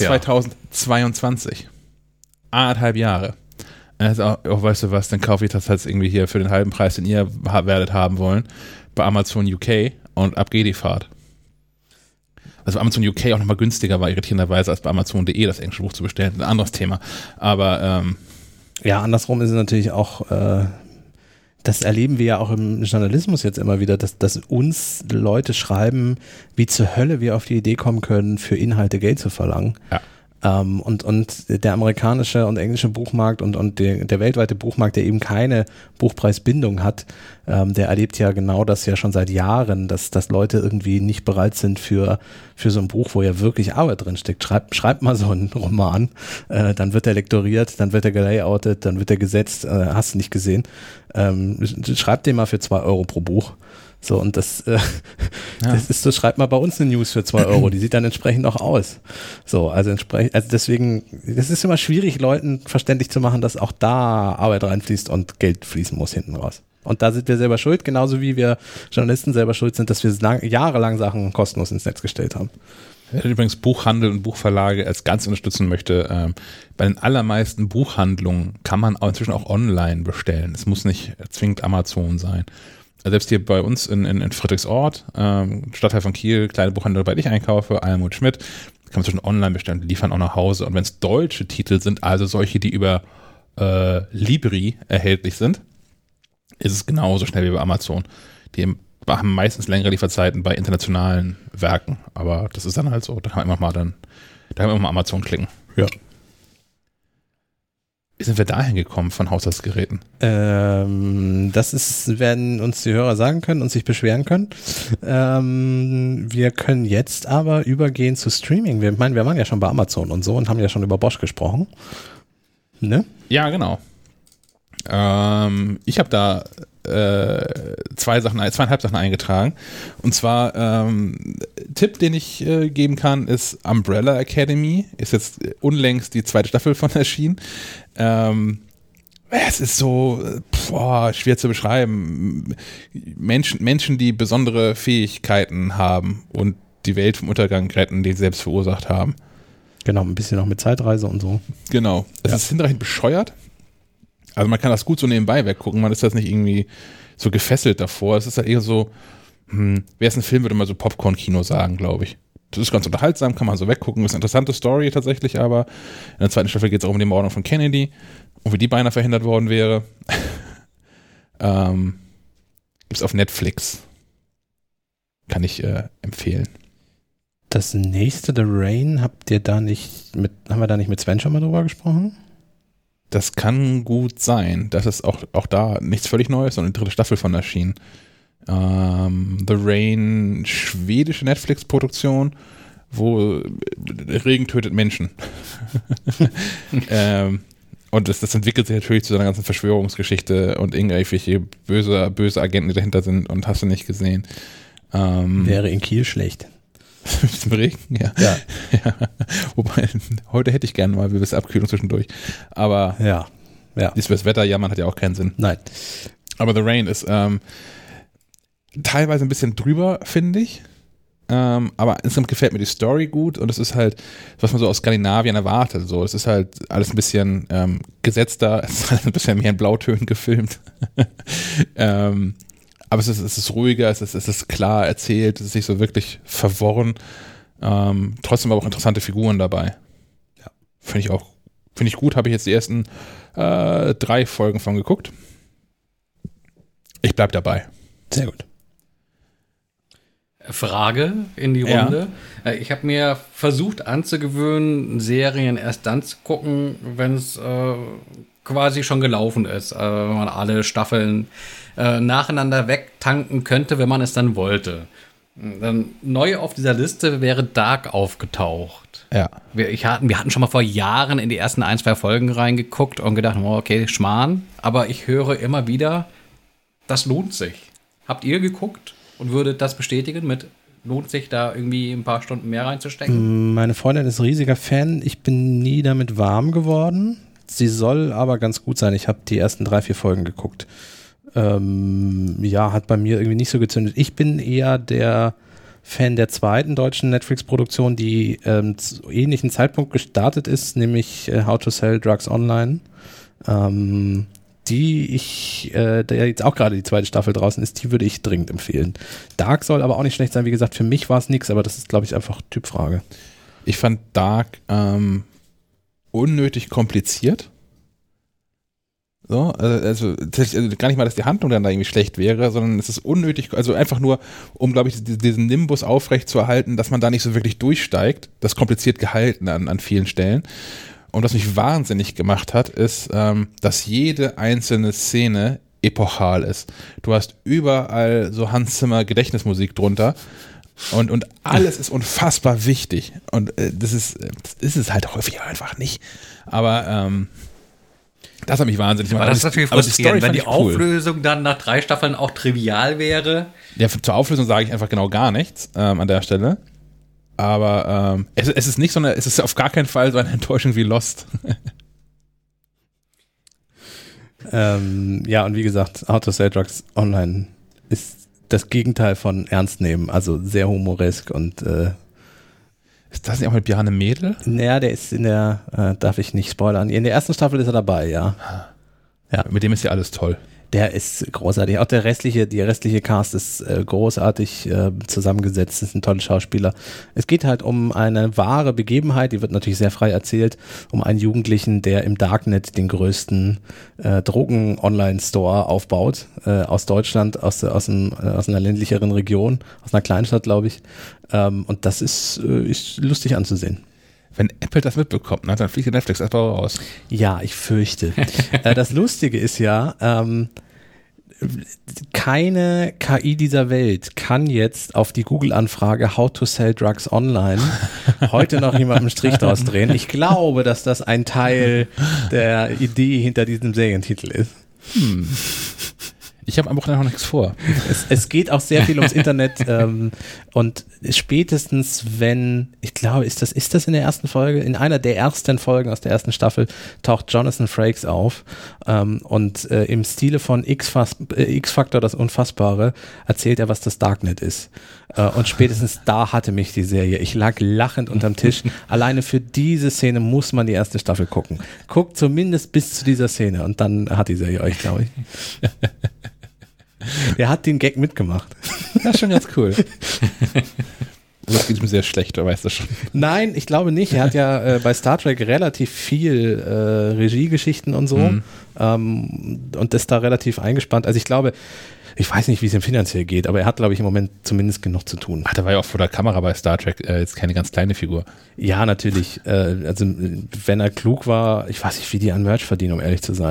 2022. 1,5 Jahre. Also, weißt du was, dann kaufe ich das halt irgendwie hier für den halben Preis, den ihr werdet haben wollen, bei Amazon UK und ab geht die Fahrt. Also bei Amazon UK auch nochmal günstiger war, irritierenderweise, als bei Amazon.de das englische Buch zu bestellen. Ein anderes Thema. Aber ja, andersrum ist es natürlich auch, das erleben wir ja auch im Journalismus jetzt immer wieder, dass uns Leute schreiben, wie zur Hölle wir auf die Idee kommen können, für Inhalte Geld zu verlangen. Ja. Und der amerikanische und englische Buchmarkt und der weltweite Buchmarkt, der eben keine Buchpreisbindung hat, der erlebt ja genau das ja schon seit Jahren, dass Leute irgendwie nicht bereit sind für so ein Buch, wo ja wirklich Arbeit drin steckt. Schreibt mal so einen Roman, dann wird er lektoriert, dann wird er gelayoutet, dann wird er gesetzt, hast du nicht gesehen. Schreibt den mal für 2 Euro pro Buch. So, und das ist so, schreibt mal bei uns eine News für 2 Euro, die sieht dann entsprechend auch aus. So, also deswegen, das ist immer schwierig, Leuten verständlich zu machen, dass auch da Arbeit reinfließt und Geld fließen muss hinten raus. Und da sind wir selber schuld, genauso wie wir Journalisten selber schuld sind, dass wir jahrelang Sachen kostenlos ins Netz gestellt haben. Wer übrigens Buchhandel und Buchverlage als ganz unterstützen möchte, bei den allermeisten Buchhandlungen kann man inzwischen auch online bestellen. Es muss nicht zwingend Amazon sein. Selbst hier bei uns in Friedrichsort, Stadtteil von Kiel, kleine Buchhandlung, bei ich einkaufe, Almut Schmidt, kann man zwischen online bestellen, die liefern auch nach Hause. Und wenn es deutsche Titel sind, also solche, die über Libri erhältlich sind, ist es genauso schnell wie bei Amazon. Die haben meistens längere Lieferzeiten bei internationalen Werken, aber das ist dann halt so, da kann man immer mal Amazon klicken. Ja. Wie sind wir dahin gekommen von Haushaltsgeräten? Werden uns die Hörer sagen können und sich beschweren können. Wir können jetzt aber übergehen zu Streaming. Wir waren ja schon bei Amazon und so und haben ja schon über Bosch gesprochen. Ne? Ja, genau. Ich habe da 2,5 Sachen eingetragen. Und zwar Tipp, den ich geben kann, ist Umbrella Academy. Ist jetzt unlängst die 2. Staffel von erschienen. Es ist so schwer zu beschreiben. Menschen, die besondere Fähigkeiten haben und die Welt vom Untergang retten, den sie selbst verursacht haben. Genau, ein bisschen noch mit Zeitreise und so. Genau. Es ist hinreichend bescheuert. Also man kann das gut so nebenbei weggucken, man ist das nicht irgendwie so gefesselt davor. Es ist halt eher so, wer es ein Film würde mal so Popcorn-Kino sagen, glaube ich. Das ist ganz unterhaltsam, kann man so weggucken. Das ist eine interessante Story tatsächlich, aber in der 2. Staffel geht es auch um die Mordung von Kennedy und wie die beinahe verhindert worden wäre. Gibt's auf Netflix. Kann ich empfehlen. Das nächste, The Rain, haben wir da nicht mit Sven schon mal drüber gesprochen? Das kann gut sein. Das ist auch da nichts völlig Neues, sondern die 3. Staffel von erschienen. The Rain, schwedische Netflix-Produktion, wo Regen tötet Menschen. Und das entwickelt sich natürlich zu so einer ganzen Verschwörungsgeschichte und irgendwelche böse Agenten, die dahinter sind und hast du nicht gesehen. Wäre in Kiel schlecht. Mit dem Regen? Ja. Wobei, heute hätte ich gerne mal ein bisschen Abkühlung zwischendurch. Aber ja. Das Wetter jammern hat ja auch keinen Sinn. Nein. Aber The Rain ist teilweise ein bisschen drüber, finde ich. Aber insgesamt gefällt mir die Story gut und es ist halt, was man so aus Skandinavien erwartet. So, es ist halt alles ein bisschen gesetzter, es ist halt ein bisschen mehr in Blautönen gefilmt. Aber es ist ruhiger, es ist klar erzählt, es ist nicht so wirklich verworren. Trotzdem aber auch interessante Figuren dabei. Ja. Finde ich gut, habe ich jetzt die ersten 3 Folgen von geguckt. Ich bleib dabei. Sehr gut. Frage in die Runde. Ja. Ich habe mir versucht anzugewöhnen, Serien erst dann zu gucken, wenn es quasi schon gelaufen ist. Wenn man alle Staffeln nacheinander wegtanken könnte, wenn man es dann wollte. Dann neu auf dieser Liste wäre Dark aufgetaucht. Ja. Wir hatten schon mal vor Jahren in die ersten 1-2 Folgen reingeguckt und gedacht, oh, okay, Schmarrn. Aber ich höre immer wieder, das lohnt sich. Habt ihr geguckt? Und würde das bestätigen lohnt sich da irgendwie ein paar Stunden mehr reinzustecken? Meine Freundin ist riesiger Fan. Ich bin nie damit warm geworden. Sie soll aber ganz gut sein. Ich habe die ersten 3-4 Folgen geguckt. Hat bei mir irgendwie nicht so gezündet. Ich bin eher der Fan der zweiten deutschen Netflix-Produktion, die zu ähnlichen Zeitpunkt gestartet ist, nämlich How to Sell Drugs Online. Der jetzt auch gerade die zweite Staffel draußen ist, die würde ich dringend empfehlen. Dark soll aber auch nicht schlecht sein. Wie gesagt, für mich war es nichts, aber das ist, glaube ich, einfach Typfrage. Ich fand Dark unnötig kompliziert. So, also gar nicht mal, dass die Handlung dann da irgendwie schlecht wäre, sondern es ist unnötig, also einfach nur, um, glaube ich, diesen Nimbus aufrecht zu erhalten, dass man da nicht so wirklich durchsteigt. Das ist kompliziert gehalten an vielen Stellen. Und was mich wahnsinnig gemacht hat, ist, dass jede einzelne Szene epochal ist. Du hast überall so Hans Zimmer Gedächtnismusik drunter und alles ist unfassbar wichtig. Und das ist es halt häufig einfach nicht. Aber das hat mich wahnsinnig gemacht. Aber das ist natürlich frustrierend, wenn die Auflösung dann nach 3 Staffeln auch trivial wäre. Ja, zur Auflösung sage ich einfach genau gar nichts an der Stelle. Aber es ist nicht so es ist auf gar keinen Fall so eine Enttäuschung wie Lost. Und wie gesagt, How to Sell Drugs Online ist das Gegenteil von ernst nehmen, also sehr humoresk und ist das nicht auch mit Bjarne Mädel? Naja, der ist darf ich nicht spoilern, in der ersten Staffel ist er dabei, ja. Mit dem ist ja alles toll. Der ist großartig. Auch die restliche Cast ist großartig zusammengesetzt. Das sind tolle Schauspieler. Es geht halt um eine wahre Begebenheit, die wird natürlich sehr frei erzählt, um einen Jugendlichen, der im Darknet den größten Drogen-Online-Store aufbaut, aus Deutschland, aus einer ländlicheren Region, aus einer Kleinstadt, glaube ich. Und das ist lustig anzusehen. Wenn Apple das mitbekommt, dann fliegt Netflix erstmal raus. Ja, ich fürchte. Das Lustige ist ja, keine KI dieser Welt kann jetzt auf die Google-Anfrage How to Sell Drugs Online heute noch jemandem einen Strich draus drehen. Ich glaube, dass das ein Teil der Idee hinter diesem Serientitel ist. Ich habe am Wochenende noch nichts vor. Es geht auch sehr viel ums Internet und spätestens wenn, ich glaube, ist das in der ersten Folge? In einer der ersten Folgen aus der ersten Staffel taucht Jonathan Frakes auf und im Stile von X-Factor, das Unfassbare, erzählt er, was das Darknet ist. Und spätestens da hatte mich die Serie. Ich lag lachend unterm Tisch. Alleine für diese Szene muss man die erste Staffel gucken. Guckt zumindest bis zu dieser Szene und dann hat die Serie euch, glaube ich. Der hat den Gag mitgemacht. Das ist schon ganz cool. Das geht ihm sehr schlecht, weißt du schon. Nein, ich glaube nicht. Er hat ja bei Star Trek relativ viel Regiegeschichten und so und ist da relativ eingespannt. Also ich weiß nicht, wie es ihm finanziell geht, aber er hat, glaube ich, im Moment zumindest genug zu tun. Ach, der war ja auch vor der Kamera bei Star Trek, jetzt keine ganz kleine Figur. Ja, natürlich. Also wenn er klug war, ich weiß nicht, wie die an Merch verdienen, um ehrlich zu sein.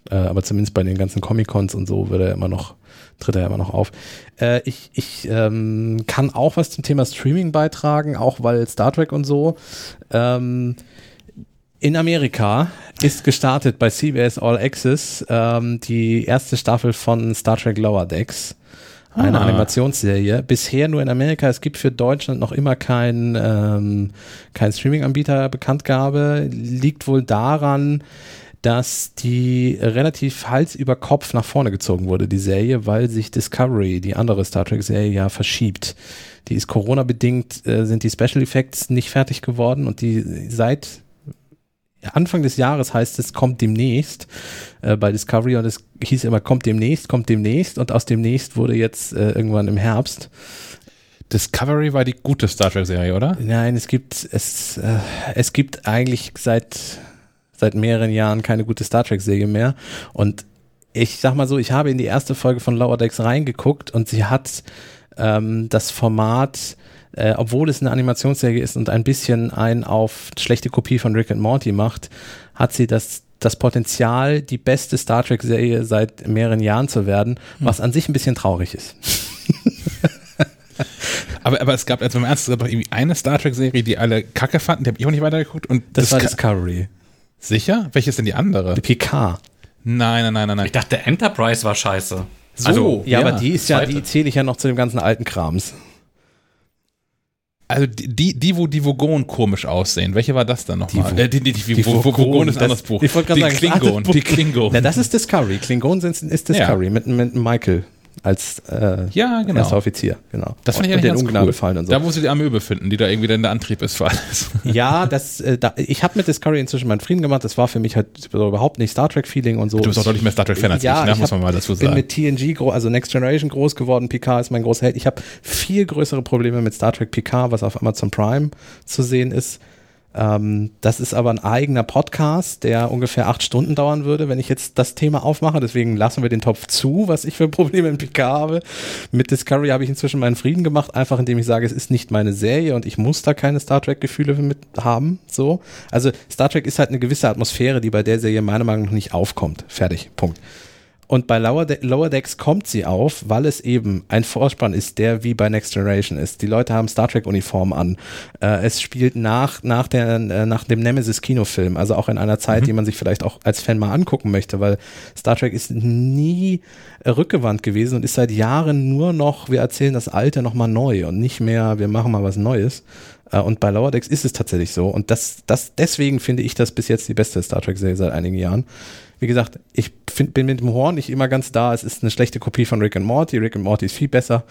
Aber zumindest bei den ganzen Comic-Cons und so tritt er immer noch auf. Ich kann auch was zum Thema Streaming beitragen, auch weil Star Trek und so. In Amerika ist gestartet bei CBS All Access die erste Staffel von Star Trek Lower Decks. Eine Animationsserie. Bisher nur in Amerika. Es gibt für Deutschland noch immer kein Streaming-Anbieter Bekanntgabe. Liegt wohl daran, dass die relativ Hals über Kopf nach vorne gezogen wurde, die Serie, weil sich Discovery, die andere Star Trek-Serie, ja verschiebt. Die ist Corona-bedingt, sind die Special Effects nicht fertig geworden und die seit Anfang des Jahres heißt es, kommt demnächst bei Discovery und es hieß immer, kommt demnächst und aus demnächst wurde jetzt irgendwann im Herbst. Discovery war die gute Star Trek-Serie, oder? Nein, es gibt eigentlich seit mehreren Jahren keine gute Star Trek-Serie mehr und ich sag mal so, ich habe in die erste Folge von Lower Decks reingeguckt und sie hat das Format, obwohl es eine Animationsserie ist und ein bisschen auf schlechte Kopie von Rick and Morty macht, hat sie das Potenzial, die beste Star Trek-Serie seit mehreren Jahren zu werden, was an sich ein bisschen traurig ist. aber es gab, also im Ernst, es gab doch irgendwie eine Star Trek-Serie, die alle kacke fanden, die habe ich auch nicht weitergeguckt. Und das war Discovery. Sicher? Welche ist denn die andere? Die Picard. Nein. Ich dachte, Enterprise war scheiße. So, also, ja, aber die zähle ich ja noch zu dem ganzen alten Krams. Also die Vogon komisch aussehen. Welche war das dann nochmal? Die Vogon ist ein anderes Buch. Die Klingon. Na, das ist Discovery. Klingon ist Discovery mit Michael als erster Offizier. Genau. Das fand ich eigentlich ganz cool. Gefallen und so. Da, wo sie die Amöbe finden, die da irgendwie dann der Antrieb ist für alles. Ja, ich habe mit Discovery inzwischen meinen Frieden gemacht. Das war für mich halt überhaupt nicht Star Trek-Feeling und so. Du bist auch deutlich mehr Star Trek-Fan als ich, ne? Muss man mal dazu sagen. Ich bin mit TNG, also Next Generation groß geworden. Picard ist mein großer Held. Ich habe viel größere Probleme mit Star Trek Picard, was auf Amazon Prime zu sehen ist. Das ist aber ein eigener Podcast, der ungefähr 8 Stunden dauern würde, wenn ich jetzt das Thema aufmache. Deswegen lassen wir den Topf zu, was ich für Probleme mit Picard habe. Mit Discovery habe ich inzwischen meinen Frieden gemacht, einfach indem ich sage, es ist nicht meine Serie und ich muss da keine Star Trek-Gefühle mit haben. So. Also Star Trek ist halt eine gewisse Atmosphäre, die bei der Serie meiner Meinung nach nicht aufkommt. Fertig. Punkt. Und bei Lower Decks kommt sie auf, weil es eben ein Vorspann ist, der wie bei Next Generation ist. Die Leute haben Star Trek Uniformen an. Es spielt nach dem Nemesis-Kinofilm, also auch in einer Zeit, die man sich vielleicht auch als Fan mal angucken möchte, weil Star Trek ist nie rückgewandt gewesen und ist seit Jahren nur noch, wir erzählen das Alte nochmal neu und nicht mehr, wir machen mal was Neues. Und bei Lower Decks ist es tatsächlich so. Und deswegen finde ich das bis jetzt die beste Star Trek-Serie seit einigen Jahren. Wie gesagt, ich bin mit dem Horn nicht immer ganz da. Es ist eine schlechte Kopie von Rick and Morty. Rick and Morty ist viel besser.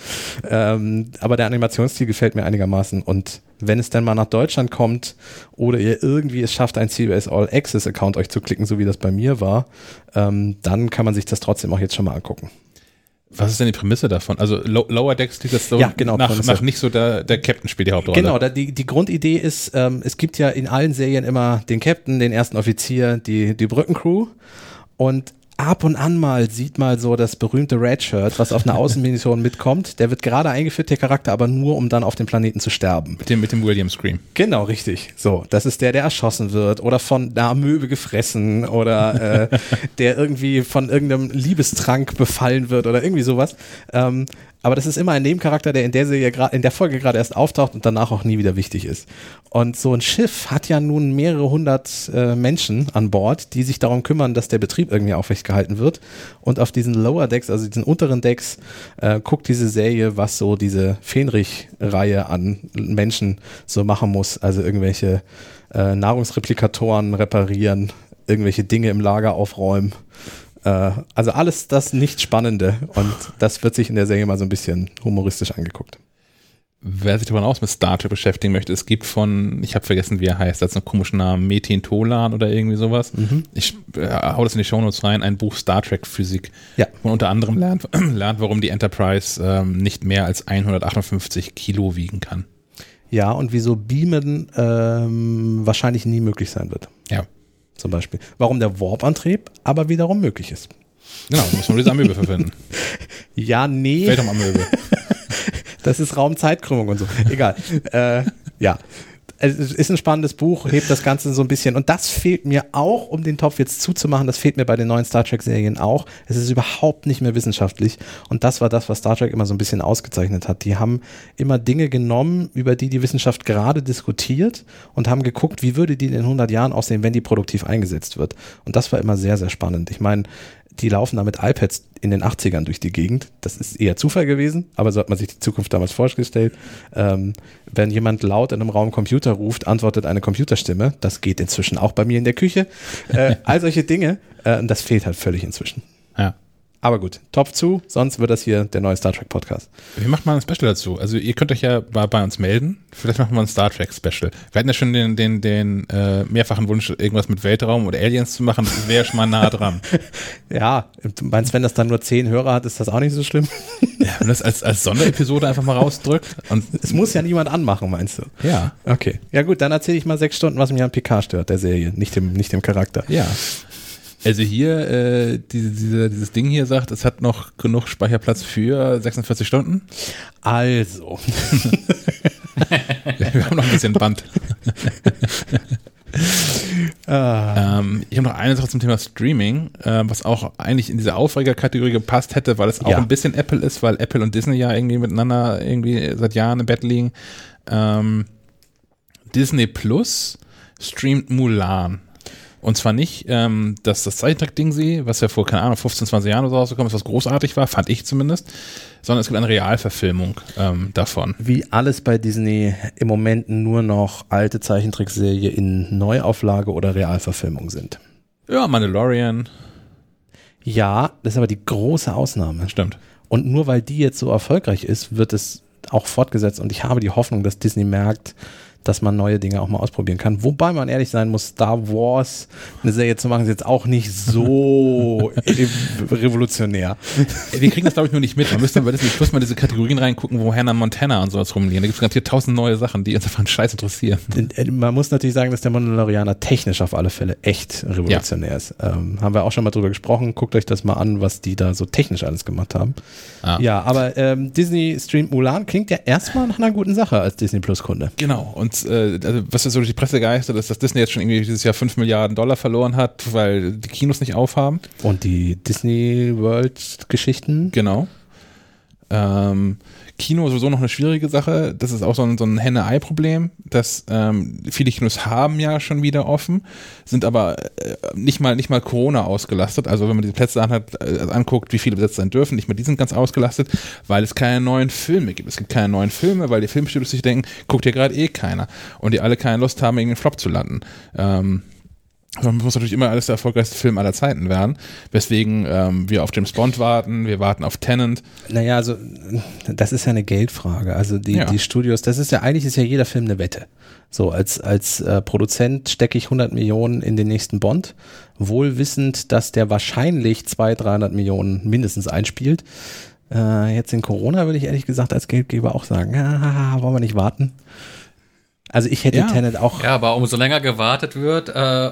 Aber der Animationsstil gefällt mir einigermaßen. Und wenn es dann mal nach Deutschland kommt oder ihr irgendwie es schafft, einen CBS All Access Account euch zu klicken, so wie das bei mir war, dann kann man sich das trotzdem auch jetzt schon mal angucken. Was ist denn die Prämisse davon? Also Lower Decks klingt das so genau, nach nicht so der Captain spielt die Hauptrolle. Genau, die Grundidee ist, es gibt ja in allen Serien immer den Captain, den ersten Offizier, die Brückencrew und ab und an mal sieht mal so das berühmte Redshirt, was auf einer Außenmission mitkommt. Der wird gerade eingeführt, der Charakter, aber nur, um dann auf dem Planeten zu sterben. Mit dem William Scream. Genau, richtig. So, das ist der erschossen wird oder von einer Amöbe gefressen oder der irgendwie von irgendeinem Liebestrank befallen wird oder irgendwie sowas. Aber das ist immer ein Nebencharakter, der in der Folge gerade erst auftaucht und danach auch nie wieder wichtig ist. Und so ein Schiff hat ja nun mehrere hundert Menschen an Bord, die sich darum kümmern, dass der Betrieb irgendwie aufrechtgehalten wird. Und auf diesen Lower Decks, also diesen unteren Decks, guckt diese Serie, was so diese Fähnrich-Reihe an Menschen so machen muss. Also irgendwelche Nahrungsreplikatoren reparieren, irgendwelche Dinge im Lager aufräumen. Also alles das nicht Spannende und das wird sich in der Serie mal so ein bisschen humoristisch angeguckt. Wer sich darüber hinaus mit Star Trek beschäftigen möchte, es gibt ich habe vergessen, wie er heißt, das ist einen komischen Namen, Metin Tolan oder irgendwie sowas. Ich hau das in die Shownotes rein, ein Buch Star Trek Physik, wo man unter anderem lernt, warum die Enterprise nicht mehr als 158 Kilo wiegen kann. Ja, und wieso Beamen wahrscheinlich nie möglich sein wird. Ja. Zum Beispiel. Warum der Warp-Antrieb aber wiederum möglich ist. Genau, muss man diese Amöbe verwenden. Ja, nee. Weltraumamöbe. Das ist Raum-Zeitkrümmung und so. Egal. Ja. es ist ein spannendes Buch, hebt das Ganze so ein bisschen. Und das fehlt mir auch, um den Topf jetzt zuzumachen, das fehlt mir bei den neuen Star Trek-Serien auch. Es ist überhaupt nicht mehr wissenschaftlich. Und das war das, was Star Trek immer so ein bisschen ausgezeichnet hat. Die haben immer Dinge genommen, über die die Wissenschaft gerade diskutiert und haben geguckt, wie würde die in 100 Jahren aussehen, wenn die produktiv eingesetzt wird. Und das war immer sehr, sehr spannend. Ich meine, die laufen da mit iPads in den 80ern durch die Gegend. Das ist eher Zufall gewesen, aber so hat man sich die Zukunft damals vorgestellt. Wenn jemand laut in einem Raum Computer ruft, antwortet eine Computerstimme. Das geht inzwischen auch bei mir in der Küche. All solche Dinge. Das fehlt halt völlig inzwischen. Ja. Aber gut, Topf zu, sonst wird das hier der neue Star Trek Podcast. Wir machen mal ein Special dazu. Also ihr könnt euch ja bei uns melden. Vielleicht machen wir ein Star Trek Special. Wir hatten ja schon den mehrfachen Wunsch, irgendwas mit Weltraum oder Aliens zu machen. Das wäre schon mal nah dran. Ja, du meinst, wenn das dann nur 10 Hörer hat, ist das auch nicht so schlimm? Ja, wenn das als Sonderepisode einfach mal rausdrückt. Und es muss ja niemand anmachen, meinst du? Ja. Okay. Ja gut, dann erzähle ich mal 6 Stunden, was mich an Picard stört, der Serie, nicht dem Charakter. Ja. Also hier, dieses Ding hier sagt, es hat noch genug Speicherplatz für 46 Stunden. Also. Wir haben noch ein bisschen Band. Ich habe noch eine Sache zum Thema Streaming, was auch eigentlich in diese Aufregerkategorie gepasst hätte, weil es auch ein bisschen Apple ist, weil Apple und Disney ja irgendwie miteinander irgendwie seit Jahren im Bett liegen. Disney Plus streamt Mulan. Und zwar nicht das Zeichentrick-Ding, was ja vor, keine Ahnung, 15, 20 Jahren oder so rausgekommen ist, was großartig war, fand ich zumindest, sondern es gibt eine Realverfilmung davon. Wie alles bei Disney im Moment nur noch alte Zeichentrickserie in Neuauflage oder Realverfilmung sind. Ja, Mandalorian. Ja, das ist aber die große Ausnahme. Stimmt. Und nur weil die jetzt so erfolgreich ist, wird es auch fortgesetzt. Und ich habe die Hoffnung, dass Disney merkt, dass man neue Dinge auch mal ausprobieren kann. Wobei man ehrlich sein muss, Star Wars eine Serie zu machen, ist jetzt auch nicht so revolutionär. Wir kriegen das, glaube ich, nur nicht mit. Man müsste bei Disney Plus mal diese Kategorien reingucken, wo Hannah Montana und sowas rumliegen. Da gibt es garantiert 1000 neue Sachen, die uns einfach einen Scheiß interessieren. Man muss natürlich sagen, dass der Mandalorianer technisch auf alle Fälle echt revolutionär ist. Haben wir auch schon mal drüber gesprochen. Guckt euch das mal an, was die da so technisch alles gemacht haben. Ja, aber Disney streamt Mulan klingt ja erstmal nach einer guten Sache als Disney Plus Kunde. Genau. Und also, was so durch die Presse geistert ist, dass Disney jetzt schon irgendwie dieses Jahr $5 Milliarden verloren hat, weil die Kinos nicht aufhaben. Und die Disney World Geschichten. Genau. Kino ist sowieso noch eine schwierige Sache. Das ist auch so ein Henne-Ei-Problem, dass viele Kinos haben ja schon wieder offen, sind aber nicht mal Corona ausgelastet. Also wenn man diese Plätze anguckt, wie viele besetzt sein dürfen, nicht mal die sind ganz ausgelastet, weil es keine neuen Filme gibt. Es gibt keine neuen Filme, weil die Filmstudios sich denken, guckt hier gerade keiner. Und die alle keine Lust haben, irgendeinen Flop zu landen. Man muss natürlich immer alles der erfolgreichste Film aller Zeiten werden, weswegen wir auf James Bond warten, wir warten auf Tenet. Naja, also das ist ja eine Geldfrage. Also die Studios, eigentlich ist ja jeder Film eine Wette. So, als Produzent stecke ich 100 Millionen in den nächsten Bond, wohl wissend, dass der wahrscheinlich 200-300 Millionen mindestens einspielt. Jetzt in Corona würde ich ehrlich gesagt als Geldgeber auch sagen, wollen wir nicht warten? Also ich hätte Tenet auch... Ja, aber umso länger gewartet wird,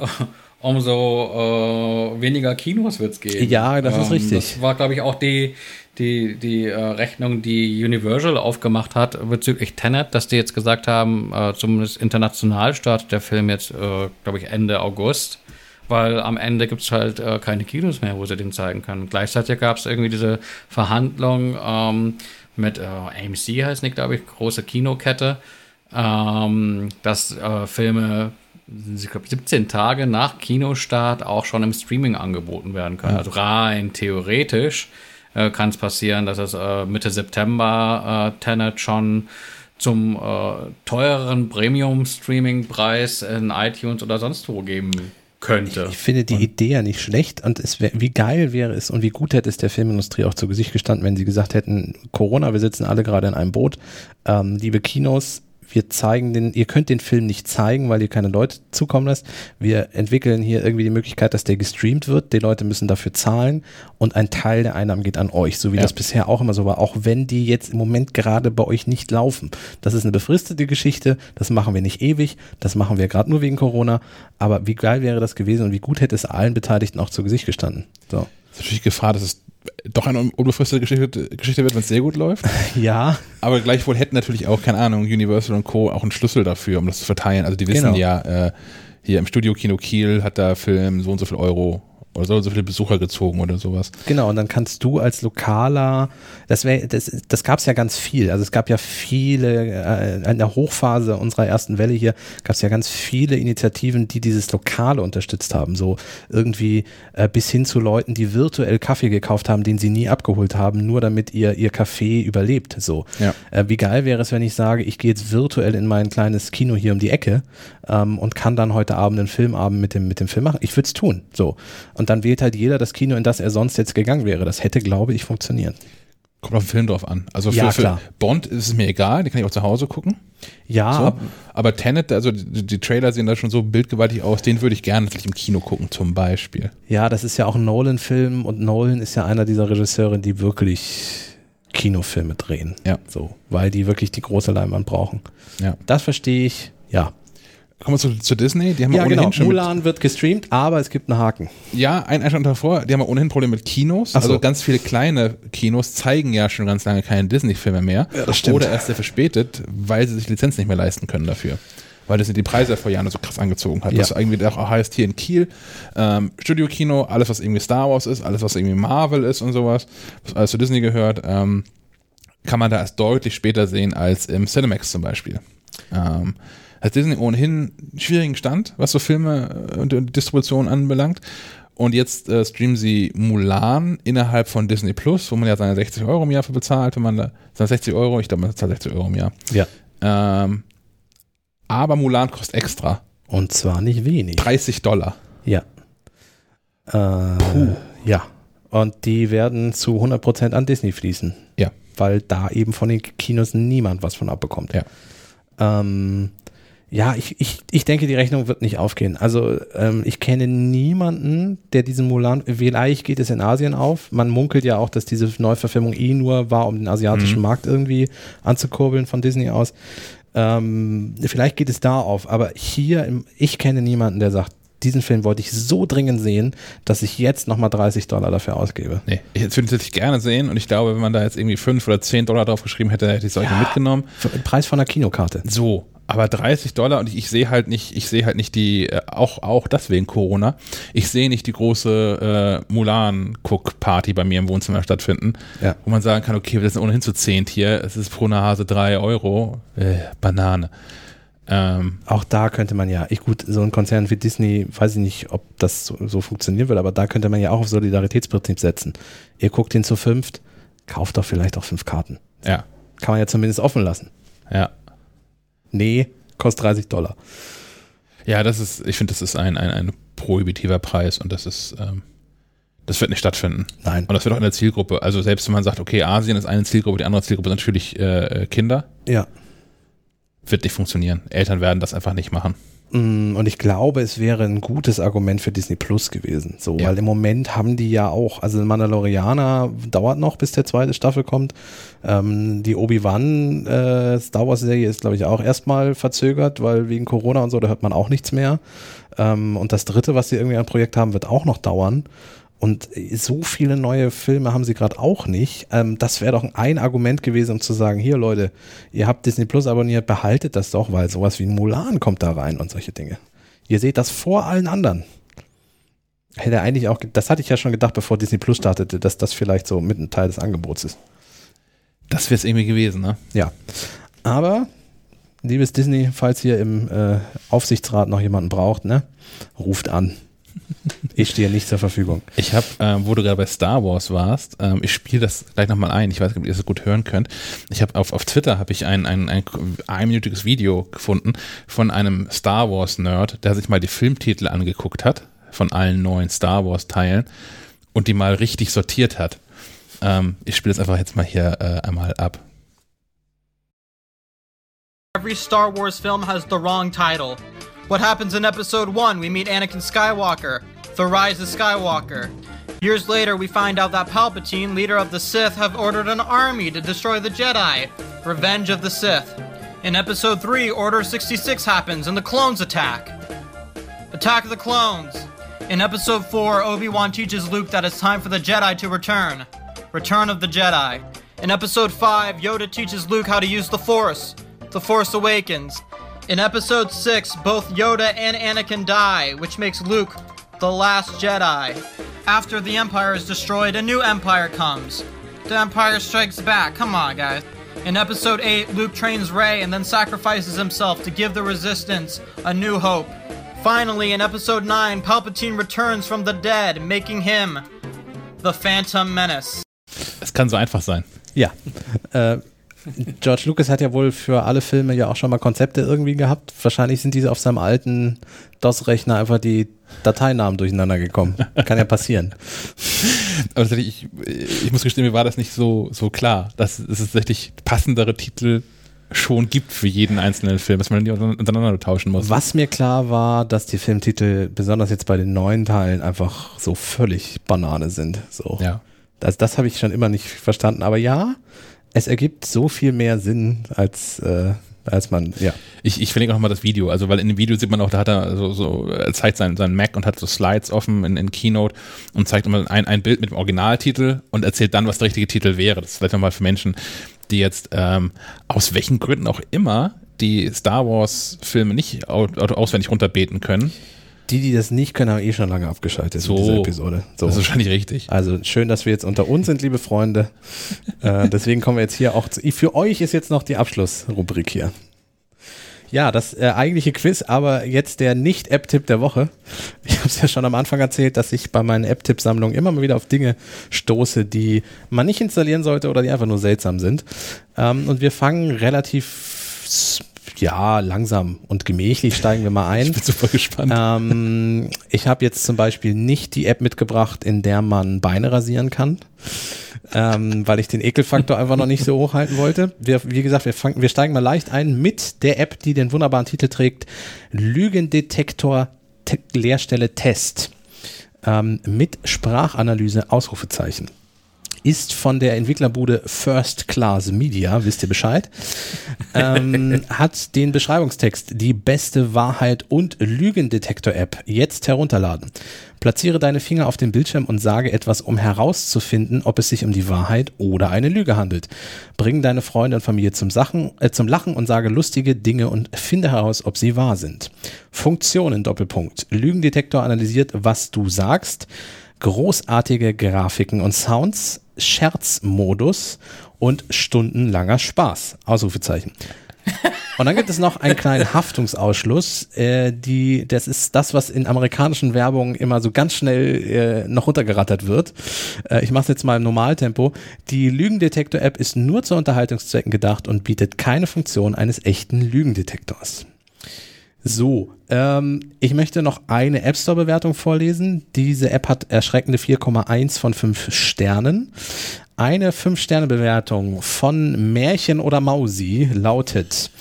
umso weniger Kinos wird es geben. Ja, das ist richtig. Das war, glaube ich, auch die Rechnung, die Universal aufgemacht hat bezüglich Tenet, dass die jetzt gesagt haben, zumindest international startet der Film jetzt, glaube ich, Ende August, weil am Ende gibt es halt keine Kinos mehr, wo sie den zeigen können. Gleichzeitig gab es irgendwie diese Verhandlung mit AMC heißt nicht, glaube ich, große Kinokette, dass Filme, ich glaube 17 Tage nach Kinostart auch schon im Streaming angeboten werden können. Also rein theoretisch kann es passieren, dass es Mitte September Tenet schon zum teureren Premium-Streaming-Preis in iTunes oder sonst wo geben könnte. Ich finde die Idee ja nicht schlecht und wie geil wäre es und wie gut hätte es der Filmindustrie auch zu Gesicht gestanden, wenn sie gesagt hätten, Corona, wir sitzen alle gerade in einem Boot, liebe Kinos, wir zeigen ihr könnt den Film nicht zeigen, weil ihr keine Leute zukommen lasst. Wir entwickeln hier irgendwie die Möglichkeit, dass der gestreamt wird. Die Leute müssen dafür zahlen und ein Teil der Einnahmen geht an euch, so wie das bisher auch immer so war, auch wenn die jetzt im Moment gerade bei euch nicht laufen. Das ist eine befristete Geschichte, das machen wir nicht ewig, das machen wir gerade nur wegen Corona, aber wie geil wäre das gewesen und wie gut hätte es allen Beteiligten auch zu Gesicht gestanden. So. Das ist natürlich Gefahr, dass es doch eine unbefristete Geschichte wird, wenn es sehr gut läuft. Ja. Aber gleichwohl hätten natürlich auch, keine Ahnung, Universal und Co. auch einen Schlüssel dafür, um das zu verteilen. Also die wissen ja, hier im Studio Kino Kiel hat der Film so und so viel Euro oder so viele Besucher gezogen oder sowas. Genau, und dann kannst du als lokaler, das gab es ja ganz viel, also es gab ja viele, in der Hochphase unserer ersten Welle hier, gab es ja ganz viele Initiativen, die dieses Lokale unterstützt haben, so irgendwie bis hin zu Leuten, die virtuell Kaffee gekauft haben, den sie nie abgeholt haben, nur damit ihr Café überlebt, so. Ja. Wie geil wäre es, wenn ich sage, ich gehe jetzt virtuell in mein kleines Kino hier um die Ecke und kann dann heute Abend einen Filmabend mit dem Film machen. Ich würde es tun, so. Und dann wählt halt jeder das Kino, in das er sonst jetzt gegangen wäre. Das hätte, glaube ich, funktioniert. Kommt auf den Film drauf an. Also für Bond ist es mir egal, den kann ich auch zu Hause gucken. Ja. So. Aber Tenet, also die Trailer sehen da schon so bildgewaltig aus, den würde ich gerne im Kino gucken, zum Beispiel. Ja, das ist ja auch ein Nolan-Film und Nolan ist ja einer dieser Regisseure, die wirklich Kinofilme drehen. Ja. So, weil die wirklich die große Leinwand brauchen. Ja. Das verstehe ich, ja. Kommen wir zu Disney, die haben ja ohnehin genau. schon Mulan wird gestreamt, aber es gibt einen Haken. Ja, ein Einstand davor, die haben ohnehin Probleme mit Kinos. Ach so. Also ganz viele kleine Kinos zeigen ja schon ganz lange keine Disney-Filme mehr. Ja, das stimmt. Oder erst sehr verspätet, weil sie sich Lizenz nicht mehr leisten können dafür. Weil das die Preise vor Jahren so krass angezogen hat. Ja. Das irgendwie auch heißt hier in Kiel, Studio-Kino, alles was irgendwie Star Wars ist, alles was irgendwie Marvel ist und sowas, was alles zu Disney gehört, kann man da erst deutlich später sehen als im Cinemax zum Beispiel. Hat Disney ohnehin einen schwierigen Stand, was so Filme und Distribution anbelangt. Und jetzt streamen sie Mulan innerhalb von Disney Plus, wo man ja seine 60 Euro im Jahr für bezahlt, wenn man da seine 60 Euro, ich glaube, man zahlt 60 Euro im Jahr. Ja. Aber Mulan kostet extra. Und zwar nicht wenig. $30. Ja. Ja. Und die werden zu 100% an Disney fließen. Ja. Weil da eben von den Kinos niemand was von abbekommt. Ja. Ja, ich denke, die Rechnung wird nicht aufgehen. Also ich kenne niemanden, der diesen Mulan, vielleicht geht es in Asien auf. Man munkelt ja auch, dass diese Neuverfilmung nur war, um den asiatischen Markt irgendwie anzukurbeln von Disney aus. Vielleicht geht es da auf, aber hier, ich kenne niemanden, der sagt, diesen Film wollte ich so dringend sehen, dass ich jetzt nochmal $30 dafür ausgebe. Nee, ich würde es natürlich gerne sehen und ich glaube, wenn man da jetzt irgendwie $5 oder $10 drauf geschrieben hätte, hätte ich es euch mitgenommen. Preis von einer Kinokarte. So, aber $30 und ich sehe halt nicht die, auch das wegen Corona, ich sehe nicht die große Mulan-Cook-Party bei mir im Wohnzimmer stattfinden, wo man sagen kann, okay, wir sind ohnehin zu 10 hier, es ist pro Nase 3 Euro, Banane. Auch da könnte man ja, so ein Konzern wie Disney, weiß ich nicht, ob das so funktionieren wird, aber da könnte man ja auch auf Solidaritätsprinzip setzen. Ihr guckt ihn zu 5, kauft doch vielleicht auch 5 Karten. Ja. Kann man ja zumindest offen lassen. Ja. Nee, kostet $30. Ja, ich finde, das ist ein prohibitiver Preis und das wird nicht stattfinden. Nein. Und das wird auch in der Zielgruppe, also selbst wenn man sagt, okay, Asien ist eine Zielgruppe, die andere Zielgruppe ist natürlich Kinder. Ja. Wird nicht funktionieren. Eltern werden das einfach nicht machen. Und ich glaube, es wäre ein gutes Argument für Disney Plus gewesen. So, weil im Moment haben die ja auch, also Mandalorianer dauert noch, bis der 2. Staffel kommt. Die Obi-Wan Star Wars Serie ist, glaube ich, auch erstmal verzögert, weil wegen Corona und so, da hört man auch nichts mehr. Und das 3., was sie irgendwie an Projekt haben, wird auch noch dauern. Und so viele neue Filme haben sie gerade auch nicht. Das wäre doch ein Argument gewesen, um zu sagen, hier Leute, ihr habt Disney Plus abonniert, behaltet das doch, weil sowas wie Mulan kommt da rein und solche Dinge. Ihr seht das vor allen anderen. Hätte eigentlich auch, das hatte ich ja schon gedacht, bevor Disney Plus startete, dass das vielleicht so mit ein Teil des Angebots ist. Das wäre es irgendwie gewesen, ne? Ja. Aber, liebes Disney, falls ihr im Aufsichtsrat noch jemanden braucht, ne, ruft an. Ich stehe nicht zur Verfügung. Ich habe, wo du gerade bei Star Wars warst, ich spiele das gleich nochmal ein. Ich weiß nicht, ob ihr das gut hören könnt. Ich habe auf Twitter habe ich ein einminütiges Video gefunden von einem Star Wars Nerd, der sich mal die Filmtitel angeguckt hat von allen neuen Star Wars Teilen und die mal richtig sortiert hat. Ich spiele das einfach jetzt mal hier einmal ab. Every Star Wars film has the wrong title. What happens in Episode 1? We meet Anakin Skywalker, The Rise of Skywalker. Years later, we find out that Palpatine, leader of the Sith, have ordered an army to destroy the Jedi. Revenge of the Sith. In Episode 3, Order 66 happens and the clones attack. Attack of the Clones. In Episode 4, Obi-Wan teaches Luke that it's time for the Jedi to return. Return of the Jedi. In Episode 5, Yoda teaches Luke how to use the Force. The Force Awakens. In Episode 6, both Yoda and Anakin die, which makes Luke the last Jedi. After the Empire is destroyed, a new Empire comes. The Empire strikes back. Come on, guys. In Episode 8, Luke trains Rey and then sacrifices himself to give the Resistance a new hope. Finally, in Episode 9, Palpatine returns from the dead, making him the Phantom Menace. Es kann so einfach sein. Ja, George Lucas hat ja wohl für alle Filme ja auch schon mal Konzepte irgendwie gehabt. Wahrscheinlich sind diese auf seinem alten DOS-Rechner einfach die Dateinamen durcheinander gekommen. Kann ja passieren. Aber tatsächlich, ich muss gestehen, mir war das nicht so klar, dass es tatsächlich passendere Titel schon gibt für jeden einzelnen Film, dass man die untereinander tauschen muss. Was mir klar war, dass die Filmtitel, besonders jetzt bei den neuen Teilen, einfach so völlig Banane sind. So. Ja. Das habe ich schon immer nicht verstanden. Aber ja, es ergibt so viel mehr Sinn, als man, ja. Ich verlinke auch nochmal das Video, also weil in dem Video sieht man auch, da hat er zeigt seinen Mac und hat so Slides offen in Keynote und zeigt immer ein Bild mit dem Originaltitel und erzählt dann, was der richtige Titel wäre. Das ist vielleicht nochmal für Menschen, die jetzt aus welchen Gründen auch immer die Star Wars Filme nicht auswendig runterbeten können. Die das nicht können, haben schon lange abgeschaltet in dieser Episode. So. Das ist wahrscheinlich richtig. Also schön, dass wir jetzt unter uns sind, liebe Freunde. Deswegen kommen wir jetzt hier auch für euch ist jetzt noch die Abschlussrubrik hier. Ja, das eigentliche Quiz, aber jetzt der Nicht-App-Tipp der Woche. Ich habe es ja schon am Anfang erzählt, dass ich bei meinen App-Tipp-Sammlungen immer mal wieder auf Dinge stoße, die man nicht installieren sollte oder die einfach nur seltsam sind. Und wir fangen relativ langsam und gemächlich steigen wir mal ein. Ich bin super gespannt. Ich habe jetzt zum Beispiel nicht die App mitgebracht, in der man Beine rasieren kann, weil ich den Ekelfaktor einfach noch nicht so hochhalten wollte. Wie gesagt, wir steigen mal leicht ein mit der App, die den wunderbaren Titel trägt, Lügendetektor Leerstelle Test. Mit Sprachanalyse, Ausrufezeichen. Ist von der Entwicklerbude First Class Media, wisst ihr Bescheid, hat den Beschreibungstext die beste Wahrheit- und Lügendetektor-App jetzt herunterladen. Platziere deine Finger auf den Bildschirm und sage etwas, um herauszufinden, ob es sich um die Wahrheit oder eine Lüge handelt. Bring deine Freunde und Familie zum Lachen und sage lustige Dinge und finde heraus, ob sie wahr sind. Funktionen, Doppelpunkt. Lügendetektor analysiert, was du sagst. Großartige Grafiken und Sounds, Scherzmodus und stundenlanger Spaß. Ausrufezeichen. Und dann gibt es noch einen kleinen Haftungsausschluss. Das ist das, was in amerikanischen Werbungen immer so ganz schnell noch runtergerattert wird. Ich mache es jetzt mal im Normaltempo. Die Lügendetektor-App ist nur zu Unterhaltungszwecken gedacht und bietet keine Funktion eines echten Lügendetektors. So, ich möchte noch eine App Store Bewertung vorlesen. Diese App hat erschreckende 4,1 von 5 Sternen. Eine 5-Sterne-Bewertung von Märchen oder Mausi lautet: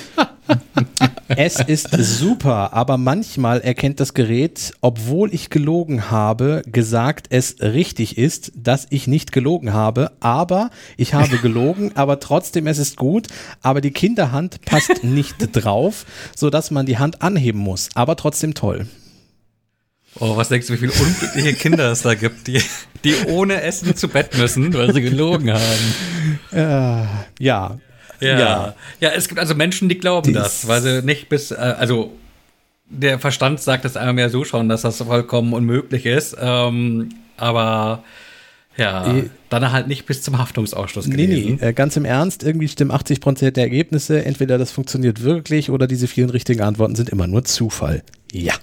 Es ist super, aber manchmal erkennt das Gerät, obwohl ich gelogen habe, gesagt, es richtig ist, dass ich nicht gelogen habe, aber ich habe gelogen, aber trotzdem es ist gut, aber die Kinderhand passt nicht drauf, sodass man die Hand anheben muss, aber trotzdem toll. Oh, was denkst du, wie viele unglückliche Kinder es da gibt, die ohne Essen zu Bett müssen, weil sie gelogen haben? Ja. Ja, es gibt also Menschen, die glauben das, weil sie nicht der Verstand sagt das einem ja so schon, dass das vollkommen unmöglich ist, aber dann halt nicht bis zum Haftungsausschluss gewesen. Nee, ganz im Ernst, irgendwie stimmen 80% der Ergebnisse, entweder das funktioniert wirklich oder diese vielen richtigen Antworten sind immer nur Zufall. Ja.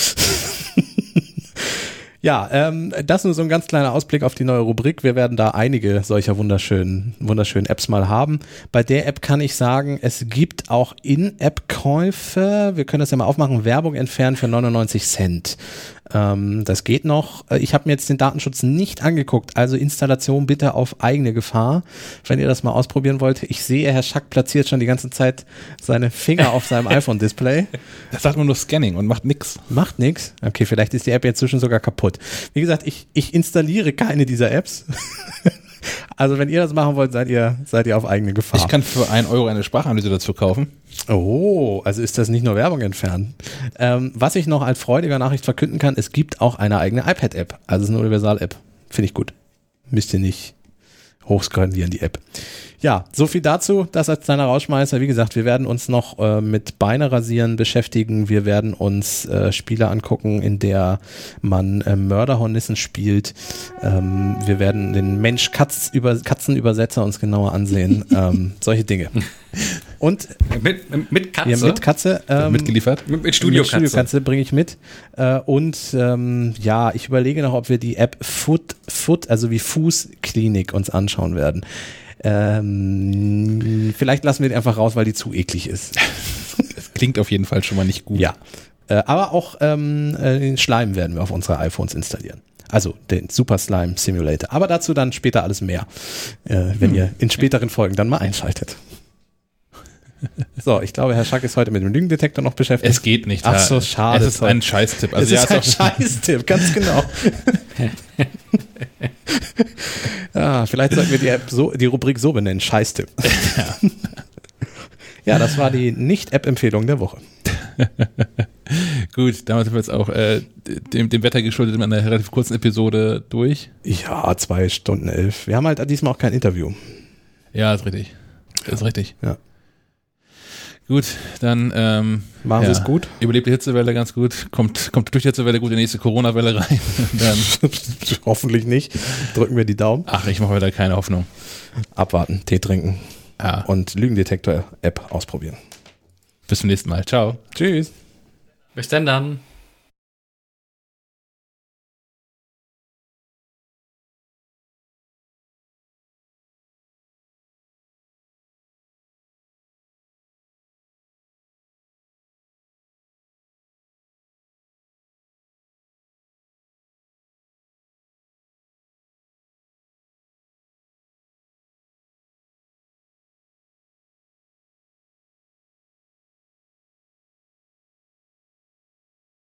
Ja, das nur so ein ganz kleiner Ausblick auf die neue Rubrik. Wir werden da einige solcher wunderschönen Apps mal haben. Bei der App kann ich sagen, es gibt auch In-App-Käufe. Wir können das ja mal aufmachen. Werbung entfernen für 99 Cent. Das geht noch. Ich habe mir jetzt den Datenschutz nicht angeguckt. Also Installation bitte auf eigene Gefahr, wenn ihr das mal ausprobieren wollt. Ich sehe, Herr Schack platziert schon die ganze Zeit seine Finger auf seinem iPhone-Display. Das sagt man nur Scanning und macht nix. Macht nix? Okay, vielleicht ist die App jetzt inzwischen sogar kaputt. Wie gesagt, ich installiere keine dieser Apps. Also wenn ihr das machen wollt, seid ihr auf eigene Gefahr. Ich kann für 1 Euro eine Sprachanalyse dazu kaufen. Oh, also ist das nicht nur Werbung entfernen. Was ich noch als freudiger Nachricht verkünden kann, es gibt auch eine eigene iPad-App. Also es ist eine Universal-App. Finde ich gut. Müsst ihr nicht hochskalieren die App. Ja, so viel dazu, das als kleiner Rausschmeißer. Wie gesagt, wir werden uns noch mit Beine rasieren beschäftigen. Wir werden uns Spiele angucken, in der man Mörderhornissen spielt. Wir werden den Mensch-Katzenübersetzer uns genauer ansehen. Solche Dinge. Und mit Katze? Ja, mit Katze. Mitgeliefert? Mit Studio-Katze bringe ich mit. Ich überlege noch, ob wir die App Foot, also wie Fußklinik, uns anschauen werden. Vielleicht lassen wir die einfach raus, weil die zu eklig ist. Das klingt auf jeden Fall schon mal nicht gut. Ja. Aber auch den Schleim werden wir auf unsere iPhones installieren. Also den Super Slime Simulator. Aber dazu dann später alles mehr, wenn ihr in späteren Folgen dann mal einschaltet. So, ich glaube, Herr Schack ist heute mit dem Lügendetektor noch beschäftigt. Es geht nicht. Ach so, schade. Es ist ein Scheißtipp. Also es ist ein Scheißtipp, ganz genau. Vielleicht sollten wir die Rubrik so benennen, Scheißtipp. Ja, das war die Nicht-App-Empfehlung der Woche. Gut, damit sind wir jetzt auch dem Wetter geschuldet in einer relativ kurzen Episode durch. Ja, 2 Stunden 11. Wir haben halt diesmal auch kein Interview. Ja, ist richtig. Ist richtig. Ja. Gut, dann machen Sie es gut. Überlebt die Hitzewelle ganz gut. Kommt durch die Hitzewelle gut in die nächste Corona-Welle rein. Dann hoffentlich nicht. Drücken wir die Daumen. Ach, ich mache wieder keine Hoffnung. Abwarten, Tee trinken und Lügendetektor-App ausprobieren. Bis zum nächsten Mal. Ciao. Tschüss. Bis dann.